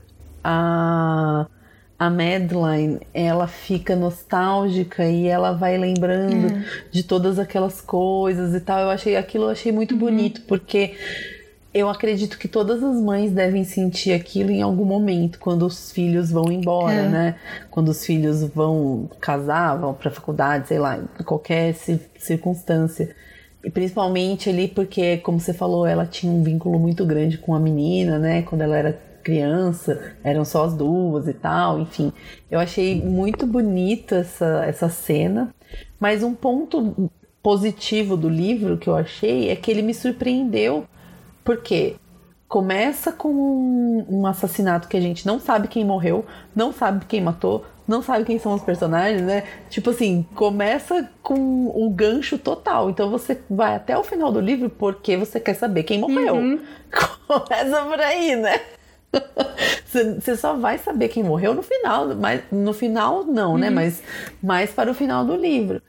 a Madeline, ela fica nostálgica e ela vai lembrando de todas aquelas coisas e tal. Eu achei muito bonito, porque eu acredito que todas as mães devem sentir aquilo em algum momento, quando os filhos vão embora, né? Quando os filhos vão casar, vão pra faculdade, sei lá, em qualquer circunstância. E principalmente ali porque, como você falou, ela tinha um vínculo muito grande com a menina, né? Quando ela era criança, eram só as duas e tal, enfim. Eu achei muito bonita essa cena. Mas um ponto positivo do livro que eu achei é que ele me surpreendeu, porque começa com um assassinato que a gente não sabe quem morreu, não sabe quem matou, não sabe quem são os personagens, né? Tipo assim, começa com um gancho total. Então você vai até o final do livro porque você quer saber quem morreu. Começa por aí, né? Você só vai saber quem morreu no final, mas no final não, né? Mas mais para o final do livro.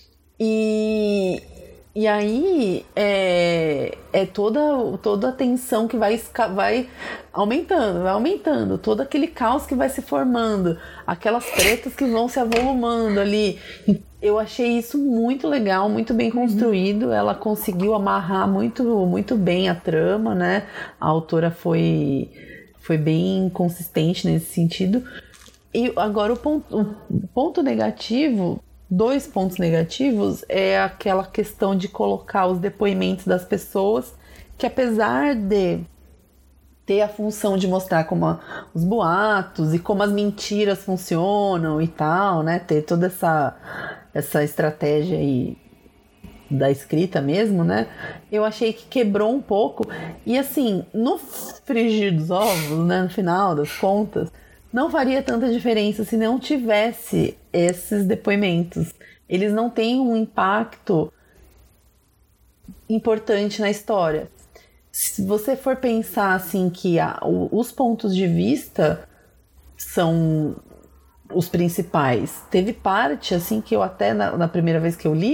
E aí é toda a tensão que vai aumentando, todo aquele caos que vai se formando, aquelas tretas que vão se avolumando ali. Eu achei isso muito legal, muito bem construído. Ela conseguiu amarrar muito, muito bem a trama, né? A autora foi bem consistente nesse sentido. E agora o ponto negativo... 2 pontos negativos é aquela questão de colocar os depoimentos das pessoas, que apesar de ter a função de mostrar como os boatos e como as mentiras funcionam e tal, né? Ter toda essa estratégia aí da escrita mesmo, né? Eu achei que quebrou um pouco. E assim, no frigir dos ovos, né? No final das contas, não faria tanta diferença se não tivesse esses depoimentos. Eles não têm um impacto importante na história. Se você for pensar assim que os pontos de vista são os principais, teve parte assim que eu até na primeira vez que eu li,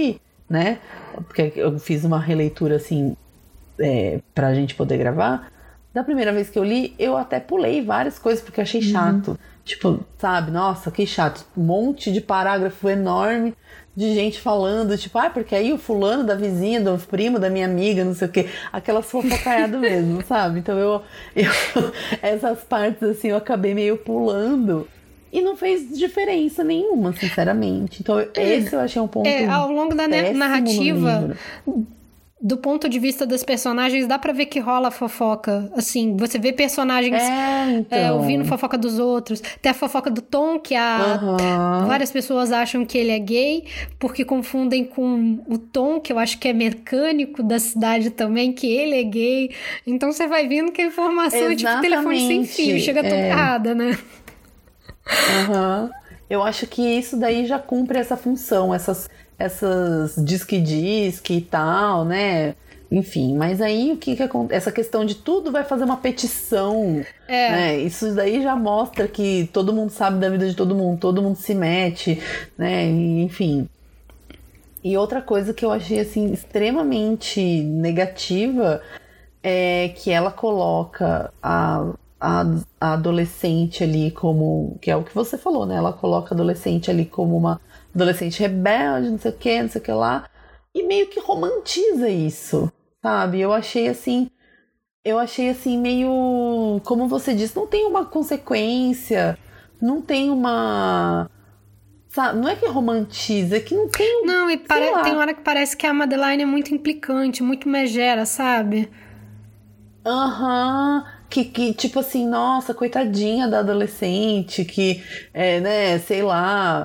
né? Porque eu fiz uma releitura assim, pra gente poder gravar. Da primeira vez que eu li, eu até pulei várias coisas porque eu achei chato. Tipo, sabe, nossa, que chato. Um monte de parágrafo enorme de gente falando, tipo, porque aí o fulano da vizinha, do primo, da minha amiga, não sei o quê. Aquelas fofocaiadas mesmo, sabe? Então eu essas partes assim eu acabei meio pulando. E não fez diferença nenhuma, sinceramente. Então esse eu achei um ponto ao longo da narrativa, do ponto de vista das personagens, dá pra ver que rola fofoca. Assim, você vê personagens ouvindo fofoca dos outros. Tem a fofoca do Tom, que várias pessoas acham que ele é gay, porque confundem com o Tom, que eu acho que é mecânico da cidade também, que ele é gay. Então você vai vendo que a informação é tipo telefone sem fio, chega tudo errada, né? Eu acho que isso daí já cumpre essa função, essas disque e tal, né? Enfim, mas aí o que acontece? Essa questão de tudo vai fazer uma petição, né? Isso daí já mostra que todo mundo sabe da vida de todo mundo se mete, né? E, enfim. E outra coisa que eu achei assim extremamente negativa é que ela coloca a adolescente ali como, que é o que você falou, né? Ela coloca a adolescente ali como uma adolescente rebelde, não sei o que lá, e meio que romantiza isso, sabe? Eu achei assim meio, como você disse, não tem uma consequência, não tem uma, sabe? Não é que romantiza, é que não tem. Não, e tem hora que parece que a Madeline é muito implicante, muito megera, sabe? Que tipo assim, nossa, coitadinha da adolescente, que né, sei lá.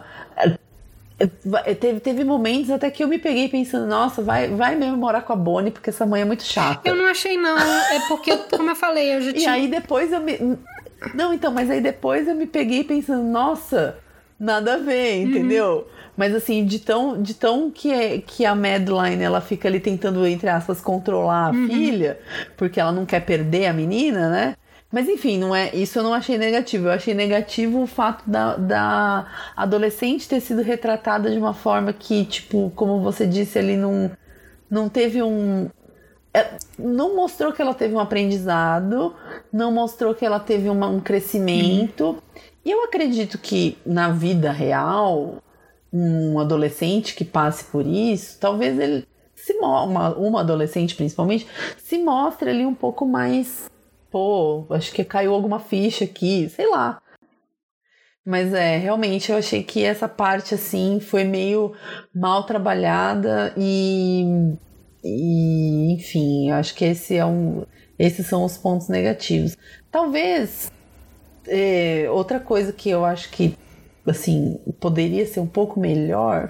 Teve momentos até que eu me peguei pensando, nossa, vai mesmo morar com a Bonnie, porque essa mãe é muito chata. Eu não achei, não. É porque, como eu falei, eu já tinha... E aí depois mas aí depois eu me peguei pensando, nossa, nada a ver, entendeu? Mas assim, de tão que a Madeline, ela fica ali tentando, entre aspas, controlar a filha, porque ela não quer perder a menina, né? Mas enfim, isso eu não achei negativo. Eu achei negativo o fato da adolescente ter sido retratada de uma forma que, tipo, como você disse, ele não teve não mostrou que ela teve um aprendizado, não mostrou que ela teve um crescimento. E eu acredito que na vida real, um adolescente que passe por isso, talvez ele uma adolescente principalmente, se mostre ali um pouco mais... Pô, acho que caiu alguma ficha aqui, sei lá. Mas realmente eu achei que essa parte, assim, foi meio mal trabalhada e enfim, eu acho que esses são os pontos negativos. Talvez, outra coisa que eu acho que, assim, poderia ser um pouco melhor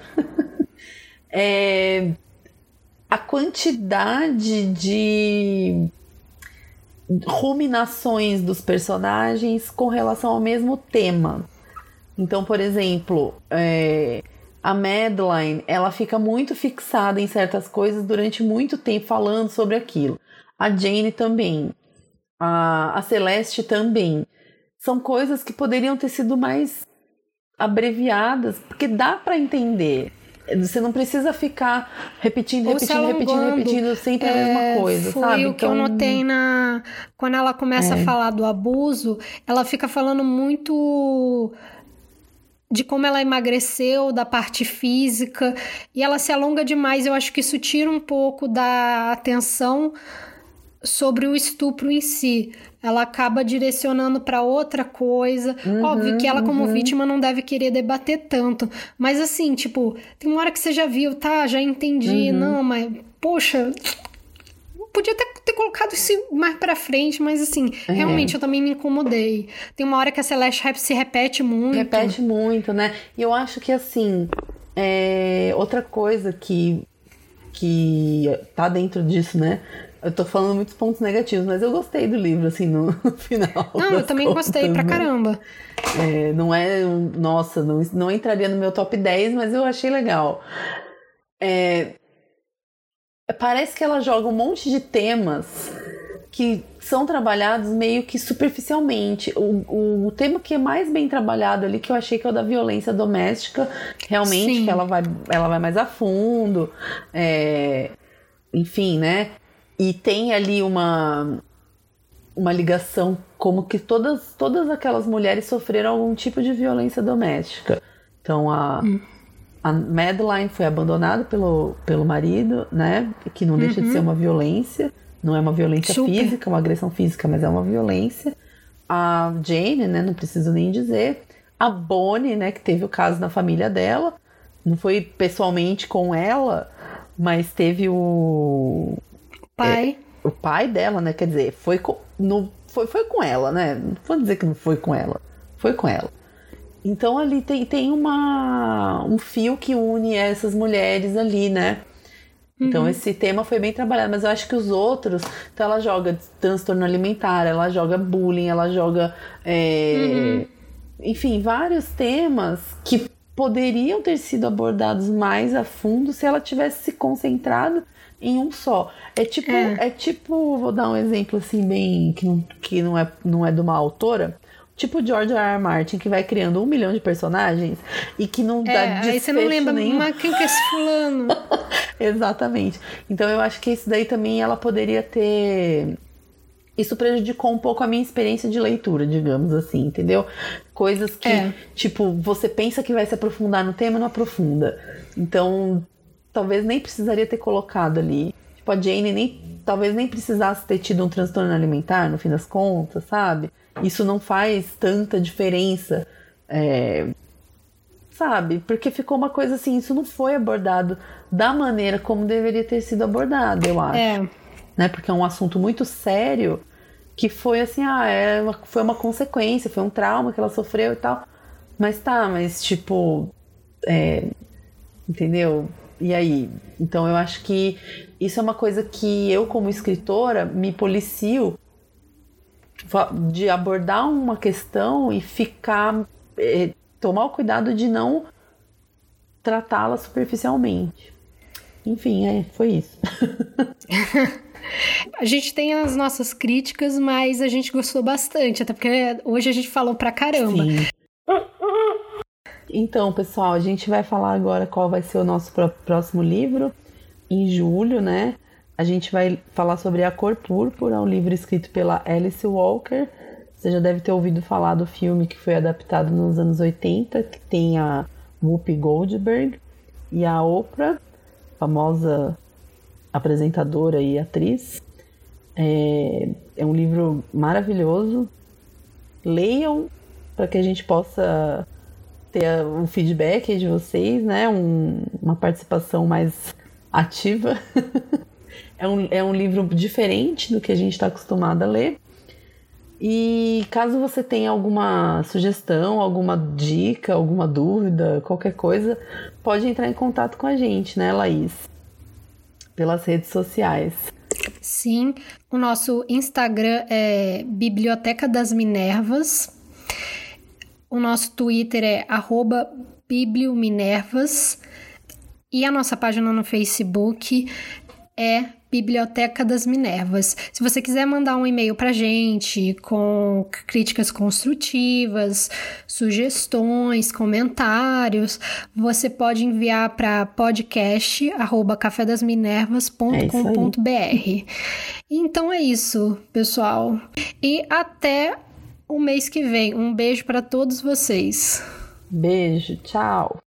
é a quantidade de ruminações dos personagens com relação ao mesmo tema. Então, por exemplo, a Madeline, ela fica muito fixada em certas coisas durante muito tempo falando sobre aquilo. A Jane também. A Celeste também. São coisas que poderiam ter sido mais abreviadas, porque dá para entender. Você não precisa ficar repetindo sempre a mesma coisa, foi sabe? Foi o que eu notei quando ela começa a falar do abuso, ela fica falando muito de como ela emagreceu, da parte física, e ela se alonga demais. Eu acho que isso tira um pouco da atenção sobre o estupro em si. Ela acaba direcionando para outra coisa. Óbvio que ela, como vítima, não deve querer debater tanto. Mas assim, tipo, tem uma hora que você já viu, tá? Já entendi. Não, mas, poxa, podia até ter colocado isso mais pra frente, mas assim, realmente eu também me incomodei. Tem uma hora que a Celeste se repete muito. Repete muito, né? E eu acho que, assim, outra coisa que tá dentro disso, né? Eu tô falando muitos pontos negativos, mas eu gostei do livro, assim, no final. Não, eu também gostei pra caramba. Não é... Nossa, não entraria no meu top 10, mas eu achei legal. Parece que ela joga um monte de temas que são trabalhados meio que superficialmente. O tema que é mais bem trabalhado ali, que eu achei que é o da violência doméstica, realmente, Sim. que ela vai mais a fundo, enfim, né? E tem ali uma ligação como que todas aquelas mulheres sofreram algum tipo de violência doméstica. Então, a Madeline foi abandonada pelo marido, né? Que não deixa de ser uma violência. Não é uma violência física, uma agressão física, mas é uma violência. A Jane, né? Não preciso nem dizer. A Bonnie, né? Que teve o caso na família dela. Não foi pessoalmente com ela, mas teve o pai. O pai dela, né? Quer dizer, foi com ela, né? Não vou dizer que não foi com ela. Foi com ela. Então ali tem um fio que une essas mulheres ali, né? Então esse tema foi bem trabalhado, mas eu acho que os outros, então ela joga transtorno alimentar, ela joga bullying, ela joga enfim, vários temas que poderiam ter sido abordados mais a fundo se ela tivesse se concentrado em um só. É tipo, vou dar um exemplo assim bem que não é de uma autora. Tipo George R. R. Martin, que vai criando 1 milhão de personagens e que não dá desfecho aí você não lembra, nenhum. mas quem que é esse fulano? Exatamente. Então eu acho que isso daí também ela poderia ter... Isso prejudicou um pouco a minha experiência de leitura, digamos assim, entendeu? Coisas que, tipo, você pensa que vai se aprofundar no tema e não aprofunda. Então, talvez nem precisaria ter colocado ali. Tipo, a Jane talvez nem precisasse ter tido um transtorno alimentar, no fim das contas, sabe? Isso não faz tanta diferença, sabe? Porque ficou uma coisa assim, isso não foi abordado da maneira como deveria ter sido abordado, eu acho. Né? Porque é um assunto muito sério que foi assim, foi uma consequência, foi um trauma que ela sofreu e tal. Mas tipo, entendeu? E aí? Então eu acho que isso é uma coisa que eu, como escritora, me policio de abordar uma questão e tomar o cuidado de não tratá-la superficialmente. Enfim, foi isso. A gente tem as nossas críticas, mas a gente gostou bastante, até porque hoje a gente falou pra caramba. Sim. Então, pessoal, a gente vai falar agora qual vai ser o nosso próximo livro, em julho, né? A gente vai falar sobre A Cor Púrpura, um livro escrito pela Alice Walker. Você já deve ter ouvido falar do filme que foi adaptado nos anos 80, que tem a Whoopi Goldberg e a Oprah, famosa apresentadora e atriz. É um livro maravilhoso. Leiam para que a gente possa ter o feedback de vocês, né? Uma participação mais ativa. É um livro diferente do que a gente está acostumado a ler. E caso você tenha alguma sugestão, alguma dica, alguma dúvida, qualquer coisa, pode entrar em contato com a gente, né, Laís? Pelas redes sociais. Sim, o nosso Instagram é Biblioteca das Minervas. O nosso Twitter é @bibliominervas. E a nossa página no Facebook é Biblioteca das Minervas. Se você quiser mandar um e-mail pra gente com críticas construtivas, sugestões, comentários, você pode enviar para podcast@cafedasminervas.com.br. Então é isso, pessoal. E até o mês que vem. Um beijo para todos vocês. Beijo, tchau.